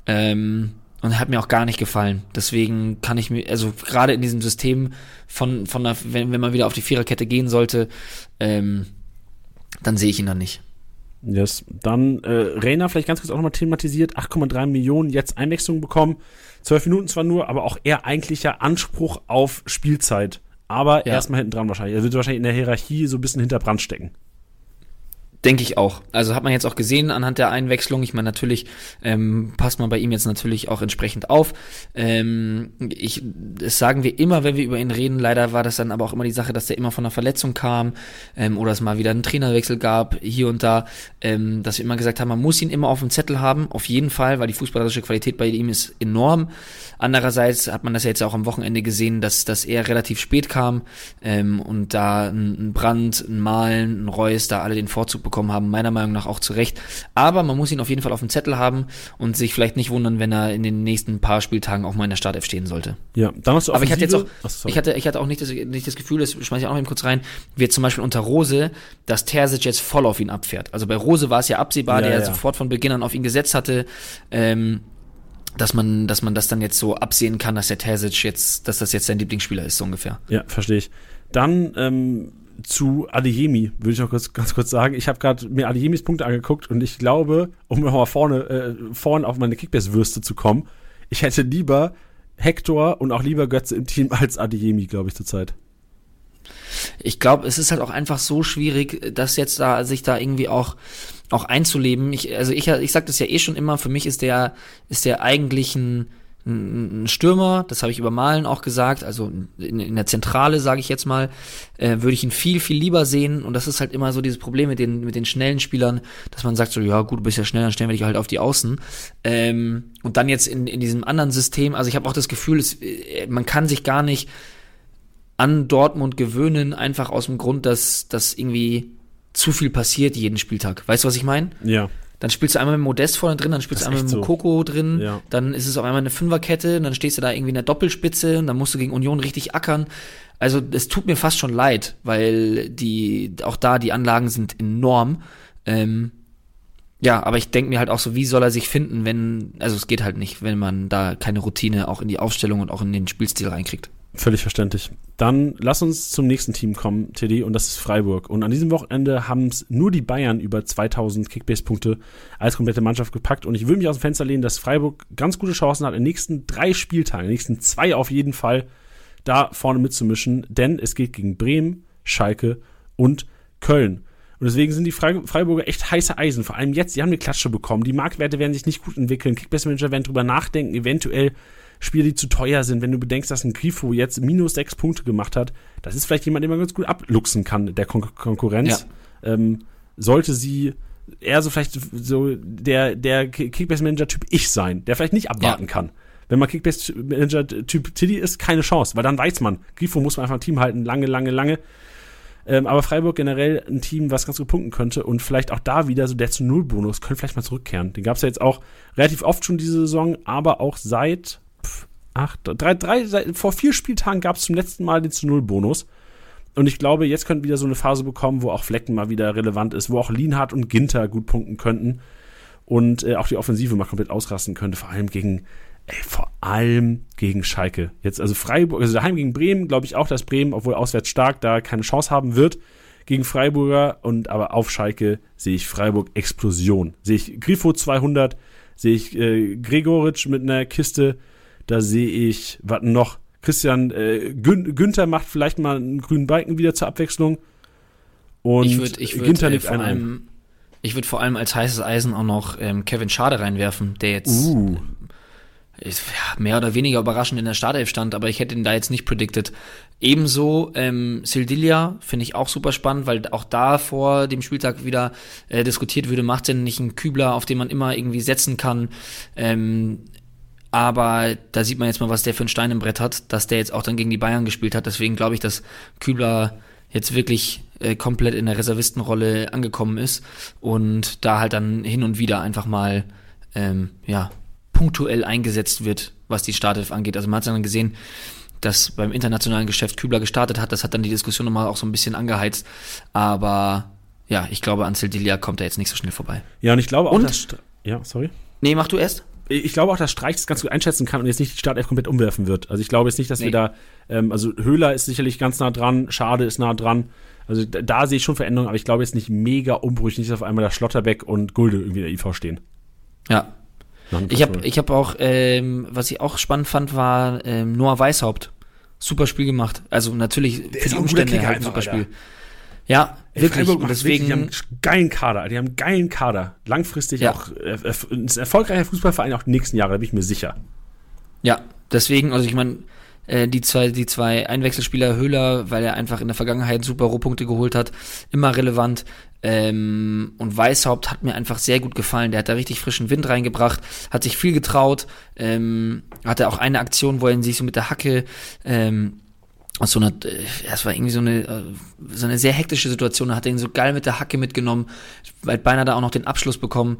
Und hat mir auch gar nicht gefallen. Deswegen kann ich mir, also gerade in diesem System wenn man wieder auf die Viererkette gehen sollte, dann sehe ich ihn dann nicht. Yes. Dann Reina vielleicht ganz kurz auch nochmal thematisiert, 8,3 Millionen jetzt Einwechslung bekommen, 12 Minuten zwar nur, aber auch eher eigentlicher Anspruch auf Spielzeit. Aber erstmal hinten dran wahrscheinlich. Er wird wahrscheinlich in der Hierarchie so ein bisschen hinter Brandt stecken. Denke ich auch. Also hat man jetzt auch gesehen anhand der Einwechslung. Ich meine, natürlich passt man bei ihm jetzt natürlich auch entsprechend auf. Das sagen wir immer, wenn wir über ihn reden. Leider war das dann aber auch immer die Sache, dass der immer von einer Verletzung kam oder es mal wieder einen Trainerwechsel gab, hier und da. Dass wir immer gesagt haben, man muss ihn immer auf dem Zettel haben, auf jeden Fall, weil die fußballerische Qualität bei ihm ist enorm. Andererseits hat man das ja jetzt auch am Wochenende gesehen, dass er relativ spät kam und da ein Brandt, ein Mahlen, ein Reus da alle den Vorzug bekommen haben, meiner Meinung nach auch zu Recht. Aber man muss ihn auf jeden Fall auf dem Zettel haben und sich vielleicht nicht wundern, wenn er in den nächsten paar Spieltagen auch mal in der Startelf stehen sollte. Ja, dann hast du aber ich hatte jetzt auch, ich hatte auch nicht das Gefühl, das schmeiße ich auch noch eben kurz rein, wie jetzt zum Beispiel unter Rose, dass Terzic jetzt voll auf ihn abfährt. Also bei Rose war es ja absehbar, der sofort von Beginn an auf ihn gesetzt hatte, dass man das dann jetzt so absehen kann, dass der Terzic jetzt, dass das jetzt sein Lieblingsspieler ist, so ungefähr. Ja, verstehe ich. Dann zu Adeyemi würde ich noch ganz kurz sagen. Ich habe gerade mir Adeyemis Punkte angeguckt und ich glaube, um nochmal vorne auf meine Kickbase-Würste zu kommen, ich hätte lieber Hector und auch lieber Götze im Team als Adeyemi, glaube ich, zurzeit. Ich glaube, es ist halt auch einfach so schwierig, das jetzt da sich da irgendwie auch einzuleben. Ich sag das ja eh schon immer, für mich ist der eigentlich ein Stürmer, das habe ich über Malen auch gesagt, also in der Zentrale, sage ich jetzt mal, würde ich ihn viel, viel lieber sehen, und das ist halt immer so dieses Problem mit den schnellen Spielern, dass man sagt so, ja gut, du bist ja schnell, dann stellen wir dich halt auf die Außen, und dann jetzt in diesem anderen System, also ich habe auch das Gefühl, man kann sich gar nicht an Dortmund gewöhnen, einfach aus dem Grund, dass irgendwie zu viel passiert jeden Spieltag. Weißt du, was ich meine? Ja. Dann spielst du einmal mit Modest vorne drin, dann spielst du einmal mit Mukoko drin, ja. Dann ist es auf einmal eine Fünferkette, und dann stehst du da irgendwie in der Doppelspitze und dann musst du gegen Union richtig ackern. Also es tut mir fast schon leid, weil die Anlagen sind enorm. Ja, aber ich denke mir halt auch so, wie soll er sich finden, also es geht halt nicht, wenn man da keine Routine auch in die Aufstellung und auch in den Spielstil reinkriegt. Völlig verständlich. Dann lass uns zum nächsten Team kommen, Teddy, und das ist Freiburg. Und an diesem Wochenende haben es nur die Bayern über 2000 Kickbase-Punkte als komplette Mannschaft gepackt. Und ich will mich aus dem Fenster lehnen, dass Freiburg ganz gute Chancen hat, in den nächsten 3 Spieltagen, in den nächsten 2 auf jeden Fall, da vorne mitzumischen. Denn es geht gegen Bremen, Schalke und Köln. Und deswegen sind die Freiburger echt heiße Eisen. Vor allem jetzt, die haben eine Klatsche bekommen. Die Marktwerte werden sich nicht gut entwickeln. Kickbase-Manager werden drüber nachdenken, eventuell Spiele, die zu teuer sind. Wenn du bedenkst, dass ein Grifo jetzt minus 6 Punkte gemacht hat, das ist vielleicht jemand, den man ganz gut abluchsen kann, der Konkurrenz. Ja. Sollte sie eher so vielleicht so der Kickbase-Manager-Typ ich sein, der vielleicht nicht abwarten kann. Wenn man Kickbase-Manager-Typ Tiddy ist, keine Chance, weil dann weiß man, Grifo muss man einfach im Team halten, lange. Aber Freiburg generell ein Team, was ganz gut punkten könnte, und vielleicht auch da wieder so der zu Null-Bonus könnte vielleicht mal zurückkehren. Den gab es ja jetzt auch relativ oft schon diese Saison, aber auch seit vor 4 Spieltagen gab es zum letzten Mal den zu Null-Bonus. Und ich glaube, jetzt könnten wir wieder so eine Phase bekommen, wo auch Flecken mal wieder relevant ist, wo auch Lienhardt und Ginter gut punkten könnten und auch die Offensive mal komplett ausrasten könnte, vor allem gegen Schalke. Jetzt also Freiburg, also daheim gegen Bremen, glaube ich auch, dass Bremen, obwohl auswärts stark, da keine Chance haben wird gegen Freiburger, aber auf Schalke sehe ich Freiburg Explosion. Sehe ich Grifo 200, sehe ich Gregoritsch mit einer Kiste, da sehe ich, was noch, Christian Günther macht vielleicht mal einen grünen Balken wieder zur Abwechslung. Und Günther legt einen. Ich würde vor allem als heißes Eisen auch noch Kevin Schade reinwerfen, der jetzt mehr oder weniger überraschend in der Startelf stand, aber ich hätte ihn da jetzt nicht predicted. Ebenso Sildilia finde ich auch super spannend, weil auch da vor dem Spieltag wieder diskutiert würde, macht denn nicht einen Kübler, auf den man immer irgendwie setzen kann. Aber da sieht man jetzt mal, was der für einen Stein im Brett hat, dass der jetzt auch dann gegen die Bayern gespielt hat. Deswegen glaube ich, dass Kübler jetzt wirklich komplett in der Reservistenrolle angekommen ist und da halt dann hin und wieder einfach mal punktuell eingesetzt wird, was die Startelf angeht. Also man hat dann gesehen, dass beim internationalen Geschäft Kübler gestartet hat. Das hat dann die Diskussion nochmal auch so ein bisschen angeheizt. Aber ja, ich glaube, an Sildilia kommt er jetzt nicht so schnell vorbei. Ja, und ich glaube auch, sorry. Nee, mach du erst. Ich glaube auch, dass Streich das ganz gut einschätzen kann und jetzt nicht die Startelf komplett umwerfen wird. Also ich glaube jetzt nicht, dass wir da, also Höhler ist sicherlich ganz nah dran, Schade ist nah dran. Also da sehe ich schon Veränderungen, aber ich glaube jetzt nicht mega umbrüchig, nicht, dass auf einmal da Schlotterbeck und Gulde irgendwie in der IV stehen. Ja. Ich hab auch, was ich auch spannend fand, war Noah Weishaupt. Super Spiel gemacht. Also natürlich der für die Umstände halt ein super Spiel. Ja, wirklich. Freiburg Und deswegen, die haben einen geilen Kader. Langfristig Ja. auch ein erfolgreicher Fußballverein auch die nächsten Jahre, da bin ich mir sicher. ja, deswegen, also ich meine, die zwei Einwechselspieler Höhler, weil er einfach in der Vergangenheit super Rohpunkte geholt hat, immer relevant. Und Weishaupt hat mir einfach sehr gut gefallen. Der hat da richtig frischen Wind reingebracht, hat sich viel getraut, hatte auch eine Aktion, wo er sich so mit der Hacke aus so einer, es war irgendwie so eine sehr hektische Situation, da hat er ihn so geil mit der Hacke mitgenommen, weil beinahe da auch noch den Abschluss bekommen.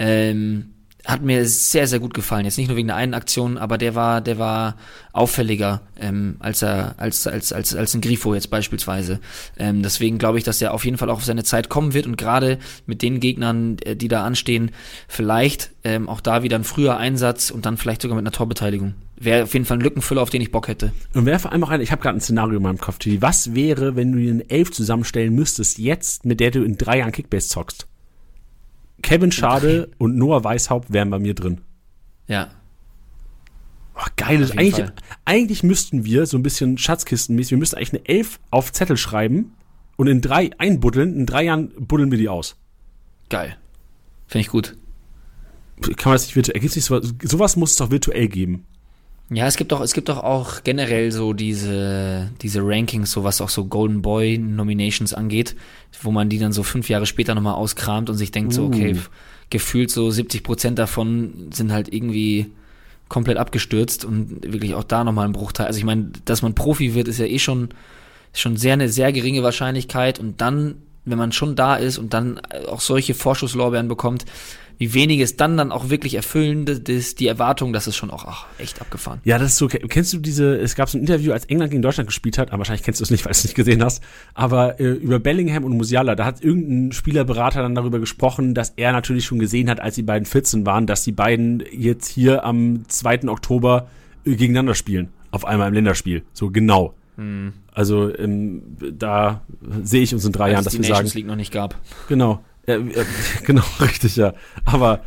Hat mir sehr, sehr gut gefallen. Jetzt nicht nur wegen der einen Aktion, aber der war auffälliger als ein Grifo jetzt beispielsweise. Deswegen glaube ich, dass der auf jeden Fall auch auf seine Zeit kommen wird und gerade mit den Gegnern, die da anstehen, vielleicht auch da wieder ein früher Einsatz und dann vielleicht sogar mit einer Torbeteiligung. Wäre auf jeden Fall ein Lückenfüller, auf den ich Bock hätte. Und wäre vor allem auch ich habe gerade ein Szenario in meinem Kopf, Tilly. Was wäre, wenn du dir eine 11 zusammenstellen müsstest, jetzt, mit der du in 3 Jahren Kickbase zockst? Kevin Schade und Noah Weishaupt wären bei mir drin. Ja. Oh, geil. Eigentlich müssten wir so ein bisschen Schatzkistenmäßig, wir müssten eigentlich eine 11 auf Zettel schreiben und in 3 einbuddeln. In 3 Jahren buddeln wir die aus. Geil. Finde ich gut. Kann man das nicht virtuell? Gibt's nicht sowas muss es doch virtuell geben. Ja, es gibt doch auch generell so diese Rankings, so was auch so Golden Boy Nominations angeht, wo man die dann so 5 Jahre später nochmal auskramt und sich denkt so, okay, gefühlt so 70% davon sind halt irgendwie komplett abgestürzt und wirklich auch da nochmal ein Bruchteil. Also ich meine, dass man Profi wird, ist ja eh schon eine sehr geringe Wahrscheinlichkeit und dann, wenn man schon da ist und dann auch solche Vorschusslorbeeren bekommt, wie wenige es dann auch wirklich erfüllen, die Erwartung, das ist schon auch echt abgefahren. Ja, das ist so, kennst du es gab so ein Interview, als England gegen Deutschland gespielt hat, aber wahrscheinlich kennst du es nicht, weil du es nicht gesehen hast, aber über Bellingham und Musiala, da hat irgendein Spielerberater dann darüber gesprochen, dass er natürlich schon gesehen hat, als die beiden 14 waren, dass die beiden jetzt hier am 2. Oktober gegeneinander spielen, auf einmal im Länderspiel, so genau. Also da sehe ich uns in 3 Jahren, dass wir sagen, die Nations League noch nicht gab. Genau. Genau, richtig, ja. Aber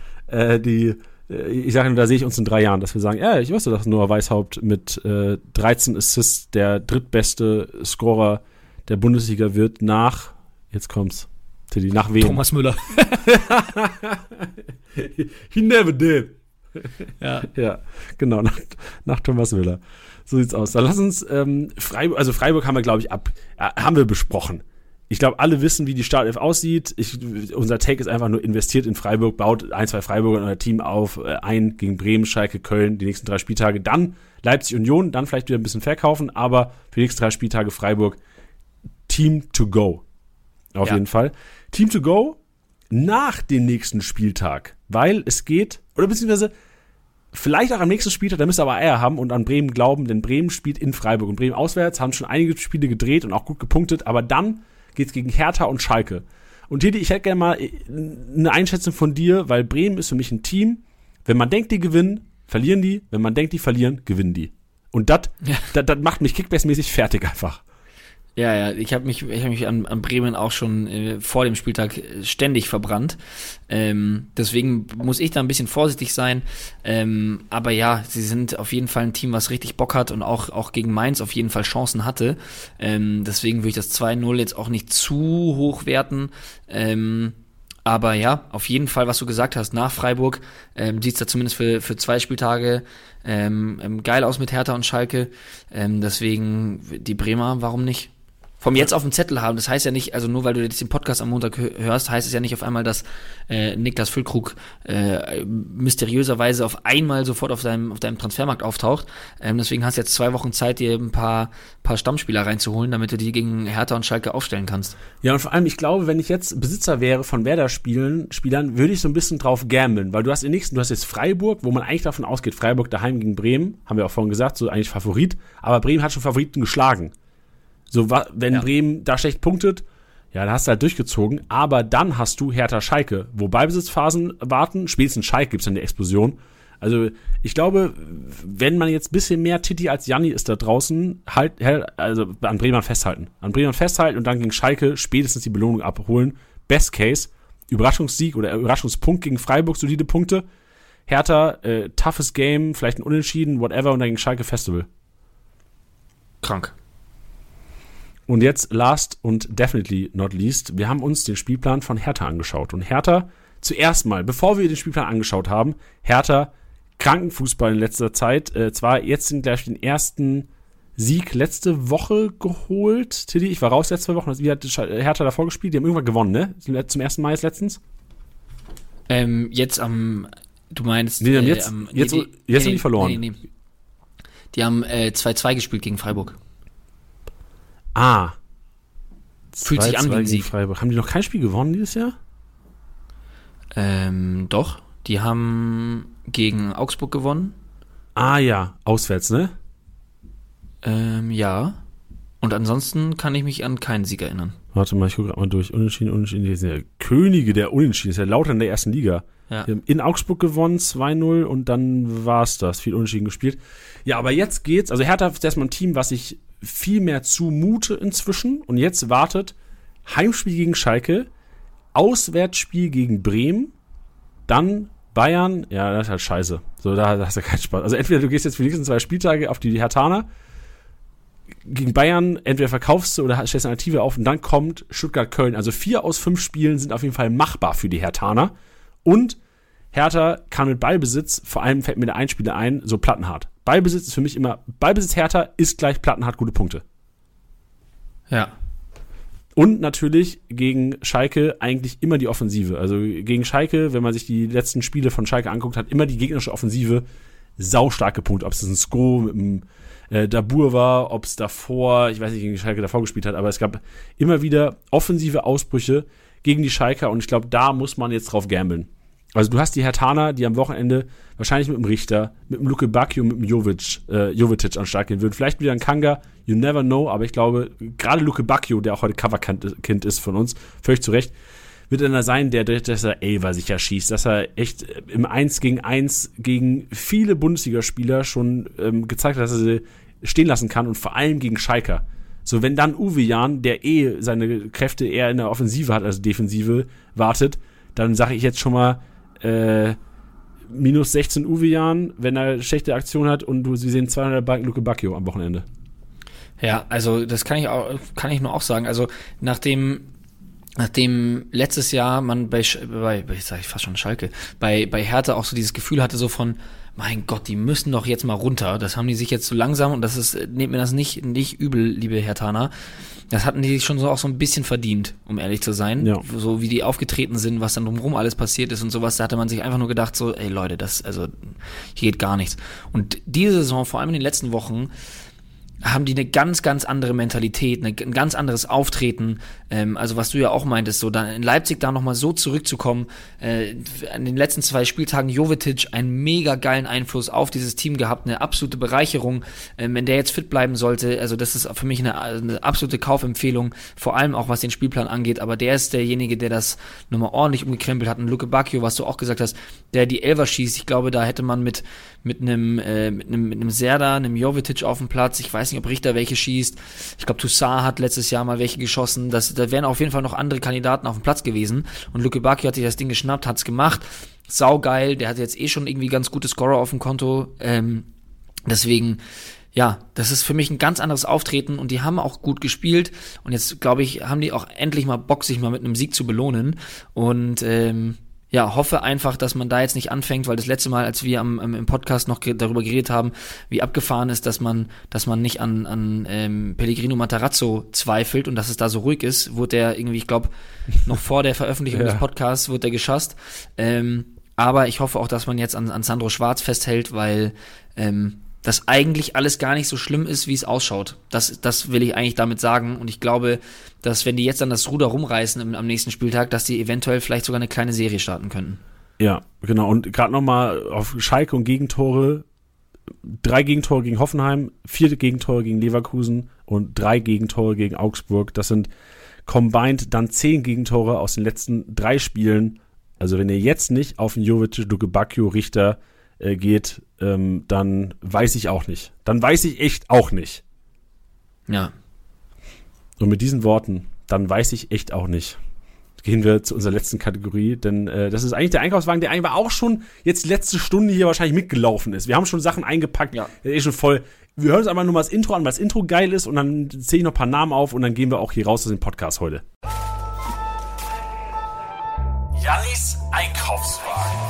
ich sage nur, da sehe ich uns in 3 Jahren, dass wir sagen, ich wusste, dass Noah Weishaupt mit 13 Assists der drittbeste Scorer der Bundesliga wird jetzt kommt's, Tilly, nach wem? Thomas Müller. He never did. Ja. Ja, genau, nach Thomas Müller. So sieht's aus. Dann lass uns Freiburg haben wir, glaube ich, haben wir besprochen. Ich glaube, alle wissen, wie die Startelf aussieht. Unser Take ist einfach nur investiert in Freiburg, baut 1, 2 Freiburger in euer Team auf, ein gegen Bremen, Schalke, Köln, die nächsten 3 Spieltage, dann Leipzig, Union, dann vielleicht wieder ein bisschen verkaufen, aber für die nächsten 3 Spieltage Freiburg Team to go. Auf jeden Fall. Team to go nach dem nächsten Spieltag, weil es geht, oder beziehungsweise vielleicht auch am nächsten Spieltag, da müsst ihr aber Eier haben und an Bremen glauben, denn Bremen spielt in Freiburg und Bremen auswärts, haben schon einige Spiele gedreht und auch gut gepunktet, aber dann geht's gegen Hertha und Schalke. Und Titi, ich hätte gerne mal eine Einschätzung von dir, weil Bremen ist für mich ein Team, wenn man denkt, die gewinnen, verlieren die, wenn man denkt, die verlieren, gewinnen die. Und das macht mich Kickbase-mäßig fertig einfach. Ja, ich hab mich an Bremen auch schon vor dem Spieltag ständig verbrannt. Deswegen muss ich da ein bisschen vorsichtig sein. Aber ja, sie sind auf jeden Fall ein Team, was richtig Bock hat und auch gegen Mainz auf jeden Fall Chancen hatte. Deswegen würde ich das 2-0 jetzt auch nicht zu hoch werten. Aber ja, auf jeden Fall, was du gesagt hast, nach Freiburg sieht es da zumindest für 2 Spieltage geil aus mit Hertha und Schalke. Deswegen die Bremer, warum nicht? Vom jetzt auf dem Zettel haben, das heißt ja nicht, also nur weil du jetzt den Podcast am Montag hörst, heißt es ja nicht auf einmal, dass Niklas Füllkrug mysteriöserweise auf einmal sofort auf deinem Transfermarkt auftaucht. Deswegen hast du jetzt 2 Wochen Zeit, dir ein paar Stammspieler reinzuholen, damit du die gegen Hertha und Schalke aufstellen kannst. Ja, und vor allem, ich glaube, wenn ich jetzt Besitzer wäre von Werder-Spielern, würde ich so ein bisschen drauf gambeln, weil du hast jetzt Freiburg, wo man eigentlich davon ausgeht, Freiburg daheim gegen Bremen, haben wir auch vorhin gesagt, so eigentlich Favorit, aber Bremen hat schon Favoriten geschlagen. So, wenn Bremen da schlecht punktet, ja, dann hast du halt durchgezogen, aber dann hast du Hertha-Schalke, wo Ballbesitzphasen warten, spätestens Schalke gibt's dann die Explosion. Also, ich glaube, wenn man jetzt ein bisschen mehr Titi als Janni ist da draußen, also an Bremen festhalten. An Bremen festhalten und dann gegen Schalke spätestens die Belohnung abholen. Best Case, Überraschungssieg oder Überraschungspunkt gegen Freiburg, solide Punkte. Hertha, toughes Game, vielleicht ein Unentschieden, whatever, und dann gegen Schalke Festival. Krank. Und jetzt last und definitely not least, wir haben uns den Spielplan von Hertha angeschaut. Und Hertha, zuerst mal, bevor wir den Spielplan angeschaut haben, Hertha, Krankenfußball in letzter Zeit, zwar jetzt gleich den ersten Sieg letzte Woche geholt. Tilly, ich war raus letzte Woche. Wie hat Hertha davor gespielt? Die haben irgendwann gewonnen, ne? Zum ersten Mal jetzt letztens? Jetzt du meinst... Nee, jetzt haben die verloren. Nee. Die haben 2-2 gespielt gegen Freiburg. Fühlt sich an wie ein Sieg. Freiburg. Haben die noch kein Spiel gewonnen dieses Jahr? Doch. Die haben gegen Augsburg gewonnen. Ja. Auswärts, ne? Ja. Und ansonsten kann ich mich an keinen Sieg erinnern. Warte mal, ich gucke gerade mal durch. Unentschieden. Die sind ja Könige der Unentschieden. Das ist ja lauter in der ersten Liga. Ja. Die haben in Augsburg gewonnen, 2-0 und dann war's das. Viel Unentschieden gespielt. Ja, aber jetzt geht's. Also Hertha ist erstmal ein Team, was ich viel mehr zumute inzwischen. Und jetzt wartet Heimspiel gegen Schalke, Auswärtsspiel gegen Bremen, dann Bayern. Ja, das ist halt scheiße. So, da hast du keinen Spaß. Also entweder du gehst jetzt für die nächsten 2 Spieltage auf die Herthaner gegen Bayern, entweder verkaufst du oder stellst eine Alternative auf und dann kommt Stuttgart-Köln. Also 4 aus 5 Spielen sind auf jeden Fall machbar für die Herthaner. Und Hertha kann mit Ballbesitz, vor allem fällt mir der Einspieler ein, so plattenhart. Ballbesitz ist für mich immer, Ballbesitz Hertha ist gleich plattenhart gute Punkte. Ja. Und natürlich gegen Schalke eigentlich immer die Offensive. Also gegen Schalke, wenn man sich die letzten Spiele von Schalke anguckt, hat immer die gegnerische Offensive saustarke Punkte. Ob es ein Sko mit dem Dabur war, ob es davor, ich weiß nicht, gegen Schalke davor gespielt hat, aber es gab immer wieder offensive Ausbrüche gegen die Schalker und ich glaube, da muss man jetzt drauf gambeln. Also du hast die Herthaner, die am Wochenende wahrscheinlich mit dem Richter, mit dem Luke Bacchio, mit dem Jovetic an den Start gehen würden. Vielleicht wieder ein Kanga, you never know, aber ich glaube, gerade Luke Bacchio, der auch heute Coverkind ist von uns, völlig zu Recht, wird einer sein, dass er Elfer sicher schießt, dass er echt im 1 gegen 1 gegen viele Bundesligaspieler schon gezeigt hat, dass er sie stehen lassen kann und vor allem gegen Schalker. So, wenn dann Uwe Jan, der seine Kräfte eher in der Offensive hat als Defensive, wartet, dann sage ich jetzt schon mal minus 16 Uwe Jan, wenn er schlechte Aktion hat und sie sehen 200 Balken Luke Bacchio am Wochenende. Ja, also das kann ich nur auch sagen. Also nachdem letztes Jahr man bei sag ich fast schon Schalke, bei Hertha auch so dieses Gefühl hatte, so von, mein Gott, die müssen doch jetzt mal runter. Das haben die sich jetzt so langsam, und nehmt mir das nicht übel, liebe Herthaner. Das hatten die sich schon so auch so ein bisschen verdient, um ehrlich zu sein. Ja. So wie die aufgetreten sind, was dann drumherum alles passiert ist und sowas, da hatte man sich einfach nur gedacht, so, ey Leute, hier geht gar nichts. Und diese Saison, vor allem in den letzten Wochen, haben die eine ganz, ganz andere Mentalität, ein ganz anderes Auftreten, also was du ja auch meintest, so dann in Leipzig da nochmal so zurückzukommen, an den letzten 2 Spieltagen Jovetic einen mega geilen Einfluss auf dieses Team gehabt, eine absolute Bereicherung, wenn der jetzt fit bleiben sollte, also das ist für mich eine absolute Kaufempfehlung, vor allem auch was den Spielplan angeht, aber der ist derjenige, der das nochmal ordentlich umgekrempelt hat, und Luke Bacchio, was du auch gesagt hast, der die Elfer schießt, ich glaube, da hätte man mit einem Serdar, einem Jovetic auf dem Platz, ich weiß nicht, ob Richter welche schießt. Ich glaube, Toussaint hat letztes Jahr mal welche geschossen. Da wären auf jeden Fall noch andere Kandidaten auf dem Platz gewesen. Und Luke Bacchio hat sich das Ding geschnappt, hat's gemacht. Saugeil, der hat jetzt schon irgendwie ganz gute Scorer auf dem Konto. Deswegen, ja, das ist für mich ein ganz anderes Auftreten, und die haben auch gut gespielt. Und jetzt, glaube ich, haben die auch endlich mal Bock, sich mal mit einem Sieg zu belohnen. Und ja, hoffe einfach, dass man da jetzt nicht anfängt, weil das letzte Mal, als wir im Podcast noch darüber geredet haben, wie abgefahren ist, dass man nicht an Pellegrino Matarazzo zweifelt und dass es da so ruhig ist, wurde der irgendwie, ich glaube, noch vor der Veröffentlichung des Podcasts wurde der geschasst. Aber ich hoffe auch, dass man jetzt an Sandro Schwarz festhält, weil das eigentlich alles gar nicht so schlimm ist, wie es ausschaut. Das will ich eigentlich damit sagen. Und ich glaube, dass wenn die jetzt dann das Ruder rumreißen am nächsten Spieltag, dass die eventuell vielleicht sogar eine kleine Serie starten könnten. Ja, genau. Und gerade nochmal auf Schalke und Gegentore. 3 Gegentore gegen Hoffenheim, 4 Gegentore gegen Leverkusen und 3 Gegentore gegen Augsburg. Das sind combined dann 10 Gegentore aus den letzten 3 Spielen. Also wenn ihr jetzt nicht auf den Jovetic, Luke Bacchio, Richter geht, dann weiß ich auch nicht. Dann weiß ich echt auch nicht. Ja. Und mit diesen Worten, dann weiß ich echt auch nicht, gehen wir zu unserer letzten Kategorie, denn das ist eigentlich der Einkaufswagen, der eigentlich auch schon jetzt die letzte Stunde hier wahrscheinlich mitgelaufen ist. Wir haben schon Sachen eingepackt, der ist schon voll. wir hören uns einmal nur mal das Intro an, weil das Intro geil ist und dann zähle ich noch ein paar Namen auf und dann gehen wir auch hier raus aus dem Podcast heute. Jannis Einkaufswagen.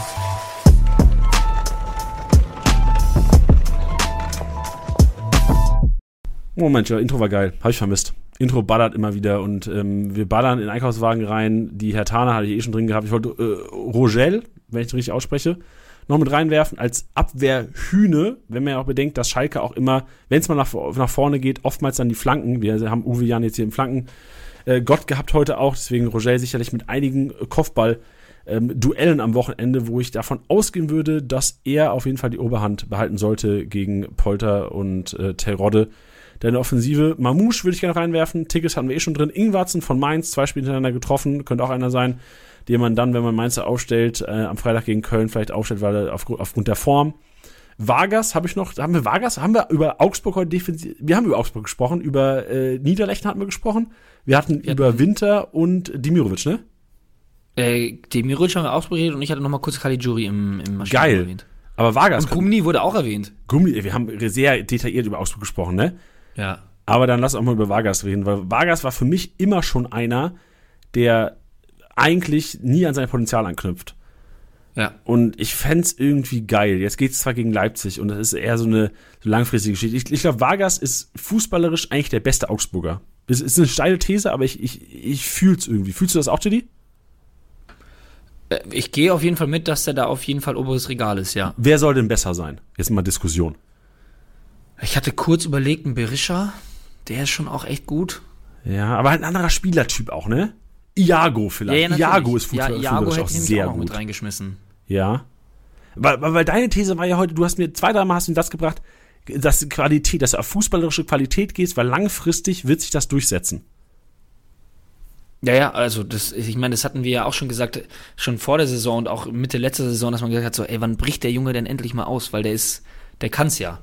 Moment, ja, Intro war geil. Habe ich vermisst. Intro ballert immer wieder und wir ballern in den Einkaufswagen rein. Die Herr Tana hatte ich schon drin gehabt. Ich wollte Rogel, wenn ich es richtig ausspreche, noch mit reinwerfen als Abwehrhühne, wenn man ja auch bedenkt, dass Schalke auch immer, wenn es mal nach vorne geht, oftmals dann die Flanken. Wir haben Uwe Jan jetzt hier im Flanken Gott gehabt heute auch. Deswegen Rogel sicherlich mit einigen Kopfball-Duellen am Wochenende, wo ich davon ausgehen würde, dass er auf jeden Fall die Oberhand behalten sollte gegen Polter und Terodde. Deine Offensive, Mamouche würde ich gerne reinwerfen, Tickets hatten wir schon drin, Ingwarzen von Mainz, 2 Spiele hintereinander getroffen, könnte auch einer sein, den man dann, wenn man Mainzer aufstellt, am Freitag gegen Köln vielleicht aufstellt, weil er aufgrund der Form. Vargas haben wir über Augsburg heute defensiv, wir haben über Augsburg gesprochen, über Niederlechner hatten wir gesprochen, wir hatten über Winter und Demirovic, ne? Demirovic haben wir ausprobiert und ich hatte nochmal kurz Caligiuri im Maschinen Geil. erwähnt. Aber Vargas. Und Gumni wurde auch erwähnt. Wir haben sehr detailliert über Augsburg gesprochen, ne? Ja. Aber dann lass auch mal über Vargas reden, weil Vargas war für mich immer schon einer, der eigentlich nie an sein Potenzial anknüpft. Ja. Und ich fänd's irgendwie geil. Jetzt geht's zwar gegen Leipzig und das ist eher so eine langfristige Geschichte. Ich glaube, Vargas ist fußballerisch eigentlich der beste Augsburger. Das ist eine steile These, aber ich fühl's irgendwie. Fühlst du das auch, Teddy? Ich gehe auf jeden Fall mit, dass der da auf jeden Fall oberes Regal ist, ja. Wer soll denn besser sein? Jetzt mal Diskussion. Ich hatte kurz überlegt, ein Berisha, der ist schon auch echt gut. Ja, aber halt ein anderer Spielertyp auch, ne? Iago vielleicht. Ja, Iago ist fußballerisch auch sehr gut. Mit reingeschmissen. Ja. Weil deine These war ja heute, du hast mir 2-3 Mal hast du das gebracht, dass du auf fußballerische Qualität gehst, weil langfristig wird sich das durchsetzen. Ja, also ich meine, das hatten wir ja auch schon gesagt, schon vor der Saison und auch Mitte letzter Saison, dass man gesagt hat, so, ey, wann bricht der Junge denn endlich mal aus? Weil der kann's ja.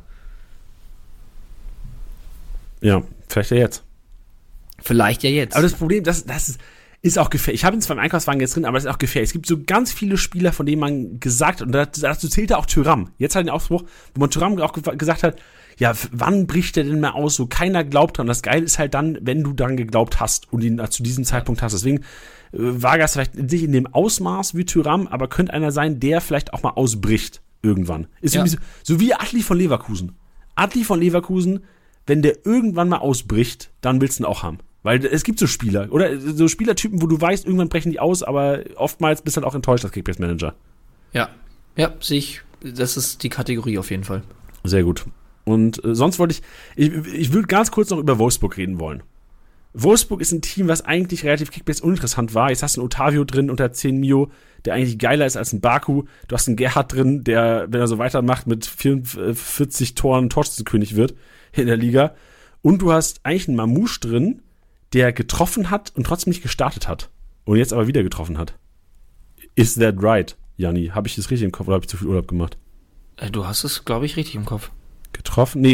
Ja, vielleicht ja jetzt. Vielleicht ja jetzt. Aber das Problem, das ist auch gefährlich. Ich habe ihn zwar im Einkaufswagen jetzt drin, aber das ist auch gefährlich. Es gibt so ganz viele Spieler, von denen man gesagt hat, und dazu zählte auch Thuram. Jetzt halt den Ausbruch, wo man Thuram auch gesagt hat, ja, wann bricht der denn mal aus? So, keiner glaubt dran. Das Geile ist halt dann, wenn du dran geglaubt hast und ihn zu diesem Zeitpunkt hast. Deswegen Vargas vielleicht nicht in dem Ausmaß wie Thuram, aber könnte einer sein, der vielleicht auch mal ausbricht irgendwann. Ist irgendwie so wie Adli von Leverkusen. Adli von Leverkusen, wenn der irgendwann mal ausbricht, dann willst du ihn auch haben. Weil es gibt so Spieler, oder so Spielertypen, wo du weißt, irgendwann brechen die aus, aber oftmals bist du halt auch enttäuscht als Kickbase-Manager. Ja, sehe ich. Das ist die Kategorie auf jeden Fall. Sehr gut. Und sonst wollte ich würde ganz kurz noch über Wolfsburg reden wollen. Wolfsburg ist ein Team, was eigentlich relativ Kickbase uninteressant war. Jetzt hast du einen Ottavio drin unter 10 Mio, der eigentlich geiler ist als ein Baku. Du hast einen Gerhard drin, der, wenn er so weitermacht, mit 44 Toren Torschützenkönig wird in der Liga. Und du hast eigentlich einen Mamouche drin, der getroffen hat und trotzdem nicht gestartet hat. Und jetzt aber wieder getroffen hat. Is that right, Janni? Habe ich das richtig im Kopf oder habe ich zu viel Urlaub gemacht? Du hast es, glaube ich, richtig im Kopf. Getroffen,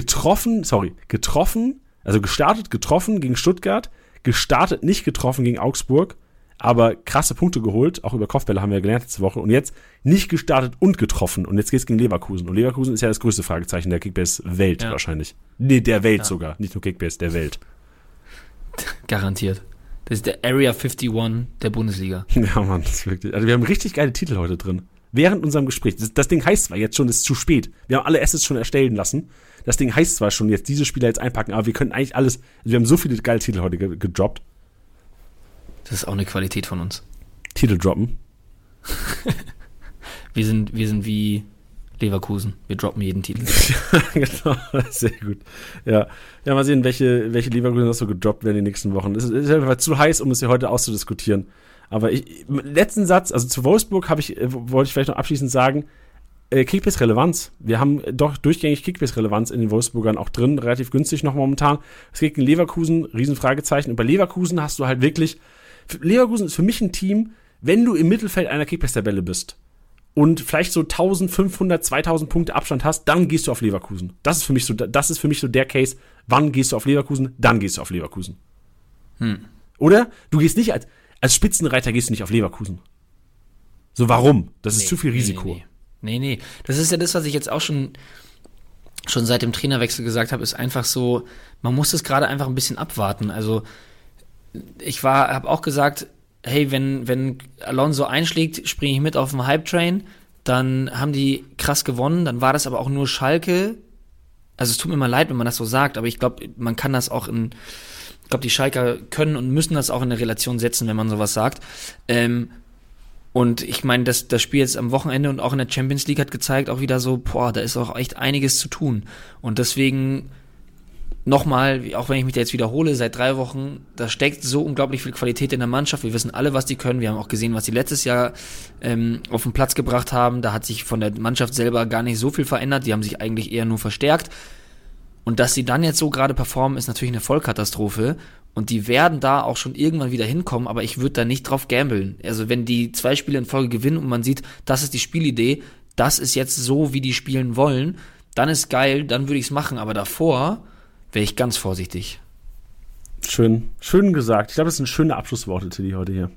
also gestartet, getroffen gegen Stuttgart, gestartet, nicht getroffen gegen Augsburg, aber krasse Punkte geholt, auch über Kopfbälle haben wir gelernt letzte Woche, und jetzt nicht gestartet und getroffen, und jetzt geht's gegen Leverkusen. Und Leverkusen ist ja das größte Fragezeichen der Kickbase-Welt wahrscheinlich. Nee, der Welt sogar, nicht nur Kickbase, der Welt. Garantiert. Das ist der Area 51 der Bundesliga. Ja, Mann, das ist wirklich, also wir haben richtig geile Titel heute drin. Während unserem Gespräch. Das Ding heißt zwar jetzt schon, es ist zu spät. Wir haben alle Assets schon erstellen lassen. Das Ding heißt zwar schon, jetzt diese Spieler jetzt einpacken, aber wir können eigentlich alles, also wir haben so viele geile Titel heute gedroppt. Das ist auch eine Qualität von uns. Titel droppen. Wir sind wie Leverkusen. Wir droppen jeden Titel. Genau, sehr gut. Ja, mal sehen, welche Leverkusen noch so gedroppt werden in den nächsten Wochen. Es ist einfach zu heiß, um es hier heute auszudiskutieren. Aber letzten Satz, also zu Wolfsburg wollte ich vielleicht noch abschließend sagen, Kickbase-Relevanz. Wir haben doch durchgängig Kickbase-Relevanz in den Wolfsburgern auch drin, relativ günstig noch momentan. Es geht gegen Leverkusen, Riesenfragezeichen. Und bei Leverkusen hast du halt wirklich, Leverkusen ist für mich ein Team, wenn du im Mittelfeld einer Kickbase-Tabelle bist und vielleicht so 1500, 2000 Punkte Abstand hast, dann gehst du auf Leverkusen. Das ist für mich so der Case, wann gehst du auf Leverkusen, dann gehst du auf Leverkusen. Oder? Du gehst nicht als Spitzenreiter gehst du nicht auf Leverkusen. So, warum? Das ist zu viel Risiko. Nee. Das ist ja das, was ich jetzt auch schon schon seit dem Trainerwechsel gesagt habe, ist einfach so, man muss es gerade einfach ein bisschen abwarten. Also ich habe auch gesagt, hey, wenn Alonso einschlägt, springe ich mit auf den Hype-Train, dann haben die krass gewonnen, dann war das aber auch nur Schalke. Also es tut mir mal leid, wenn man das so sagt, aber ich glaube, man kann das auch ich glaube, die Schalker können und müssen das auch in eine Relation setzen, wenn man sowas sagt. Und ich meine, das Spiel jetzt am Wochenende und auch in der Champions League hat gezeigt, auch wieder so, da ist auch echt einiges zu tun. Und deswegen nochmal, auch wenn ich mich da jetzt wiederhole, seit 3 Wochen, da steckt so unglaublich viel Qualität in der Mannschaft. Wir wissen alle, was die können. Wir haben auch gesehen, was die letztes Jahr auf den Platz gebracht haben. Da hat sich von der Mannschaft selber gar nicht so viel verändert. Die haben sich eigentlich eher nur verstärkt. Und dass sie dann jetzt so gerade performen, ist natürlich eine Vollkatastrophe. Und die werden da auch schon irgendwann wieder hinkommen, aber ich würde da nicht drauf gambeln. Also wenn die 2 Spiele in Folge gewinnen und man sieht, das ist die Spielidee, das ist jetzt so, wie die spielen wollen, dann ist geil, dann würde ich es machen. Aber davor wäre ich ganz vorsichtig. Schön gesagt. Ich glaube, das sind schöne Abschlussworte, Tilly, heute hier.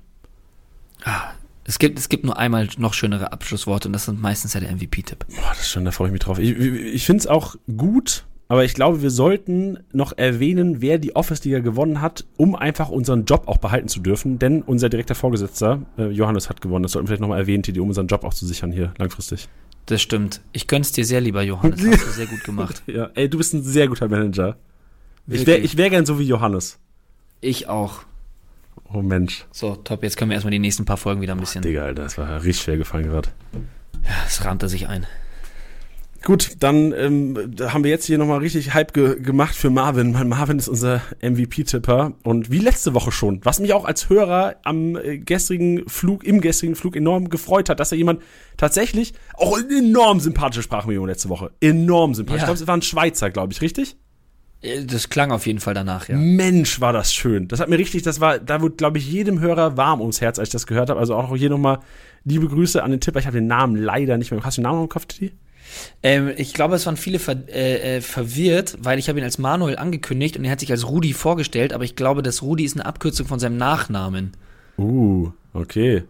Es gibt nur einmal noch schönere Abschlussworte und das sind meistens ja der MVP-Tipp. Das ist schön, da freue ich mich drauf. Ich finde es auch gut, aber ich glaube, wir sollten noch erwähnen, wer die Office-Liga gewonnen hat, um einfach unseren Job auch behalten zu dürfen. Denn unser direkter Vorgesetzter, Johannes, hat gewonnen. Das sollten wir vielleicht nochmal erwähnen, Tilly, um unseren Job auch zu sichern hier langfristig. Das stimmt. Ich gönn's dir sehr, lieber Johannes. Hast du sehr gut gemacht. Ja, ey, du bist ein sehr guter Manager. Ich wär gern so wie Johannes. Ich auch. Oh Mensch. So, top. Jetzt können wir erstmal die nächsten paar Folgen wieder ein bisschen... Digga, Alter, das war richtig schwer gefallen gerade. Ja, es rahmte sich ein. Gut, dann haben wir jetzt hier nochmal richtig Hype gemacht für Marvin, weil Marvin ist unser MVP-Tipper und wie letzte Woche schon, was mich auch als Hörer im gestrigen Flug enorm gefreut hat, dass da jemand tatsächlich auch eine enorm sympathische Sprachmemo letzte Woche, enorm sympathisch. Ja. Ich glaube, es war ein Schweizer, glaube ich, richtig? Das klang auf jeden Fall danach, ja. Mensch, war das schön. Das hat mir richtig, da wurde, glaube ich, jedem Hörer warm ums Herz, als ich das gehört habe. Also auch hier nochmal liebe Grüße an den Tipper. Ich habe den Namen leider nicht mehr. Hast du den Namen im Kopf, Titi? Ich glaube, es waren viele verwirrt, weil ich habe ihn als Manuel angekündigt und er hat sich als Rudi vorgestellt, aber ich glaube, dass Rudi ist eine Abkürzung von seinem Nachnamen. Okay.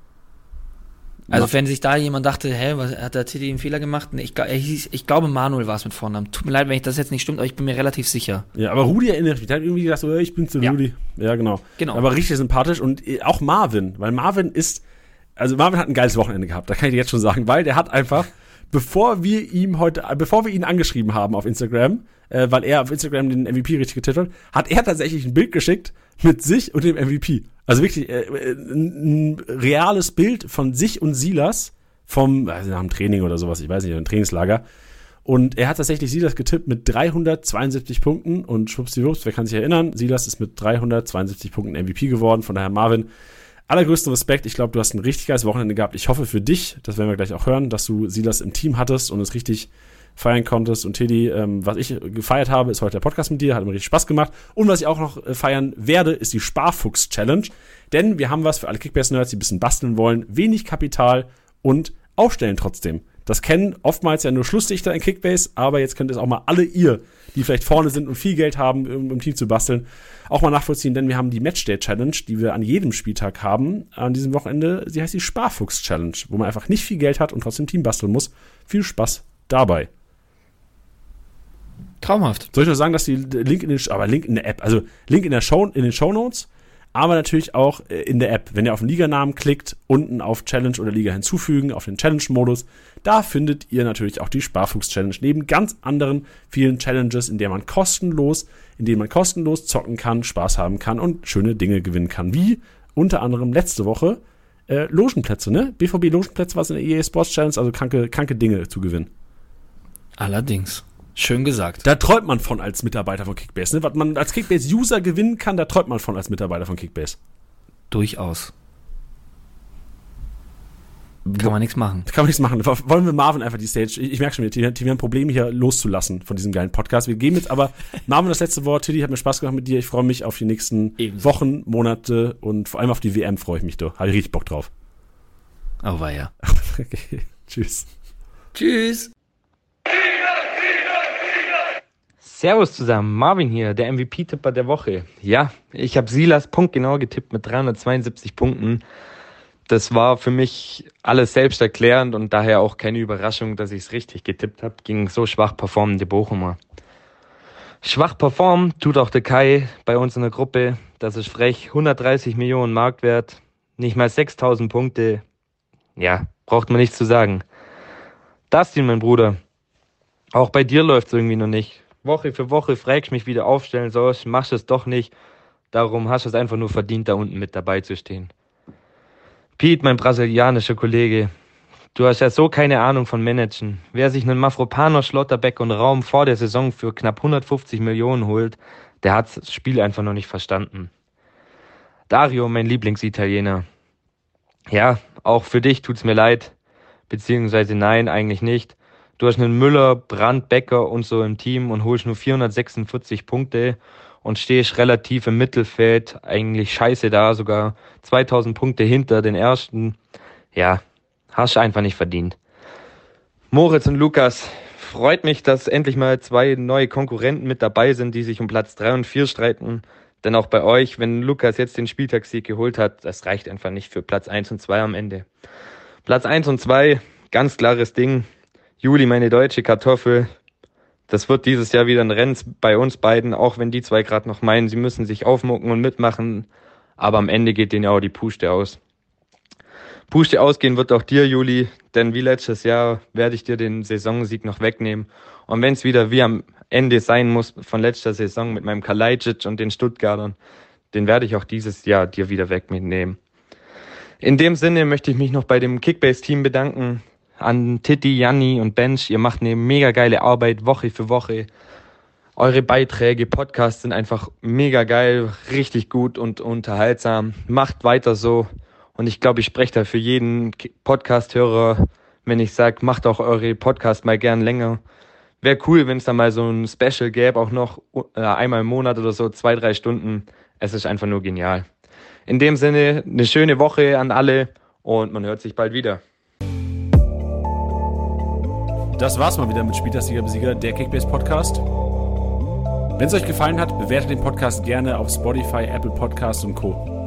Also wenn sich da jemand dachte, was hat der Titi einen Fehler gemacht? Nee, ich glaube, Manuel war es mit Vornamen. Tut mir leid, wenn das jetzt nicht stimmt, aber ich bin mir relativ sicher. Ja, aber Rudi erinnert mich. Der hat irgendwie gesagt, ich bin zu Rudi. Ja, genau. Aber richtig sympathisch und auch Marvin, weil Marvin hat ein geiles Wochenende gehabt, da kann ich dir jetzt schon sagen, weil der hat einfach, bevor wir ihn angeschrieben haben auf Instagram, weil er auf Instagram den MVP richtig getippt hat er tatsächlich ein Bild geschickt mit sich und dem MVP. Also wirklich ein reales Bild von sich und Silas nach dem Training oder sowas, ich weiß nicht, ein Trainingslager. Und er hat tatsächlich Silas getippt mit 372 Punkten und schwuppsdiwupps, wer kann sich erinnern, Silas ist mit 372 Punkten MVP geworden, von daher Marvin, allergrößten Respekt. Ich glaube, du hast ein richtig geiles Wochenende gehabt. Ich hoffe für dich, das werden wir gleich auch hören, dass du Silas im Team hattest und es richtig feiern konntest. Und Teddy, was ich gefeiert habe, ist heute der Podcast mit dir. Hat mir richtig Spaß gemacht. Und was ich auch noch feiern werde, ist die Sparfuchs-Challenge. Denn wir haben was für alle Kickbase-Nerds, die ein bisschen basteln wollen. Wenig Kapital und aufstellen trotzdem. Das kennen oftmals ja nur Schlussdichter in Kickbase, aber jetzt könnt ihr es auch mal alle ihr, die vielleicht vorne sind und viel Geld haben, um im Team zu basteln, auch mal nachvollziehen, denn wir haben die Matchday-Challenge, die wir an jedem Spieltag haben, an diesem Wochenende. Sie heißt die Sparfuchs-Challenge, wo man einfach nicht viel Geld hat und trotzdem Team basteln muss. Viel Spaß dabei. Traumhaft. Soll ich noch sagen, dass die Link in der App, also Link in den Shownotes, aber natürlich auch in der App. Wenn ihr auf den Liganamen klickt, unten auf Challenge oder Liga hinzufügen, auf den Challenge-Modus, da findet ihr natürlich auch die Sparfuchs-Challenge neben ganz anderen vielen Challenges, in denen man kostenlos zocken kann, Spaß haben kann und schöne Dinge gewinnen kann. Wie unter anderem letzte Woche Logenplätze, ne? BVB-Logenplätze war es in der EA Sports Challenge, also kranke Dinge zu gewinnen. Allerdings. Schön gesagt. Da träumt man von als Mitarbeiter von Kickbase, ne? Was man als Kickbase-User gewinnen kann, da träumt man von als Mitarbeiter von Kickbase. Durchaus. Kann man nichts machen. Wollen wir Marvin einfach die Stage, ich merke schon, wir haben Probleme hier loszulassen von diesem geilen Podcast. Wir geben jetzt aber Marvin das letzte Wort. Tilly, hat mir Spaß gemacht mit dir. Ich freue mich auf die nächsten Wochen, Monate und vor allem auf die WM freue ich mich. Habe ich richtig Bock drauf. Oh weia. Okay, tschüss. Tschüss. Servus zusammen, Marvin hier, der MVP-Tipper der Woche. Ja, ich habe Silas punktgenau getippt mit 372 Punkten. das war für mich alles selbsterklärend und daher auch keine Überraschung, dass ich es richtig getippt habe, gegen so schwach performende Bochumer. Schwach performen tut auch der Kai bei uns in der Gruppe. Das ist frech. 130 Millionen Marktwert, nicht mal 6.000 Punkte. Ja, braucht man nichts zu sagen. Dustin, mein Bruder, auch bei dir läuft es irgendwie noch nicht. Woche für Woche fragst mich, wie du aufstellen sollst, machst es doch nicht. Darum hast du es einfach nur verdient, da unten mit dabei zu stehen. Pete, mein brasilianischer Kollege, du hast ja so keine Ahnung von Managen. Wer sich einen Mafropanos, Schlotterbeck und Raum vor der Saison für knapp 150 Millionen holt, der hat das Spiel einfach noch nicht verstanden. Dario, mein Lieblingsitaliener. Ja, auch für dich tut's mir leid. Beziehungsweise nein, eigentlich nicht. Du hast einen Müller, Brandt, Becker und so im Team und holst nur 446 Punkte und stehst relativ im Mittelfeld. Eigentlich scheiße da, sogar 2000 Punkte hinter den ersten. Ja, hast du einfach nicht verdient. Moritz und Lukas, freut mich, dass endlich mal 2 neue Konkurrenten mit dabei sind, die sich um Platz 3 und 4 streiten. Denn auch bei euch, wenn Lukas jetzt den Spieltagssieg geholt hat, das reicht einfach nicht für Platz 1 und 2 am Ende. Platz 1 und 2, ganz klares Ding. Juli, meine deutsche Kartoffel. Das wird dieses Jahr wieder ein Rennen bei uns beiden, auch wenn die 2 gerade noch meinen, sie müssen sich aufmucken und mitmachen. Aber am Ende geht denen ja auch die Puste aus. Puste ausgehen wird auch dir, Juli, denn wie letztes Jahr werde ich dir den Saisonsieg noch wegnehmen. Und wenn es wieder wie am Ende sein muss von letzter Saison mit meinem Kalajdzic und den Stuttgartern, den werde ich auch dieses Jahr dir wieder wegnehmen. In dem Sinne möchte ich mich noch bei dem Kickbase-Team bedanken. An Titti, Janni und Bench, ihr macht eine mega geile Arbeit, Woche für Woche. Eure Beiträge, Podcasts sind einfach mega geil, richtig gut und unterhaltsam. Macht weiter so. Und ich glaube, ich spreche da für jeden Podcast-Hörer, wenn ich sage, macht auch eure Podcasts mal gern länger. Wäre cool, wenn es da mal so ein Special gäbe, auch noch einmal im Monat oder so, 2-3 Stunden. Es ist einfach nur genial. In dem Sinne, eine schöne Woche an alle und man hört sich bald wieder. Das war's mal wieder mit Spieltagssieger Besieger, der Kickbase Podcast. Wenn es euch gefallen hat, bewertet den Podcast gerne auf Spotify, Apple Podcasts und Co.